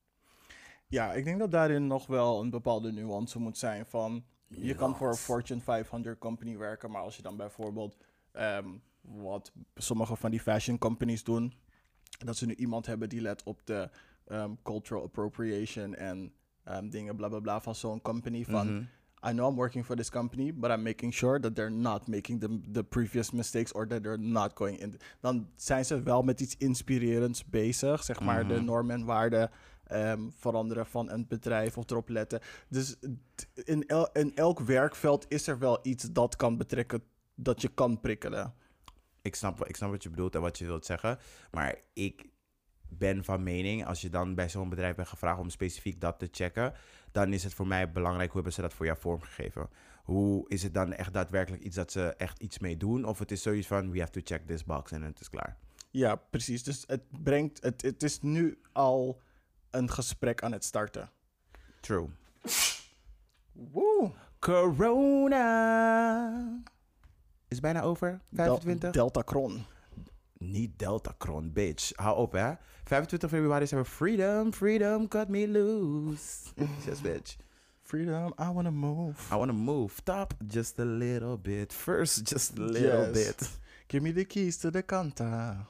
Ja, ik denk dat daarin nog wel een bepaalde nuance moet zijn van, je yes. kan voor een Fortune vijfhonderd company werken, maar als je dan bijvoorbeeld um, wat sommige van die fashion companies doen, dat ze nu iemand hebben die let op de um, cultural appropriation en um, dingen bla bla bla van zo'n company van, mm-hmm. I know I'm working for this company, but I'm making sure that they're not making the, the previous mistakes or that they're not going in. Dan zijn ze wel met iets inspirerends bezig, zeg maar, mm-hmm. de normen en waarden um, veranderen van een bedrijf of erop letten. Dus in, el, in elk werkveld is er wel iets dat kan betrekken, dat je kan prikkelen. Ik snap, ik snap wat je bedoelt en wat je wilt zeggen, maar ik ben van mening, als je dan bij zo'n bedrijf bent gevraagd om specifiek dat te checken, dan is het voor mij belangrijk, hoe hebben ze dat voor jou vormgegeven? Hoe is het dan echt daadwerkelijk iets dat ze echt iets mee doen? Of het is zoiets van, we have to check this box en het is klaar. Ja, precies. Dus het brengt, het, het is nu al een gesprek aan het starten. True. Woe. Corona. Is bijna over? Del- vijfentwintig? Deltacron. Niet Deltacron, bitch. Hou op, hè. vijfentwintig februari zijn we Freedom, Freedom, cut me loose. Yes, bitch. Freedom, I wanna move. I wanna move. Stop just a little bit. First, just a little Yes. bit. Give me the keys to the Kanta.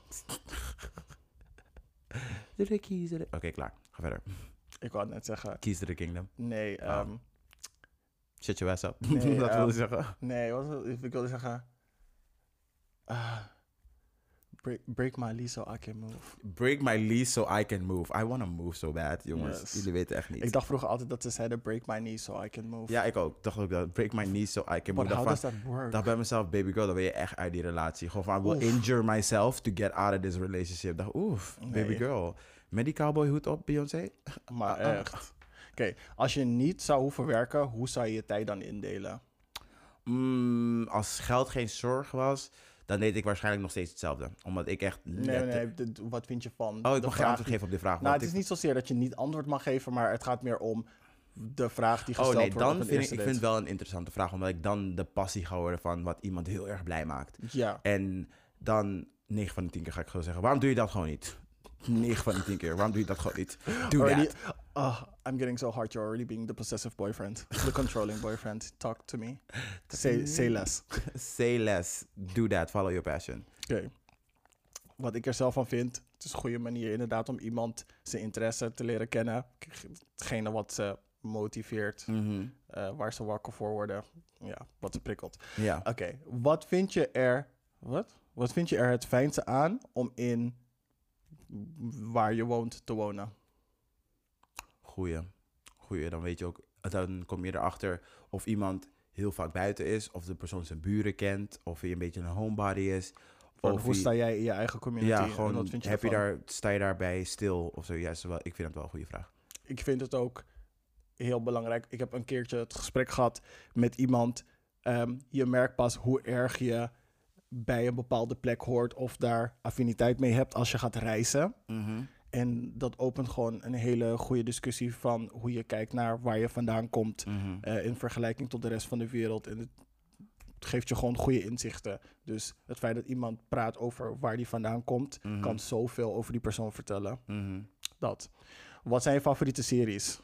De keys to the... Oké, klaar. Ga verder. Ik wou net zeggen, Keys to the kingdom. nee, Oh. ehm, Shut your ass up. Nee, dat ehm, wil je zeggen. nee, wat wil- ik wilde zeggen, ah, break, break my lease so I can move. Break my lease so I can move. I wanna move so bad, jongens. Yes. Jullie weten echt niet. Ik dacht vroeger altijd dat ze zeiden, break my knee so I can move. Ja, ik ook. Dacht ook dat. Break my knees so I can But move. how Dacht does van- that work? dacht bij mezelf, baby girl, dan ben je echt uit die relatie. Gewoon van, I will Oef. injure myself to get out of this relationship. Dacht, oef, Nee. baby girl. Met die cowboy hoed op, Beyoncé? Maar Ah, ah. echt. Oké, als je niet zou hoeven werken, hoe zou je je tijd dan indelen? Mm, als geld geen zorg was, dan deed ik waarschijnlijk nog steeds hetzelfde. Omdat ik echt... Nee, letter- nee, dit- wat vind je van Oh, ik de mag geen vraag antwoord die- geven op die vraag. Nou, want het is ik- niet zozeer dat je niet antwoord mag geven, maar het gaat meer om de vraag die Oh gesteld nee, wordt op dan een vind ik, eerste ik vind het date. wel een interessante vraag. Omdat ik dan de passie ga worden van wat iemand heel erg blij maakt. Ja, En dan negen van de tien keer ga ik gewoon zeggen, waarom doe je dat gewoon niet? negen van de tien keer, waarom doe je dat gewoon niet? Doe already, that. uh, I'm getting so hard. You're already being the possessive boyfriend, the controlling boyfriend. Talk to me. Say, say less. Say less, do that, follow your passion. Oké. Wat ik er zelf van vind, het is een goede manier inderdaad om iemand zijn interesse te leren kennen. Hetgene wat ze motiveert, Mhm. eh, waar ze wakker voor worden, ja, wat ze prikkelt. Ja. Oké, wat vind je er, wat? Wat vind je er het fijnste aan om in waar je woont te wonen? Goeie. Goeie, dan weet je ook, dan kom je erachter of iemand heel vaak buiten is, of de persoon zijn buren kent, of hij een beetje een homebody is. Van, Of hoe hij- sta jij in je eigen community? Ja, en gewoon, wat vind je heb je ervan? daar, sta je daarbij stil of zo? Ja, is wel, ik vind het wel een goede vraag. Ik vind het ook heel belangrijk. Ik heb een keertje het gesprek gehad met iemand. Ehm, je merkt pas hoe erg je bij een bepaalde plek hoort of daar affiniteit mee hebt als je gaat reizen. Mhm. En dat opent gewoon een hele goede discussie van hoe je kijkt naar waar je vandaan komt Mhm. eh, in vergelijking tot de rest van de wereld. En het geeft je gewoon goede inzichten. Dus het feit dat iemand praat over waar die vandaan komt, Mhm. kan zoveel over die persoon vertellen. Mhm. Dat. Wat zijn je favoriete series?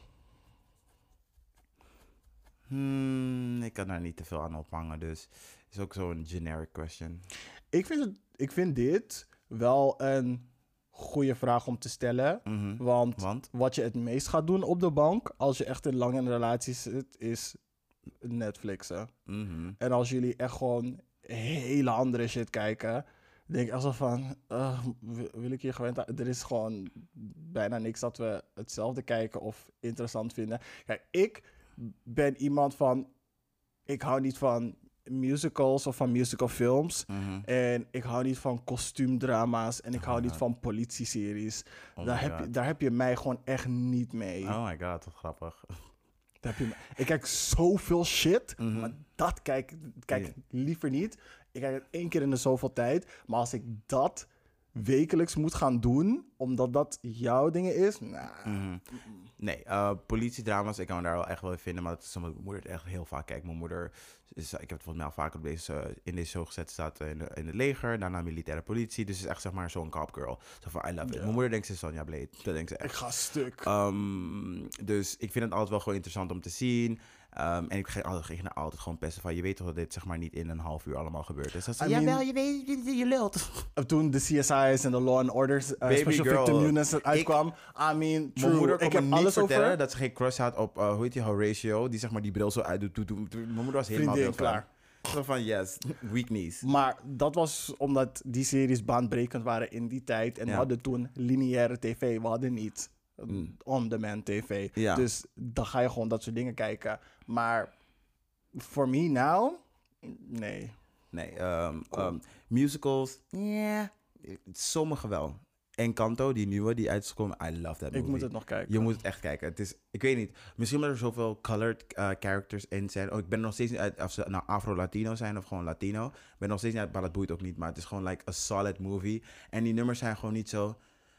Hmm, ik kan daar niet te veel aan ophangen, dus is ook zo'n generic question. Ik vind, het, ik vind dit wel een goede vraag om te stellen. Mhm. Want Want? wat je het meest gaat doen op de bank, als je echt in lange relaties zit, is Netflixen. Mhm. En als jullie echt gewoon hele andere shit kijken, denk ik alsof van, uh, wil wil ik hier gewend aan? Er is gewoon bijna niks dat we hetzelfde kijken of interessant vinden. Kijk, ik ben iemand van, ik hou niet van musicals of van musicalfilms. Mhm. En ik hou niet van kostuumdrama's en ik Oh hou my niet God. van politieseries. Oh daar, my heb je, God. daar heb je mij gewoon echt niet mee. Oh my god, wat grappig. Daar heb je me- ik kijk zoveel shit, Mhm. maar dat kijk, kijk Ja. ik liever niet. Ik kijk het één keer in de zoveel tijd. Maar als ik dat wekelijks moet gaan doen, omdat dat jouw dingen is, nou. Mhm. Nee, eh, politiedrama's, ik kan me daar wel echt wel in vinden, maar het is omdat mijn moeder het echt heel vaak kijkt. Mijn moeder, is, ik heb het volgens mij al vaker op deze, eh, in deze show gezet, staat in, de, in het leger, daarna militaire politie, dus is echt zeg maar zo'n cop girl. Zo van, I love it. Ja. Mijn moeder denkt ze is Sonja Blade, dat denkt ze Ik echt. ga stuk. Ehm, dus ik vind het altijd wel gewoon interessant om te zien. Ehm, en ik ga altijd, ik ga altijd gewoon pesten van, je weet toch dat dit zeg maar niet in een half uur allemaal gebeurt. Dus dat ze, I jawel, mean- je weet, je, je lult. Toen de C S I's en de Law and Orders, uh, Baby Special girl, Victim Units uitkwam, I mean, Mijn true. moeder kon Ik me heb niet alles vertellen over. dat ze geen crush had op, uh, hoe heet die, Horatio, die zeg maar die bril zo uitdoet. doet- doet- doet. Mijn moeder was helemaal Vriendin, heel klaar. klaar. Zo van, yes, weak knees. Maar dat was omdat die series baanbrekend waren in die tijd. En Ja. we hadden toen lineaire tv. We hadden niet Mm. on-demand tv. Ja. Dus dan ga je gewoon dat soort dingen kijken. Maar for me now, nee. Nee, ehm, Cool. ehm, musicals, ja, sommige wel. Encanto, die nieuwe die uit is gekomen, I love that movie. Ik moet het nog kijken. Je moet het echt kijken. Het is, ik weet niet, misschien omdat er zoveel colored uh, characters in zijn. Oh, ik ben er nog steeds niet uit of ze nou Afro-Latino zijn of gewoon Latino. Ik ben er nog steeds niet uit, maar dat boeit ook niet. Maar het is gewoon like a solid movie. En die nummers zijn gewoon niet zo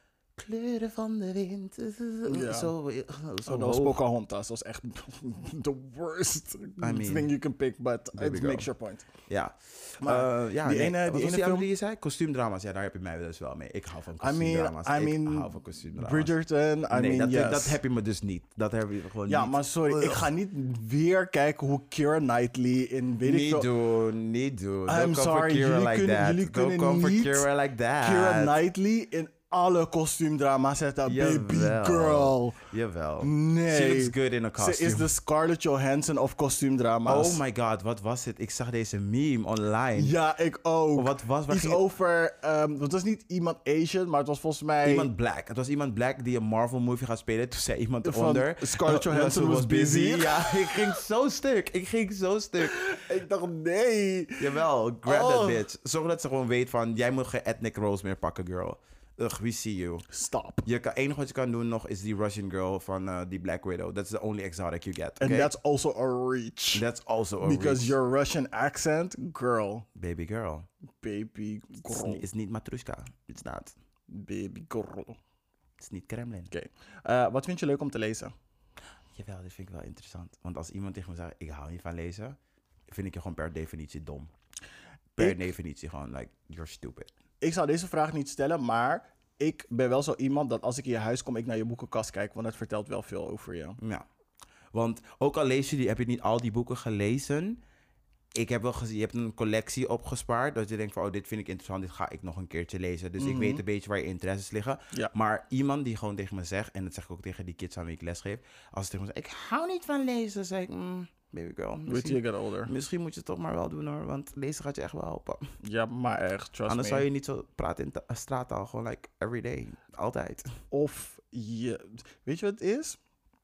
kleuren van de wind. Ja. Zo, zo Oh, dat was hoog. Pocahontas. Dat was echt the worst mean, thing you can pick, but baby it girl. makes your point. Ja. Maar Uh, ja, die nee, ene- wat die was ene die andere film- die je zei? Kostuumdrama's, ja, daar heb je mij dus wel mee. Ik hou van I mean, kostuumdrama's. I ik mean, hou van kostuumdrama's. Bridgerton, I nee, mean, dat, yes. dat heb je me dus niet. Dat heb je gewoon Ja, niet. maar sorry, ik ga niet weer kijken hoe Keira Knightley in weet ik Niet veel... doen, niet doen. I'm Don't come for sorry, Keira jullie like kunnen- that. jullie Don't kunnen come for niet Keira like that. Keira Knightley in alle kostuumdrama's zetten. Baby Jawel. girl. Jawel. Nee. She looks good in a Ze costume. is de Scarlett Johansson of kostuumdrama's. Oh my god, wat was het? Ik zag deze meme online. Ja, ik ook. Wat was- waar Iets ging- over... Um, het was niet iemand Asian, maar het was volgens mij... Iemand black. Het was iemand black die een Marvel movie gaat spelen. Toen zei iemand Van eronder... Scarlett uh, Johansson was busy. Ja, ik ging zo stuk. Ik ging zo stuk. Ik dacht, nee. Jawel, grab Oh. that bitch. Zorg dat ze gewoon weet van... Jij moet geen ethnic roles meer pakken, girl. Ugh, we see you. Stop. Je kan, enige wat je kan doen nog is die Russian girl van uh, die Black Widow. That's the only exotic you get. And Okay? that's also a reach. That's also a Because reach. your Russian accent, girl. Baby girl. Baby It's, girl. it's niet Matrushka. It's not. Baby girl. It's niet Kremlin. Oké. Eh, wat vind je leuk om te lezen? Jawel, dit vind ik wel interessant. Want als iemand tegen me zegt, ik hou niet van lezen, vind ik je gewoon per definitie dom. Per Ik- definitie gewoon, like, you're stupid. Ik zou deze vraag niet stellen, maar ik ben wel zo iemand dat als ik in je huis kom, ik naar je boekenkast kijk, want het vertelt wel veel over je. Ja. Want ook al lees je die, heb je niet al die boeken gelezen. Ik heb wel gezien, je hebt een collectie opgespaard. Dat je denkt van, oh, dit vind ik interessant, dit ga ik nog een keertje lezen. Dus ik weet een beetje waar je interesses liggen. Ja. Maar iemand die gewoon tegen me zegt, en dat zeg ik ook tegen die kids aan wie ik lesgeef. Als ze tegen me zeggen, ik hou niet van lezen, dan zeg ik, mm, baby girl, Weet je, misschien, you get older. misschien moet je het toch maar wel doen hoor. Want lezen gaat je echt wel helpen. Ja, maar echt, trust Anders me. zou je niet zo praten in ta- straattaal. Gewoon like every day. Altijd. Of je... Weet je wat het is?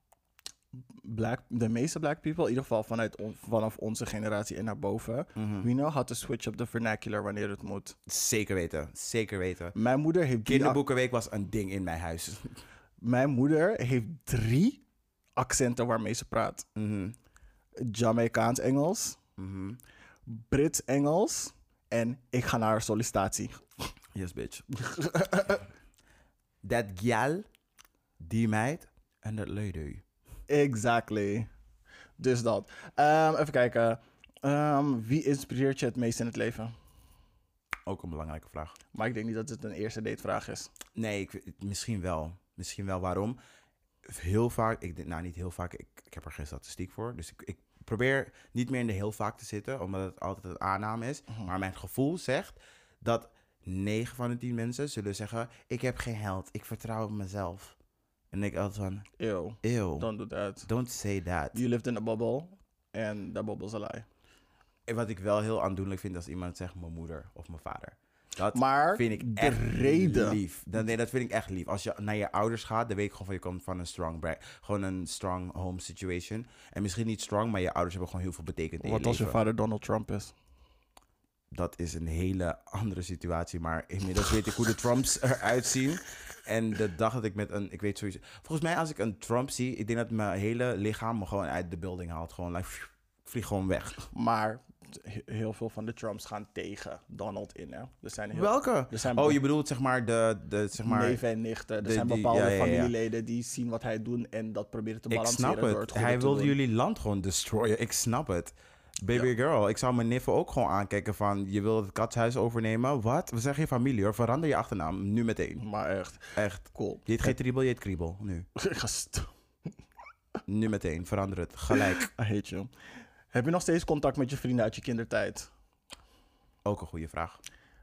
Black, de meeste black people, in ieder geval vanuit on- vanaf onze generatie en naar boven, Mhm. we know how to switch up the vernacular wanneer het moet. Zeker weten. Zeker weten. Mijn moeder heeft drie, ac- Kinderboekenweek was een ding in mijn huis. mijn moeder heeft drie accenten waarmee ze praat. Mhm. Jamaicaans Engels, Mhm. Brits Engels en ik ga naar sollicitatie. Yes, bitch. Dat gal, die meid en dat lady. Exactly. Dus dat. Ehm, even kijken. Ehm, wie inspireert je het meest in het leven? Ook een belangrijke vraag. Maar ik denk niet dat het een eerste datevraag is. Nee, ik, misschien wel. Misschien wel. Waarom? Heel vaak, ik denk, nou niet heel vaak, ik, ik heb er geen statistiek voor. Dus ik, ik probeer niet meer in de heel vaak te zitten, omdat het altijd een aanname is. Mhm. Maar mijn gevoel zegt dat negen van de tien mensen zullen zeggen, ik heb geen held, ik vertrouw op mezelf. En ik altijd van, Ew. ew, Don't do that. don't say that. You lived in a bubble. And that bubble's a lie. En wat ik wel heel aandoenlijk vind als iemand zegt mijn moeder of mijn vader. Dat Maar vind ik de echt reden- lief. Dat, nee, dat vind ik echt lief. Als je naar je ouders gaat, dan weet ik gewoon van je komt van een strong bra- gewoon een strong home situation. En misschien niet strong, maar je ouders hebben gewoon heel veel betekend in Wat je als je leven. vader Donald Trump is? Dat is een hele andere situatie, maar inmiddels weet ik hoe de Trumps eruit zien. En de dag dat ik met een, ik weet sowieso, volgens mij als ik een Trump zie, ik denk dat mijn hele lichaam me gewoon uit de building haalt. Gewoon, like, pff, vlieg gewoon weg. Maar he- heel veel van de Trumps gaan tegen Donald in. Hè? Er zijn heel, Welke? Er zijn Oh, je bedoelt zeg maar de, de zeg maar. neven en nichten. Er de- zijn die- bepaalde ja, ja, ja. familieleden die zien wat hij doet en dat proberen te Ik balanceren snap door het. het goede Hij te wilde doen. jullie land gewoon destroyen. Ik snap het. Baby girl, ik zou mijn niffen ook gewoon aankijken van... je wil het katshuis overnemen? Wat? We zijn geen familie hoor. Verander je achternaam. Nu meteen. Maar echt, Echt. cool. Je heet geen Triebel, je heet Kriebel. Nu. Gast, Nu meteen. Verander het. Gelijk. I hate you. Heb je nog steeds contact met je vrienden uit je kindertijd? Ook een goede vraag.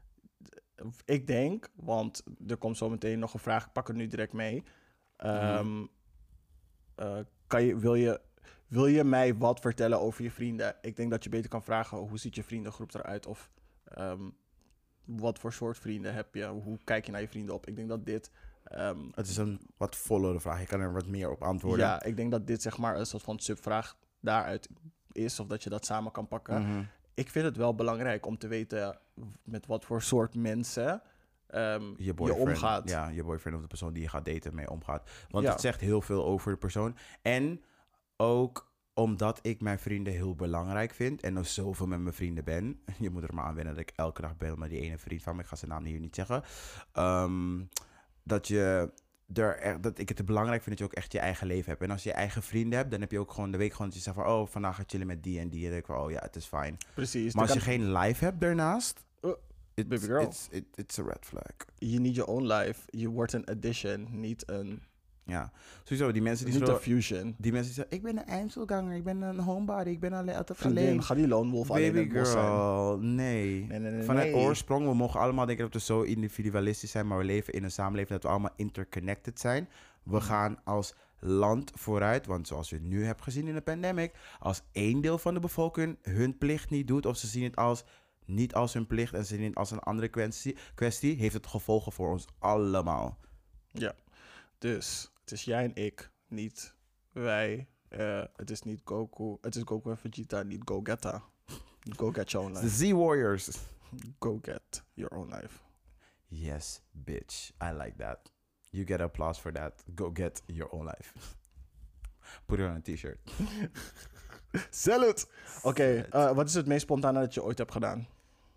Ik denk, want er komt zo meteen nog een vraag, ik pak het nu direct mee. Ehm, eh, kan je, wil, je, wil je mij wat vertellen over je vrienden? Ik denk dat je beter kan vragen, hoe ziet je vriendengroep eruit? Of ehm, wat voor soort vrienden heb je? Hoe kijk je naar je vrienden op? Ik denk dat dit... ehm, Het is een wat vollere vraag. Je kan er wat meer op antwoorden. ja, ik denk dat dit zeg maar een soort van subvraag daaruit is. Of dat je dat samen kan pakken. Mhm. Ik vind het wel belangrijk om te weten met wat voor soort mensen ehm, Je je boyfriend. omgaat. Ja, je boyfriend of de persoon die je gaat daten mee omgaat. Want Ja. het zegt heel veel over de persoon. En ook omdat ik mijn vrienden heel belangrijk vind. En nog zoveel met mijn vrienden ben. Je moet er maar aan wennen dat ik elke dag ben met die ene vriend van me. Ik ga zijn naam hier niet zeggen. Ehm, dat je er echt, dat ik het belangrijk vind dat je ook echt je eigen leven hebt. En als je je eigen vrienden hebt, dan heb je ook gewoon de week gewoon dat je zegt van, oh, vandaag ga ik chillen met die en die. En dan denk ik van, oh ja, het is fijn. Precies. Maar als je kan... geen life hebt daarnaast, Uh, it's, baby girl. It's, it, it's a red flag. You need your own life. Je wordt een addition, niet een... Ja, sowieso, die mensen die Niet zo... een fusion. Die mensen die zeggen, ik ben een Eindselganger, ik ben een homebody, ik ben alleen, altijd Vriendin, alleen. ga die lone wolf alleen in Baby het bos zijn. girl, nee. Nee, nee, nee, Vanuit nee. oorsprong, we mogen allemaal denken dat we zo individualistisch zijn, maar we leven in een samenleving dat we allemaal interconnected zijn. We gaan als land vooruit, want zoals we nu hebben gezien in de pandemic, als één deel van de bevolking hun plicht niet doet, of ze zien het als niet als hun plicht en ze zien het als een andere kwestie, kwestie heeft het gevolgen voor ons allemaal. Ja, dus het is jij en ik, niet wij. Uh, het is niet Goku, het is Goku en Vegeta, niet Gogeta. Go get your own The life. Z-Warriors. Go get your own life. Yes, bitch. I like that. You get applause for that. Go get your own life. Put it on a t-shirt. Sell it! Oké, okay, uh, wat is het meest spontane dat je ooit hebt gedaan?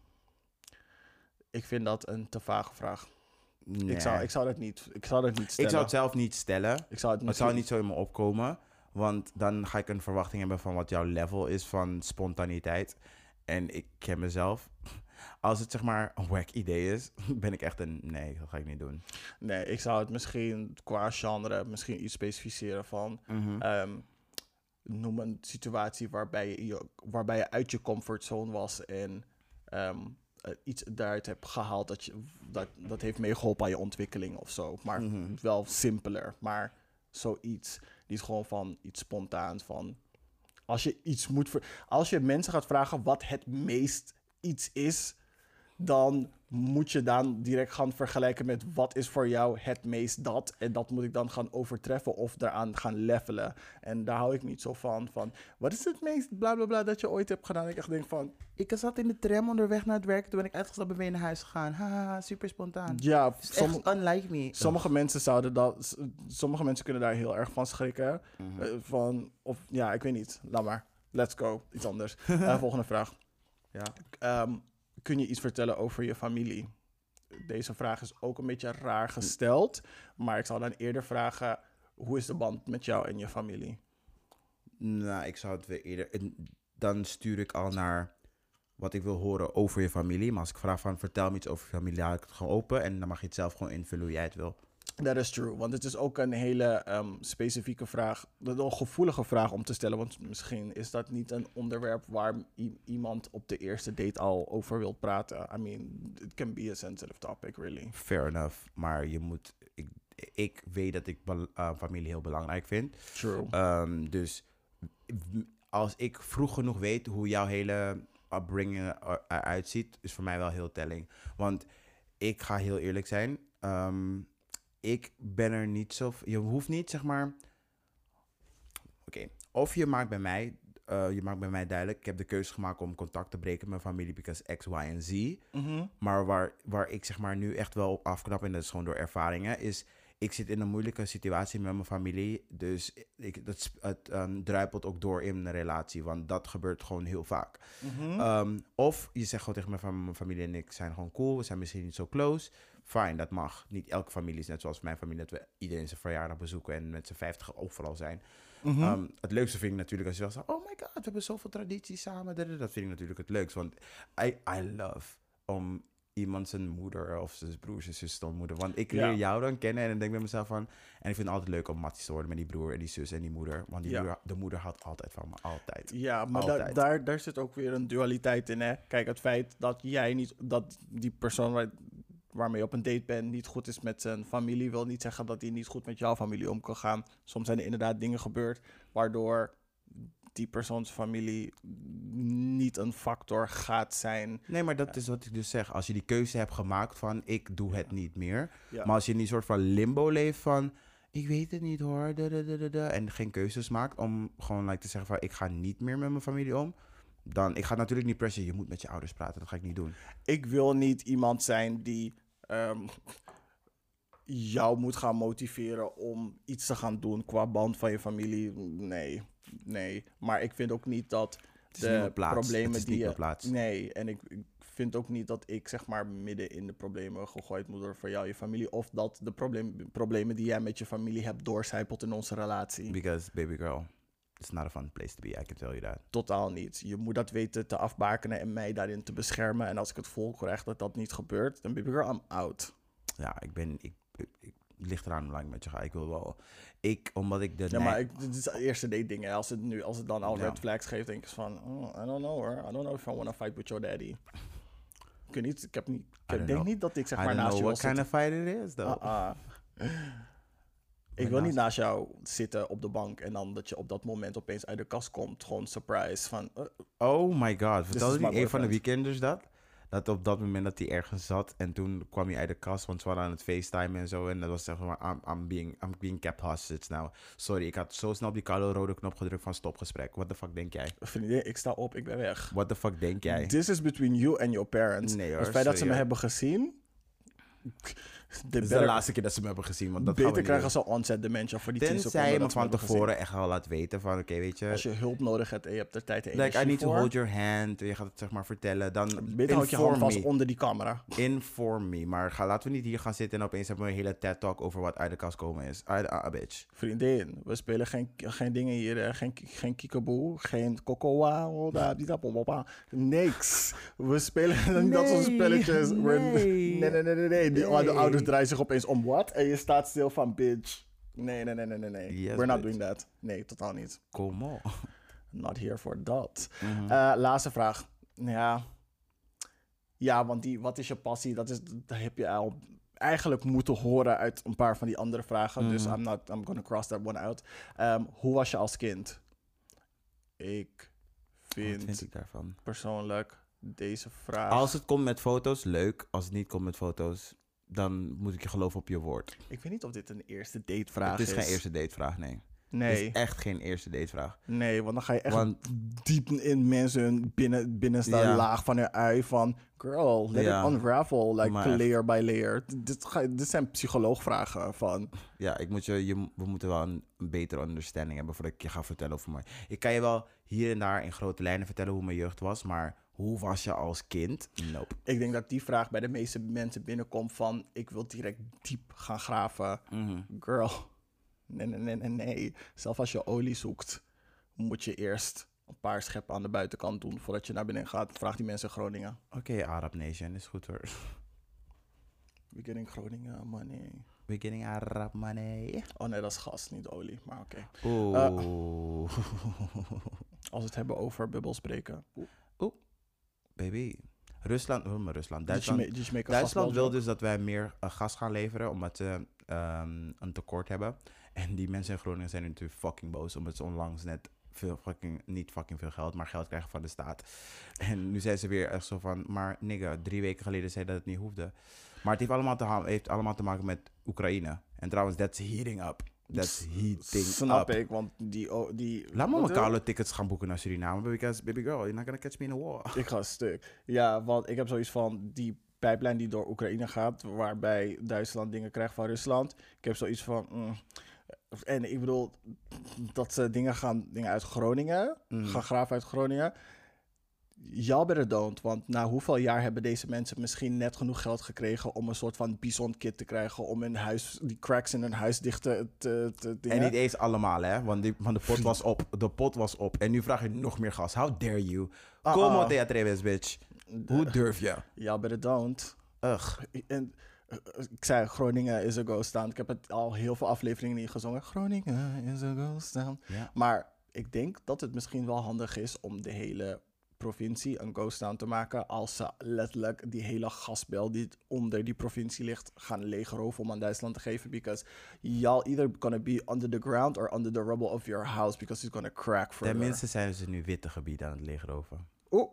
Ik vind dat een te vage vraag. Nee. Ik, zou, ik zou dat niet, ik zou dat niet stellen. Ik zou het zelf niet stellen. Ik zou het, het zou niet zo in me opkomen. Want dan ga ik een verwachting hebben van wat jouw level is van spontaniteit. En ik ken mezelf. Als het zeg maar een wack idee is, ben ik echt een... Nee, dat ga ik niet doen. Nee, ik zou het misschien qua genre misschien iets specificeren van... Mm-hmm. Um, noem een situatie waarbij je, waarbij je uit je comfortzone was en um, uh, iets daaruit hebt gehaald dat, je, dat, dat heeft meegeholpen aan je ontwikkeling of zo. Maar Mm-hmm. wel simpeler. Maar zoiets, niet gewoon van iets spontaans van... Als je iets moet... Ver- als je mensen gaat vragen wat het meest iets is... dan moet je dan direct gaan vergelijken met wat is voor jou het meest dat. En dat moet ik dan gaan overtreffen of daaraan gaan levelen. En daar hou ik niet zo van. van wat is het meest bla bla bla dat je ooit hebt gedaan? Ik echt denk van... Ik zat in de tram onderweg naar het werk. Toen ben ik uitgestapt en ben naar huis gegaan. Haha, super spontaan. Ja, som- echt unlike me. Sommige oh. mensen zouden dat... Sommige mensen kunnen daar heel erg van schrikken. Mm-hmm. Uh, van, of ja, ik weet niet. Laat maar. Let's go. Iets anders. uh, volgende vraag. Ja. Um, kun je iets vertellen over je familie? Deze vraag is ook een beetje raar gesteld. Maar ik zou dan eerder vragen... Hoe is de band met jou en je familie? Nou, ik zou het weer eerder... Dan stuur ik al naar wat ik wil horen over je familie. Maar als ik vraag van vertel me iets over je familie, hou ik het gewoon open. En dan mag je het zelf gewoon invullen hoe jij het wil. Dat is true, want het is ook een hele um, specifieke vraag, een gevoelige vraag om te stellen, want misschien is dat niet een onderwerp waar i- iemand op de eerste date al over wil praten. I mean, it can be a sensitive topic, really. Fair enough, maar je moet, ik, ik weet dat ik be- uh, familie heel belangrijk vind. True. Um, dus als ik vroeg genoeg weet hoe jouw hele upbringing eruit ziet, is voor mij wel heel telling. Want ik ga heel eerlijk zijn. Um, Ik ben er niet zo... Je hoeft niet, zeg maar... Oké, okay. Of je maakt bij mij... Uh, je maakt bij mij duidelijk... Ik heb de keuze gemaakt om contact te breken met mijn familie... because X, Y en Z. Mm-hmm. Maar waar, waar ik zeg maar nu echt wel op afknap... en dat is gewoon door ervaringen... is ik zit in een moeilijke situatie met mijn familie... dus ik, dat, het um, druipelt ook door in een relatie... want dat gebeurt gewoon heel vaak. Mm-hmm. Um, of je zegt gewoon tegen mijn, fam- mijn familie en ik... zijn gewoon cool, we zijn misschien niet zo close... Fine, dat mag. Niet elke familie is net zoals mijn familie... dat we iedereen zijn verjaardag bezoeken... en met z'n vijftig overal zijn. Mm-hmm. Um, het leukste vind ik natuurlijk als je wel zegt... oh my god, we hebben zoveel tradities samen. Dat vind ik natuurlijk het leukst. Want I, I love om iemand zijn moeder... of zijn broers en zus te ontmoeten. Want ik leer Ja. jou dan kennen... en dan denk ik bij mezelf van... en ik vind het altijd leuk om matties te worden... met die broer en die zus en die moeder. Want die Ja. broer, de moeder houdt altijd van me. Altijd. Ja, maar da- Altijd. daar, daar zit ook weer een dualiteit in, hè. Kijk, het feit dat jij niet... dat die persoon... Waar, waarmee je op een date bent, niet goed is met zijn familie, wil niet zeggen dat hij niet goed met jouw familie om kan gaan. Soms zijn er inderdaad dingen gebeurd waardoor die persoons familie niet een factor gaat zijn. Nee, maar dat is wat ik dus zeg. Als je die keuze hebt gemaakt van, ik doe het niet meer. Ja. Maar als je in die soort van limbo leeft van, ik weet het niet hoor, da, da, da, da, da, en geen keuzes maakt om gewoon like, te zeggen van, ik ga niet meer met mijn familie om. Dan, ik ga natuurlijk niet pressen, je moet met je ouders praten. Dat ga ik niet doen. Ik wil niet iemand zijn die um, jou moet gaan motiveren om iets te gaan doen qua band van je familie. Nee, nee. Maar ik vind ook niet dat is niet mijn plaats. problemen Het is die niet je... mijn plaats. Nee, en ik, ik vind ook niet dat ik zeg maar midden in de problemen gegooid moet worden voor jou, je familie. Of dat de probleem, problemen die jij met je familie hebt doorcijpelt in onze relatie. Because, baby girl, it's not a fun place to be, I can tell you that. Totaal niet. Je moet dat weten te afbakenen en mij daarin te beschermen. En als ik het voel krijg dat dat niet gebeurt, dan baby girl, I'm out. Ja, ik ben... Ik, ik, ik, het ligt eraan hoe lang ik met je ga. Ik wil wel... Ik, omdat ik de... Ja, nee- maar ik, dit is de eerste date dingen. Als het, nu, als het dan al Ja. red flags geeft, denk ik van... Oh, I don't know hoor. I don't know if I want to fight with your daddy. Ik weet niet, ik heb niet... Ik don't denk know. niet dat ik zeg I maar don't naast know je wil what kind zitten. of fight it is, though. Ah, ah. Ik wil niet naast jou zitten op de bank en dan dat je op dat moment opeens uit de kast komt. Gewoon surprise van... uh, Oh my god. is Vertelde my niet een van de boyfriend. weekenders dat? Dat op dat moment dat hij ergens zat en toen kwam hij uit de kast, want ze waren aan het facetimen en zo. En dat was zeg maar, I'm, I'm, being, I'm being kept hostage now. Sorry, ik had zo snel op die koude rode knop gedrukt van stopgesprek. What the fuck denk jij? vriendin, ik sta op, ik ben weg. What the fuck denk jij? This is between you and your parents. Nee, hoor, het feit dat ze me sorry, hebben gezien... Dit is de laatste keer dat ze me hebben gezien, want dat gaan we beter niet krijgen doen. ze onset dementia voor die tien seconden. Tenzij je me dat ze me van hebben gezien. tevoren echt al laat weten van, oké, weet je... Als je hulp nodig hebt en je hebt er tijd en Like, I energie need to voor. hold your hand. Je gaat het zeg maar vertellen. Dan Beter houd je hand inform vast me. onder die camera. Inform me. Maar ga, laten we niet hier gaan zitten en opeens hebben we een hele TED-talk over wat uit de kast komen is. Uit de ah, bitch. Vriendin, we spelen geen, geen dingen hier. hè. Geen, geen kikaboe, geen kokoa. oh, da, di, da, pom, pom, pam. Niks. We spelen niet dat soort Nee, spelletjes. We're- nee. nee, nee, nee, nee. nee. Die Nee. de ouders draaien zich opeens om. Wat? En je staat stil van bitch. Nee, nee, nee, nee, nee. nee. Yes, We're not bitch. doing that. Nee, totaal niet. Kom op. Not here for that. Mhm. Eh, laatste vraag. Ja. Ja, want die, wat is je passie? Dat, is, dat heb je al eigenlijk moeten horen uit een paar van die andere vragen. Dus Mhm. I'm not, I'm gonna cross that one out. Ehm, hoe was je als kind? Ik vind, Wat vind ik daarvan? persoonlijk deze vraag... Als het komt met foto's, leuk. Als het niet komt met foto's, dan moet ik je geloven op je woord. Ik weet niet of dit een eerste datevraag Het is. is geen eerste datevraag, nee. Nee, Het is echt geen eerste datevraag. nee, want dan ga je echt Want diep in mensen hun binnen, binnenste Ja. laag van hun ui van... Girl, let Ja. it unravel, like Maar echt. layer by layer. Dit, ga, dit zijn psycholoogvragen van... ja, ik moet je, je, we moeten wel een, een betere understanding hebben voordat ik je ga vertellen over mij. Ik kan je wel hier en daar in grote lijnen vertellen hoe mijn jeugd was, maar hoe was je als kind? Nope. Ik denk dat die vraag bij de meeste mensen binnenkomt van... Ik wil direct diep gaan graven. Mhm. Girl, nee, nee, nee, nee, nee. Zelfs als je olie zoekt, moet je eerst een paar scheppen aan de buitenkant doen... voordat je naar binnen gaat. Vraag die mensen in Groningen. Oké, Arab Nation, is goed hoor. We getting Groningen money. Beginning Arab money. Oh nee, dat is gas, niet olie. Maar oké. Oeh. Als we het hebben over bubbels spreken. Baby. Rusland, oh, maar Rusland. Did you Duitsland, ma- did you make a Duitsland gasbel wil joke? dus dat wij meer uh, gas gaan leveren, omdat ze ehm, een tekort hebben. En die mensen in Groningen zijn natuurlijk fucking boos, omdat ze onlangs net veel fucking, niet fucking veel geld, maar geld krijgen van de staat. En nu zijn ze weer echt zo van, maar nigga, drie weken geleden zei dat het niet hoefde. Maar het heeft allemaal te, ha- heeft allemaal te maken met Oekraïne. En trouwens, that's heating up. That's heating Snap up. ik, want die... oh, die Laat me wat mijn wil- koude tickets gaan boeken naar Suriname, because baby girl, you're not gonna catch me in a war. Ik ga stuk. Ja, want ik heb zoiets van die pijplijn die door Oekraïne gaat, waarbij Duitsland dingen krijgt van Rusland. Ik heb zoiets van... mm. En ik bedoel, dat ze dingen gaan, dingen uit Groningen, Mm. gaan graven uit Groningen. Y'all better don't, want na hoeveel jaar hebben deze mensen misschien net genoeg geld gekregen om een soort van bison kit te krijgen, om hun huis, die cracks in hun huis dicht te, te, te dingen. En niet eens allemaal, hè? Want, die, want de pot was op. De pot was op. En nu vraag je nog meer gas. How dare you? Ah, Como ah. te atreves, bitch? Hoe durf je? Y'all better don't. Ugh. En, eh, ik zei, Groningen is a ghost town. Ik heb het al heel veel afleveringen niet gezongen. Groningen is a ghost town. Ja. Maar ik denk dat het misschien wel handig is om de hele provincie een ghost town te maken. Als ze letterlijk die hele gasbel die onder die provincie ligt gaan leegroven om aan Duitsland te geven. Because y'all either gonna be under the ground or under the rubble of your house. Because it's gonna crack further. Tenminste zijn ze nu witte gebieden aan het leegroven. Oeh.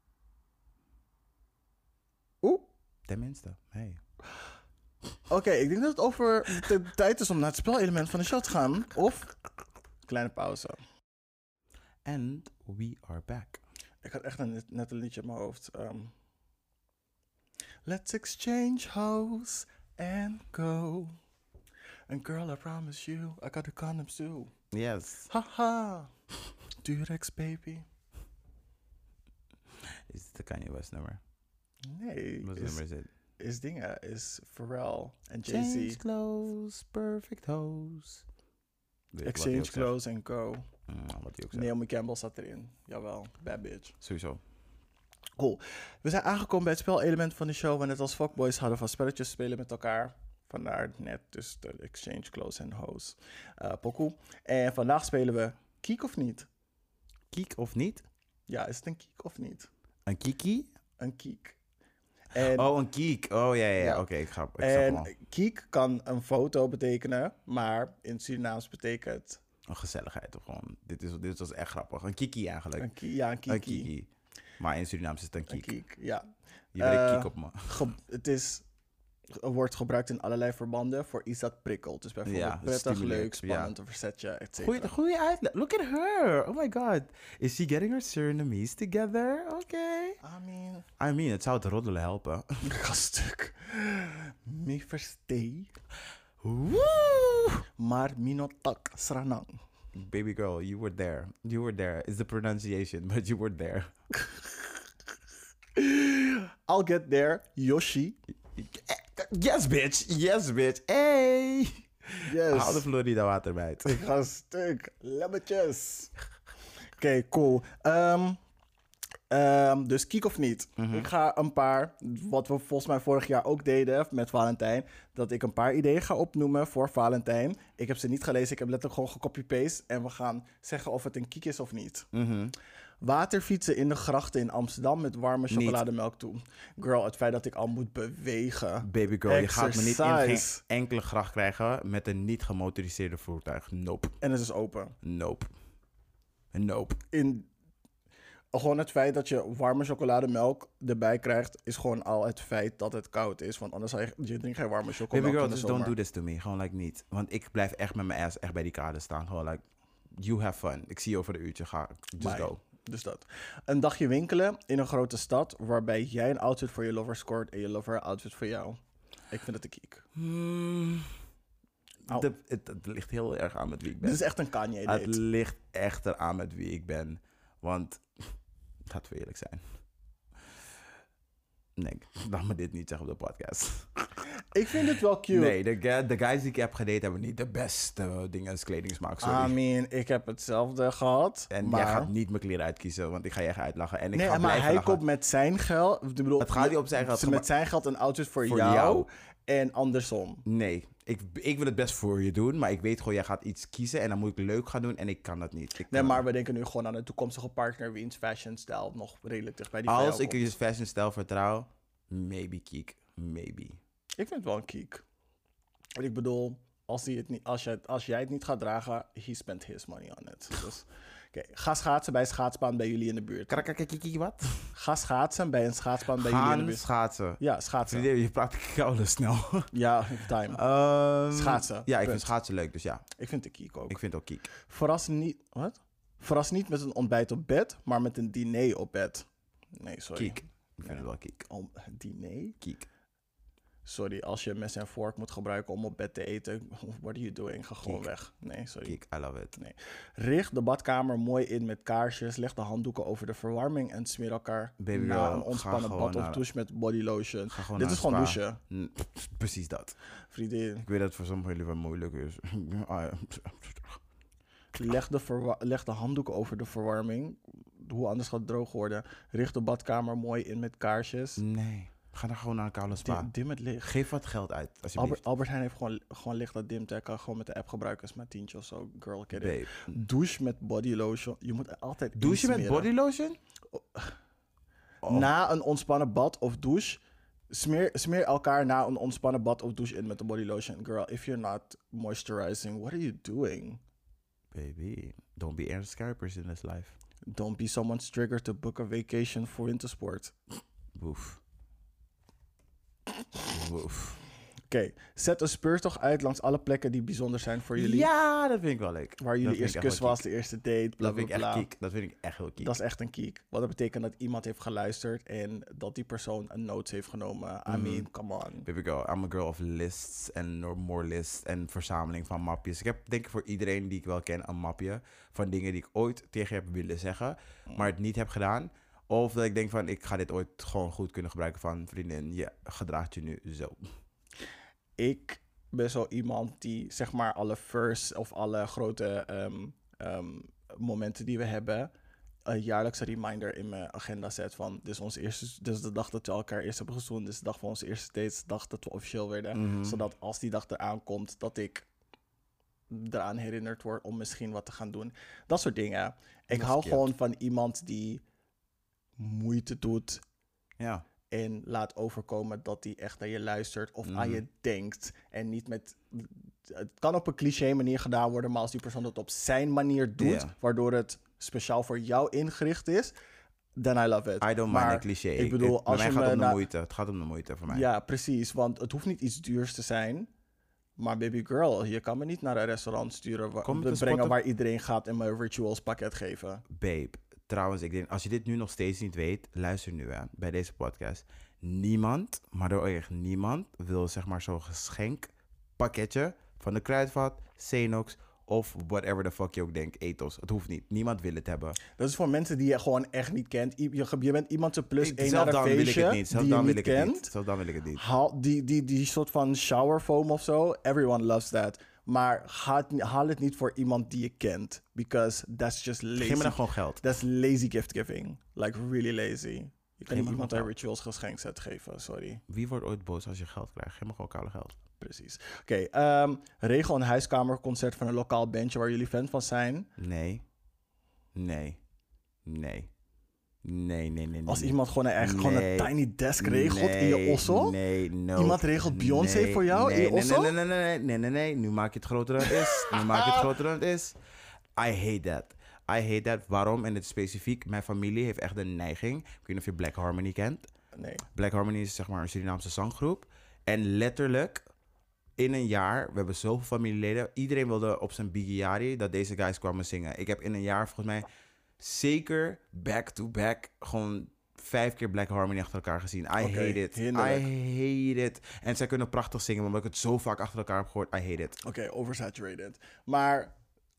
Oeh. Tenminste. Hey. Oké, ik denk dat het over de tijd is om naar het spelelement van de show te gaan. Of kleine pauze. And we are back. Ik had echt een, net een liedje in mijn hoofd. Um, Let's exchange hoes and go. And girl, I promise you, I got the condoms too. Yes. Haha. Durex, baby. Is het de Kanye West nummer? Nee. Wat Is, nummer is het? is dingen. Is Pharrell en Change Jay-Z. clothes, perfect hose. Weet je wat hij Exchange ook zegt? clothes and go. Mm, wat hij ook zegt. Naomi Campbell zat erin. Jawel, bad bitch. Sowieso. Cool. We zijn aangekomen bij het spelelement van de show. We net als fuckboys hadden van spelletjes spelen met elkaar. Vandaar net dus de exchange clothes en hose. Uh, pokoe. En vandaag spelen we kiek of niet. Kiek of niet? Ja, is het een kiek of niet? Een kiki? Een kiek. En, Oh, een kiek. Oh, ja, ja, ja. Ja. Oké, okay, ik ga ik zag hem al. en kiek kan een foto betekenen, maar in Surinaams betekent... Een gezelligheid of gewoon... Dit, is, dit was echt grappig. Een kiki eigenlijk. Een kie, ja, een kiki. Een kiki. Maar in Surinaams is het een Een kiek. kiek, ja. Je bent een Eh, kiek op me. Ge- het is, wordt gebruikt in allerlei verbanden voor iets dat prikkelt. Dus bijvoorbeeld Ja, prettig, stimuleert, leuk, spannend, een verzetje, et cetera. Goeie, goeie uitleg. Look at her. Oh my god. Is she getting her Surinamese together? Oké. Okay. I mean... I mean, het zou het roddelen helpen. Gastuk. Me verstee, Woe! maar minotak sranang. Baby girl, you were there. You were there. It's the pronunciation, but you were there. I'll get there, Yoshi. Yes, bitch. Yes, bitch. Hey. Yes. Haal de Florida watermeid. Ik ga stuk. Lemmetjes. Oké, okay, cool. Um, um, dus kiek of niet. Mhm. Ik ga een paar, wat we volgens mij vorig jaar ook deden met Valentijn, dat ik een paar ideeën ga opnoemen voor Valentijn. Ik heb ze niet gelezen, ik heb letterlijk gewoon gecopy-paste en we gaan zeggen of het een kiek is of niet. Mhm. Waterfietsen in de grachten in Amsterdam met warme chocolademelk toe. Girl, het feit dat ik al moet bewegen. Baby girl, je gaat me niet in geen Exercise. enkele gracht krijgen met een niet gemotoriseerde voertuig. Nope. En het is open. Nope. Nope. In, gewoon het feit dat je warme chocolademelk erbij krijgt, is gewoon al het feit dat het koud is. Want anders zou je, je drinkt geen warme chocolademelk Baby girl, in de just zomer. don't do this to me. Gewoon like niet. Want ik blijf echt met mijn ass echt bij die kade staan. Gewoon like, you have fun. Ik zie je over een uurtje. Ga, just Bye. go. Dus dat. Een dagje winkelen in een grote stad, waarbij jij een outfit voor je lover scoort en je lover een outfit voor jou. Ik vind het een kiek. Hmm. Au. De, het, het ligt heel erg aan met wie ik ben. Dit is echt een Kanye Het date. ligt echt eraan met wie ik ben. Want, laten we eerlijk zijn. Nee, laat me dit niet zeggen op de podcast. Ik vind het wel cute. Nee, de, ga- de guys die ik heb gedate hebben niet de beste dingen als kledingsmaak. Sorry. I mean, ik heb hetzelfde gehad. en maar... jij gaat niet mijn kleren uitkiezen, want ik ga je echt uitlachen. En ik nee, ga maar blijven hij lachen. komt met zijn geld. Ik bedoel, Het gaat niet op zijn geld, Met maar- zijn geld een outfit voor, Voor jou, jou. en andersom. Nee, ik, ik wil het best voor je doen, maar ik weet gewoon, jij gaat iets kiezen en dan moet ik leuk gaan doen en ik kan dat niet. Ik kan Nee, maar dat we denken nu gewoon aan een toekomstige partner wiens fashion stijl nog redelijk dicht bij die niet. van Als jou ik komt. je fashion stijl vertrouw, maybe kiek, maybe. Ik vind het wel een kiek. En ik bedoel, als, hij het niet, als, jij, als jij het niet gaat dragen, he spent his money on it. Dus, oké, ga schaatsen bij een schaatsbaan bij jullie in de buurt. Krakakakiki, wat? Ga schaatsen bij een schaatsbaan bij jullie in de Gaan buurt. schaatsen. Ja, schaatsen. Vriendin, je praat koude snel. Ja, time. Ehm, Schaatsen, Ja, ik punt. vind schaatsen leuk, dus ja. Ik vind de kiek ook. Ik vind het ook kiek. Verras niet... Wat? Verras niet met een ontbijt op bed, maar met een diner op bed. Nee, sorry. Kiek. Ik vind het wel kiek. Om, diner? Kiek. Sorry, als je mes en vork moet gebruiken om op bed te eten, what are you doing? Ga gewoon Kiek. weg. Nee, sorry. Kiek, I love it. Nee. Richt de badkamer mooi in met kaarsjes. Leg de handdoeken over de verwarming en smeer elkaar Baby na girl, een ga ontspannen gewoon bad of naar- douche met body lotion. Ga gewoon Dit naar is gewoon een douchen, spa. Mm, Precies dat. vriendin. Ik weet dat het voor sommigen jullie wel moeilijk is. Ah, ja. Leg de, verwa- leg de handdoeken over de verwarming. Hoe anders gaat het droog worden. Richt de badkamer mooi in met kaarsjes. Nee, ga dan gewoon naar een koude spa. Dim, dim het licht. Geef wat geld uit, alsjeblieft. Albert, Albert Heijn heeft gewoon, gewoon licht dat dimt. Hij kan gewoon met de app gebruiken. Is maar tientje of zo. Girl, get it. Babe. Douche met body lotion. Je moet altijd Douche je met insmeren. body lotion? Oh. Na een ontspannen bad of douche. Smeer, smeer elkaar na een ontspannen bad of douche in met de body lotion. Girl, if you're not moisturizing, what are you doing? Baby, don't be air scarpers in this life. Don't be someone's trigger to book a vacation for wintersport. Woef. Woef. Oké, zet een speurtocht uit langs alle plekken die bijzonder zijn voor jullie. Ja, dat vind ik wel leuk. Waar jullie Dat vind eerst ik kus echt wel was, kiek. de eerste date, bla Dat bla vind ik echt bla. kiek. Dat vind ik echt heel kiek. Dat is echt een kiek. Wat dat betekent dat iemand heeft geluisterd en dat die persoon een notes heeft genomen. I Mhm. mean, come on. Baby girl, I'm a girl of lists en no more lists en verzameling van mapjes. Ik heb denk ik voor iedereen die ik wel ken een mapje van dingen die ik ooit tegen heb willen zeggen, maar het niet heb gedaan. Of dat ik denk van, ik ga dit ooit gewoon goed kunnen gebruiken van, vriendin, je gedraagt je nu zo. Ik ben zo iemand die, zeg maar, alle firsts of alle grote ehm, ehm, momenten die we hebben, een jaarlijkse reminder in mijn agenda zet van, dit is onze eerste, dit is de dag dat we elkaar eerst hebben gezoend, dit is de dag van onze eerste dates, de dag dat we officieel werden. Mhm. Zodat als die dag eraan komt, dat ik eraan herinnerd word om misschien wat te gaan doen. Dat soort dingen. Ik Dat hou is cute. gewoon van iemand die moeite doet Ja. en laat overkomen dat hij echt naar je luistert of Mhm. aan je denkt. En niet met... Het kan op een cliché manier gedaan worden, maar als die persoon het op zijn manier doet, Ja. waardoor het speciaal voor jou ingericht is, then I love it. I don't Maar mind een cliché. Ik bedoel, het, bij als mij je gaat me het om de na- moeite. Het gaat om de moeite voor mij. Ja, precies. Want het hoeft niet iets duurs te zijn. Maar baby girl, je kan me niet naar een restaurant sturen, wa- Kom met brengen een spotten- waar iedereen gaat en me een rituals pakket geven. Babe, trouwens, ik denk, als je dit nu nog steeds niet weet, luister nu hè, bij deze podcast. Niemand, maar er echt niemand, wil zeg maar zo'n geschenkpakketje van de Kruidvat, Xenox of whatever the fuck je ook denkt, ethos. Het hoeft niet. Niemand wil het hebben. Dat is voor mensen die je gewoon echt niet kent. I- Je, je bent iemand een plus Ik- één zelf naar een dan wil ik feestje het niet. Zelf die je dan wil niet ik het kent. niet. Zelf dan wil ik het niet. Haal die, die, die soort van shower foam of zo. Everyone loves that. Maar ga het niet- haal het niet voor iemand die je kent. Because that's just lazy. Geef me dan gewoon geld. That's lazy gift giving. Like really lazy. Je kan me niet iemand gewoon een geld. rituals geschenk geven, sorry. Wie wordt ooit boos als je geld krijgt? Geef me gewoon koude geld. Precies. Oké, ehm, regel een huiskamerconcert van een lokaal bandje waar jullie fan van zijn. Nee. Nee. Nee. Nee, nee, nee, nee. Als nee. iemand gewoon een, eigen, gewoon een Nee. tiny desk regelt in je Nee, osso. Nee, no. Iemand regelt Beyoncé Nee, voor jou in nee, je nee, osso? Nee, nee, nee, nee, nee, nee, nee. Nu maak je het groter dan het is. Nu maak je het groter dan het is. I hate that. I hate that. Waarom? En het specifiek, mijn familie heeft echt een neiging. Ik weet niet of je Black Harmony kent. Nee. Black Harmony is zeg maar een Surinaamse zanggroep. En letterlijk, in een jaar, we hebben zoveel familieleden. Iedereen wilde op zijn Bigiari dat deze guys kwamen zingen. Ik heb in een jaar volgens mij zeker back-to-back gewoon vijf keer Black Harmony achter elkaar gezien. I Oké, hate it. hinderlijk. I hate it. En zij kunnen prachtig zingen, maar omdat ik het zo vaak achter elkaar heb gehoord, I hate it. Oké, oversaturated. Maar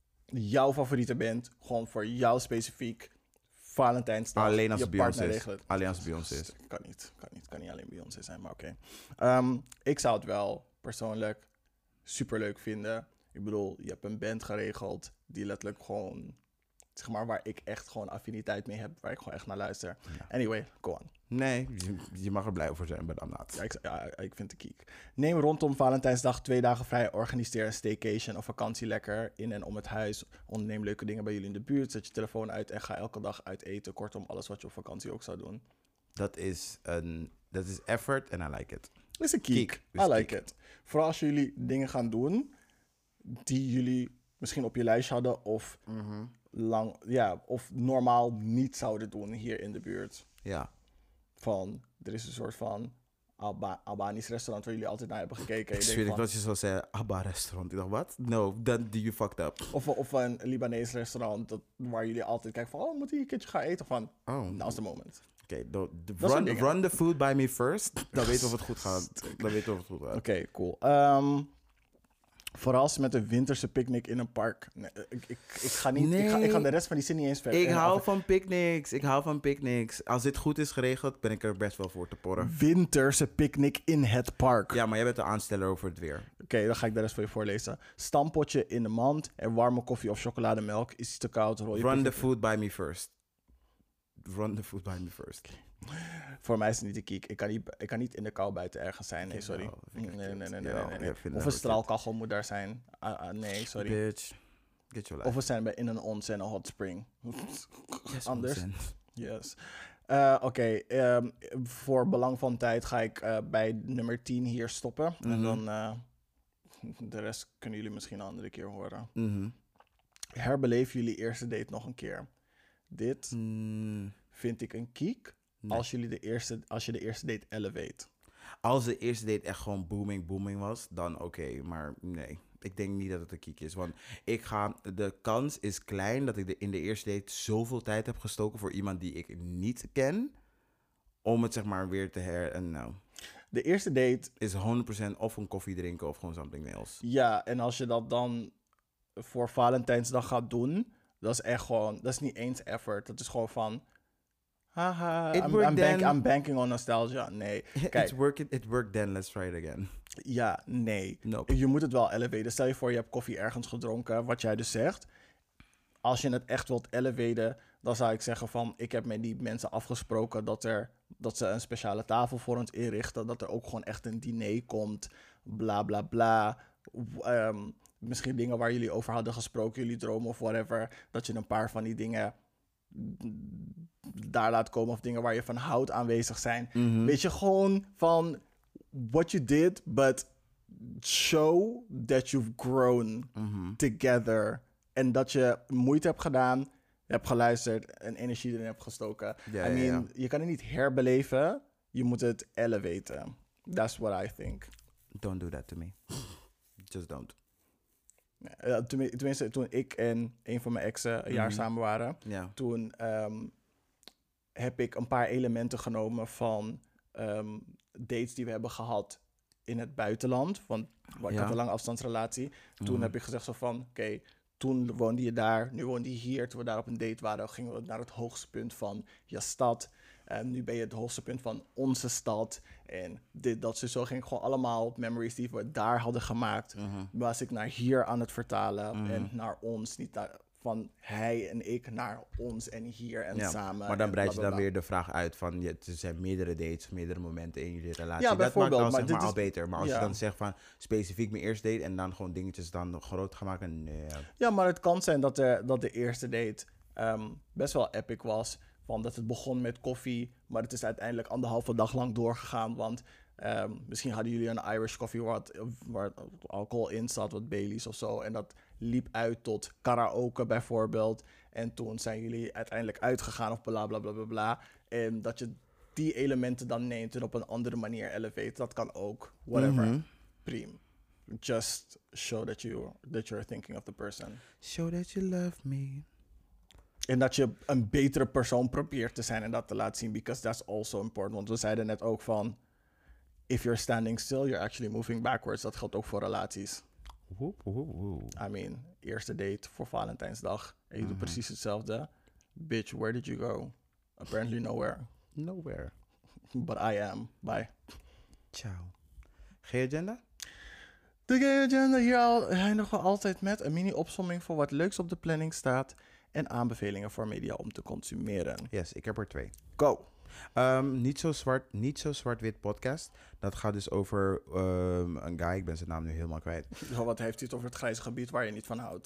jouw favoriete band, gewoon voor jou specifiek, Valentijnsdag. Alleen als je het Beyoncé partner is. regelt het. Alleen als het Beyoncé is. Kan niet, kan niet, kan niet alleen Beyoncé zijn, maar oké. Ehm, ik zou het wel persoonlijk superleuk vinden. Ik bedoel, je hebt een band geregeld die letterlijk gewoon, zeg maar, waar ik echt gewoon affiniteit mee heb, waar ik gewoon echt naar luister. Ja. Anyway, go on. Nee, je, je mag er blij over zijn, but I'm not. Ja, ik, ja, ik vind het kiek. Neem rondom Valentijnsdag twee dagen vrij. Organiseer een staycation of vakantie lekker in en om het huis. Onderneem leuke dingen bij jullie in de buurt. Zet je telefoon uit en ga elke dag uit eten. Kortom, alles wat je op vakantie ook zou doen. Dat is een, dat is effort and I like it. Is een kiek. Kiek, I is like kiek. it. Vooral als jullie dingen gaan doen die jullie misschien op je lijstje hadden of, lang, ja, of normaal niet zouden doen hier in de buurt. Ja. Van, er is een soort van Alba- Albanisch restaurant waar jullie altijd naar hebben gekeken. Ik Je zweer, denkt ik van- dat je zo zei, Abba-restaurant. Ik dacht, wat? No, then you fucked up. Of, of een Libanees restaurant dat, waar jullie altijd kijken van, oh, moet je een keertje gaan eten? Van, Oh, now's the moment. oké. do- de- soort run, dingen. run the food by me first. Dan weten we of het goed gaat. Dan weten we of het goed gaat. Oké, cool. Ehm, vooral als met een winterse picknick in een park. Nee, ik, ik, ik, ga niet, ik, ga, ik ga de rest van die zin niet eens verder. Ik hou van picknicks. Ik hou van picknicks. Als dit goed is geregeld, ben ik er best wel voor te porren. Winterse picknick in het park. Ja, maar jij bent de aansteller over het weer. Oké, dan ga ik de rest voor je voorlezen. Stampotje in de mand en warme koffie of chocolademelk. Is het te koud? Rol je Run the picknick- food by me first. Run the food by me first. Voor mij is het niet de kiek. Ik kan niet, ik kan niet in de kou buiten ergens zijn. Nee, sorry. Jawel, Nee, vind ik nee, cute. nee, nee, nee, Jawel, nee, ja, nee. ik vind Of dat een wel straalkachel moet daar zijn. Ah, ah, nee, sorry. Bitch. Get your life. Of we zijn bij in een ons en een hot spring. Yes, anders. onzin. Yes. Eh, Oké, ehm, voor belang van tijd ga ik eh, bij nummer tien hier stoppen. En Mhm. dan eh, de rest kunnen jullie misschien een andere keer horen. Mhm. Herbeleef jullie eerste date nog een keer. Dit Mm, vind ik een kiek nee. als, jullie de eerste, als je de eerste date elevate. Als de eerste date echt gewoon booming, booming was, dan oké. Maar nee, ik denk niet dat het een kiek is. Want ik ga, de kans is klein dat ik de, in de eerste date zoveel tijd heb gestoken voor iemand die ik niet ken. Om het zeg maar weer te her... En nou, De eerste date, is honderd procent of een koffie drinken of gewoon something else. ja, en als je dat dan voor Valentijnsdag gaat doen, dat is echt gewoon, dat is niet eens effort. Dat is gewoon van, haha, It I'm, worked I'm, bank- then. I'm banking on nostalgia. Nee. Kijk, It worked, it worked then, let's try it again. ja, nee. Nope. Je moet het wel elevaten. Stel je voor, je hebt koffie ergens gedronken, wat jij dus zegt. Als je het echt wilt elevaten, dan zou ik zeggen van... ik heb met die mensen afgesproken dat, er, dat ze een speciale tafel voor ons inrichten. Dat er ook gewoon echt een diner komt. Bla, bla, bla. Um, misschien dingen waar jullie over hadden gesproken, jullie dromen of whatever. Dat je een paar van die dingen daar laat komen. Of dingen waar je van houdt aanwezig zijn. Mm-hmm. Weet je, gewoon van what you did, but show that you've grown Mm-hmm. together. En dat je moeite hebt gedaan, hebt geluisterd en energie erin hebt gestoken. Ja, I ja, mean, ja. je kan het niet herbeleven, je moet het elevaten. That's what I think. Don't do that to me. Just don't. Uh, tenmin- tenminste, toen ik en een van mijn exen een jaar Mhm. samen waren, Ja. toen ehm, heb ik een paar elementen genomen van ehm, dates die we hebben gehad in het buitenland. Want ik Ja. had een lange afstandsrelatie. Toen Mhm. heb ik gezegd zo van, oké, toen woonde je daar, nu woonde je hier. Toen we daar op een date waren, gingen we naar het hoogste punt van je stad. En nu ben je het hoogste punt van onze stad. En dit, dat, zo ging gewoon allemaal memories die we daar hadden gemaakt. Mhm. Was ik naar hier aan het vertalen Mhm. en naar ons. Niet naar, van hij en ik naar ons en hier en Ja, samen. maar dan en breid je bla, dan bla, weer de vraag uit van... Je, er zijn meerdere dates, meerdere momenten in jullie relatie. Ja, dat maakt bijvoorbeeld, al, maar zeg dit maar, al is- beter. Maar als ja. je dan zegt van specifiek mijn eerste date... en dan gewoon dingetjes dan groot gaan maken... Nee. Ja, maar het kan zijn dat de, dat de eerste date ehm, best wel epic was. Van dat het begon met koffie, maar het is uiteindelijk anderhalve dag lang doorgegaan. Want ehm, misschien hadden jullie een Irish coffee waar, het- waar alcohol in zat, wat Baileys of zo. En dat liep uit tot karaoke bijvoorbeeld. En toen zijn jullie uiteindelijk uitgegaan of bla bla bla bla bla. En dat je die elementen dan neemt en op een andere manier elevate, dat kan ook. Whatever. Mhm. Prima. Just show that, you, that you're thinking of the person. Show that you love me. En dat je een betere persoon probeert te zijn en dat te laten zien. Because that's also important. Want we zeiden net ook van... If you're standing still, you're actually moving backwards. Dat geldt ook voor relaties. Woep, woep, woep. I mean, eerste date voor Valentijnsdag. En je Mhm. doet precies hetzelfde. Bitch, where did you go? Apparently nowhere. Nowhere. But I am. Bye. Ciao. G-agenda? De Gay Agenda hier al, eindigen we altijd met een mini-opsomming voor wat leuks op de planning staat. En aanbevelingen voor media om te consumeren. Yes, ik heb er twee. Go. Um, niet zo zwart, niet zo zwart-wit podcast. Dat gaat dus over um, een guy. Ik ben zijn naam nu helemaal kwijt. Zo, wat heeft hij het over het grijze gebied waar je niet van houdt?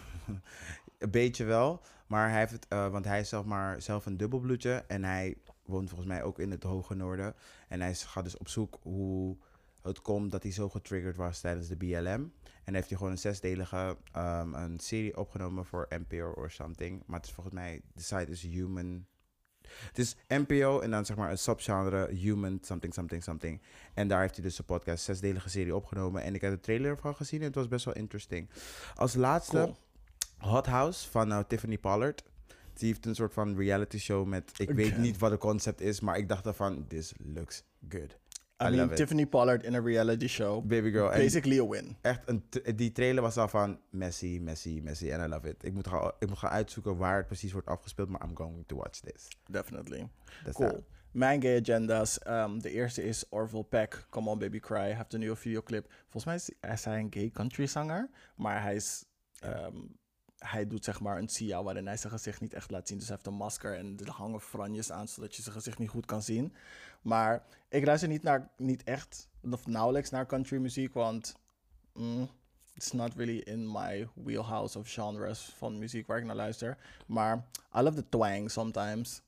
Een beetje wel. Maar hij heeft het, uh, want hij is zelf maar zelf een dubbelbloedje. En hij woont volgens mij ook in het hoge noorden. En hij is- gaat dus op zoek hoe het komt dat hij zo getriggerd was tijdens de B L M. En heeft hij gewoon een zesdelige um, een serie opgenomen voor N P O or something. Maar het is volgens mij, de site is Human. Het is N P O en dan zeg maar een subgenre Human something something something. En daar heeft hij dus een podcast, zesdelige serie opgenomen. En ik heb de trailer ervan gezien en het was best wel interesting. Als laatste, Cool. Hot House van uh, Tiffany Pollard. Die heeft een soort van reality show met... Ik weet Again. niet wat het concept is, maar ik dacht ervan... This looks good. I, I mean, love it. Tiffany Pollard in a reality show. Baby girl. En Basically a win. echt, een t- die trailer was al van... Messy, messy, messy. And I love it. Ik moet, gaan, ik moet gaan uitzoeken waar het precies wordt afgespeeld. Maar I'm going to watch this. Definitely. That's Cool. that. Mijn gay agendas. Um, de eerste is Orville Peck, Come On Baby Cry. Hij heeft een nieuwe videoclip. Volgens mij is, is hij een gay country zanger. Maar hij is... Um, hij doet zeg maar een Sia waarin hij zijn gezicht niet echt laat zien. Dus hij heeft een masker en er hangen franjes aan, zodat je zijn gezicht niet goed kan zien. Maar ik luister niet, naar, niet echt, of nauwelijks naar country muziek, want mm, it's not really in my wheelhouse of genres van muziek waar ik naar luister. Maar I love the twang sometimes.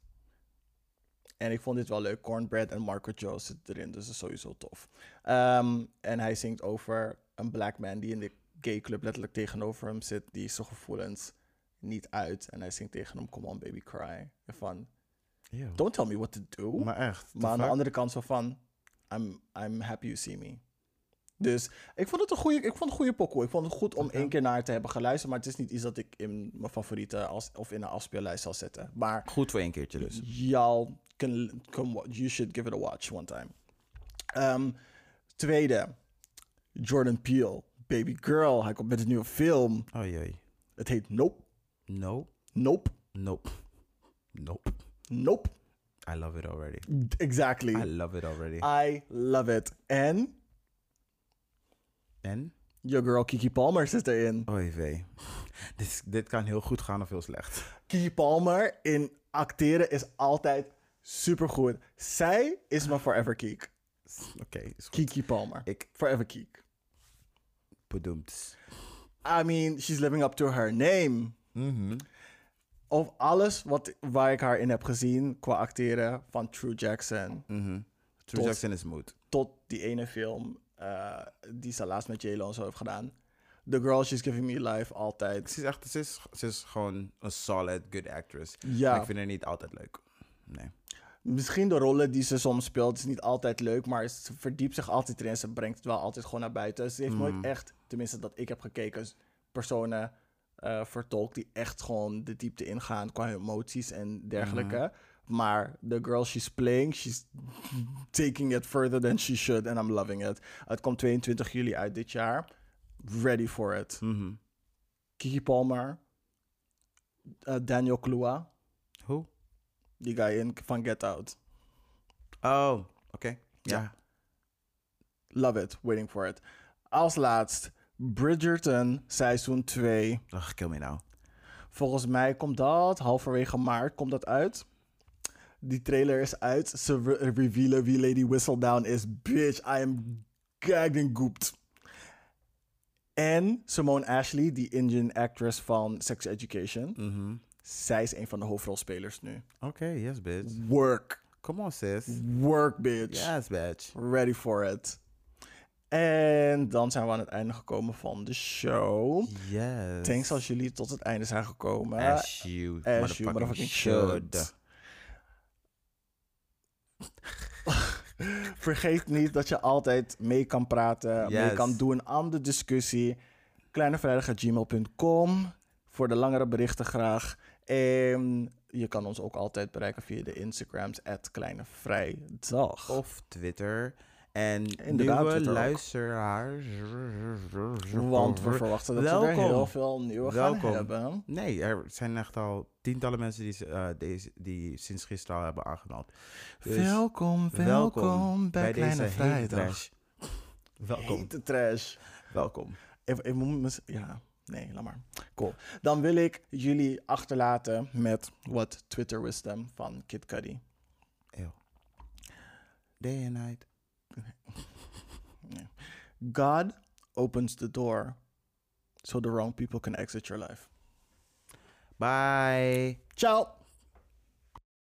En ik vond dit wel leuk. Cornbread en Marco Joe zitten erin, dus dat is sowieso tof. Um, en hij zingt over een black man die in de gay club letterlijk tegenover hem zit, die zijn gevoelens niet uit. En hij zingt tegen hem, Come On Baby Cry. En van, Ew. don't tell me what to do. Maar echt. Maar aan de andere kant zo van, I'm, I'm happy you see me. Dus ik vond het een goede, ik vond het een goede pokoe. Ik vond het goed om Oké. één keer naar te hebben geluisterd, maar het is niet iets dat ik in mijn favoriete als, of in een afspeellijst zal zetten. Maar Goed voor één keertje dus. y'all can, can wa- you should give it a watch one time. Um, tweede, Jordan Peele, Baby Girl. Hij komt met een nieuwe film. Oh jee. Het heet Nope, No. Nope, Nope. Nope. Nope. I love it already. Exactly. I love it already. I love it. En En? your girl Kiki Palmer zit erin. Oei vee. dit, is- dit kan heel goed gaan of heel slecht. Kiki Palmer in acteren is altijd supergoed. Zij is mijn forever geek. Oké, is goed. Kiki Palmer. Ik Forever geek. bedoemd. I mean, she's living up to her name. Mhm. Of alles wat, waar ik haar in heb gezien qua acteren, van True Jackson Mhm. True Tot- Jackson is mood. tot die ene film uh, die ze laatst met J-Lo en zo heeft gedaan. The Girl, She's Giving Me Life, altijd. Ze is echt, ze is, ze is gewoon een solid, good actress. Ja. Maar ik vind haar niet altijd leuk. Nee. Misschien de rollen die ze soms speelt is niet altijd leuk, maar ze verdiept zich altijd erin. Ze brengt het wel altijd gewoon naar buiten. Ze heeft Mm. nooit echt, tenminste dat ik heb gekeken, personen uh, vertolkt die echt gewoon de diepte ingaan qua emoties en dergelijke. Maar the girl she's playing, she's taking it further than she should and I'm loving it. Het komt tweeëntwintig juli uit dit jaar. Ready for it. Mhm. Kiki Palmer, uh, Daniel Kaluuya, Hoe? die guy in van Get Out. Oh, oké. Ja. Ja. Love it, waiting for it. Als laatst, Bridgerton, seizoen twee. Ach, kill me now. Volgens mij komt dat halverwege maart komt dat uit. Die trailer is uit. Ze re- revealen wie Lady Whistledown is. Bitch, I am gagged and gooped. En Simone Ashley, die Indian actress van Sex Education. Mhm. Zij is een van de hoofdrolspelers nu. Oké, yes, bitch. Work. Come on, sis. Work, bitch. Yes, bitch. Ready for it. En dan zijn we aan het einde gekomen van de show. Yes. Thanks als jullie tot het einde zijn gekomen. As you, As you motherfucking should. Vergeet niet dat je altijd mee kan praten, mee Yes. kan doen aan de discussie. kleinevrijdag at gmail punt com voor de langere berichten graag. En je kan ons ook altijd bereiken via de Instagrams at kleinevrijdag. Of Twitter. En Inderdaad, nieuwe Twitter ook. luisteraars. Want we verwachten dat we er Welkom. heel veel nieuwe gaan Welkom. hebben. Nee, er zijn echt al tientallen mensen die, uh, deze, die sinds gisteren al hebben aangemeld. Dus welkom, welkom, bij, Kleine hate Vrijdag. trash. Welkom, Hete trash. welkom. Even, ik moet mis- ja, nee, laat maar. Cool. Dan wil ik jullie achterlaten met wat Twitter wisdom van Kid Cudi. Ew. Day and night. God opens the door so the wrong people can exit your life. Bye. Ciao!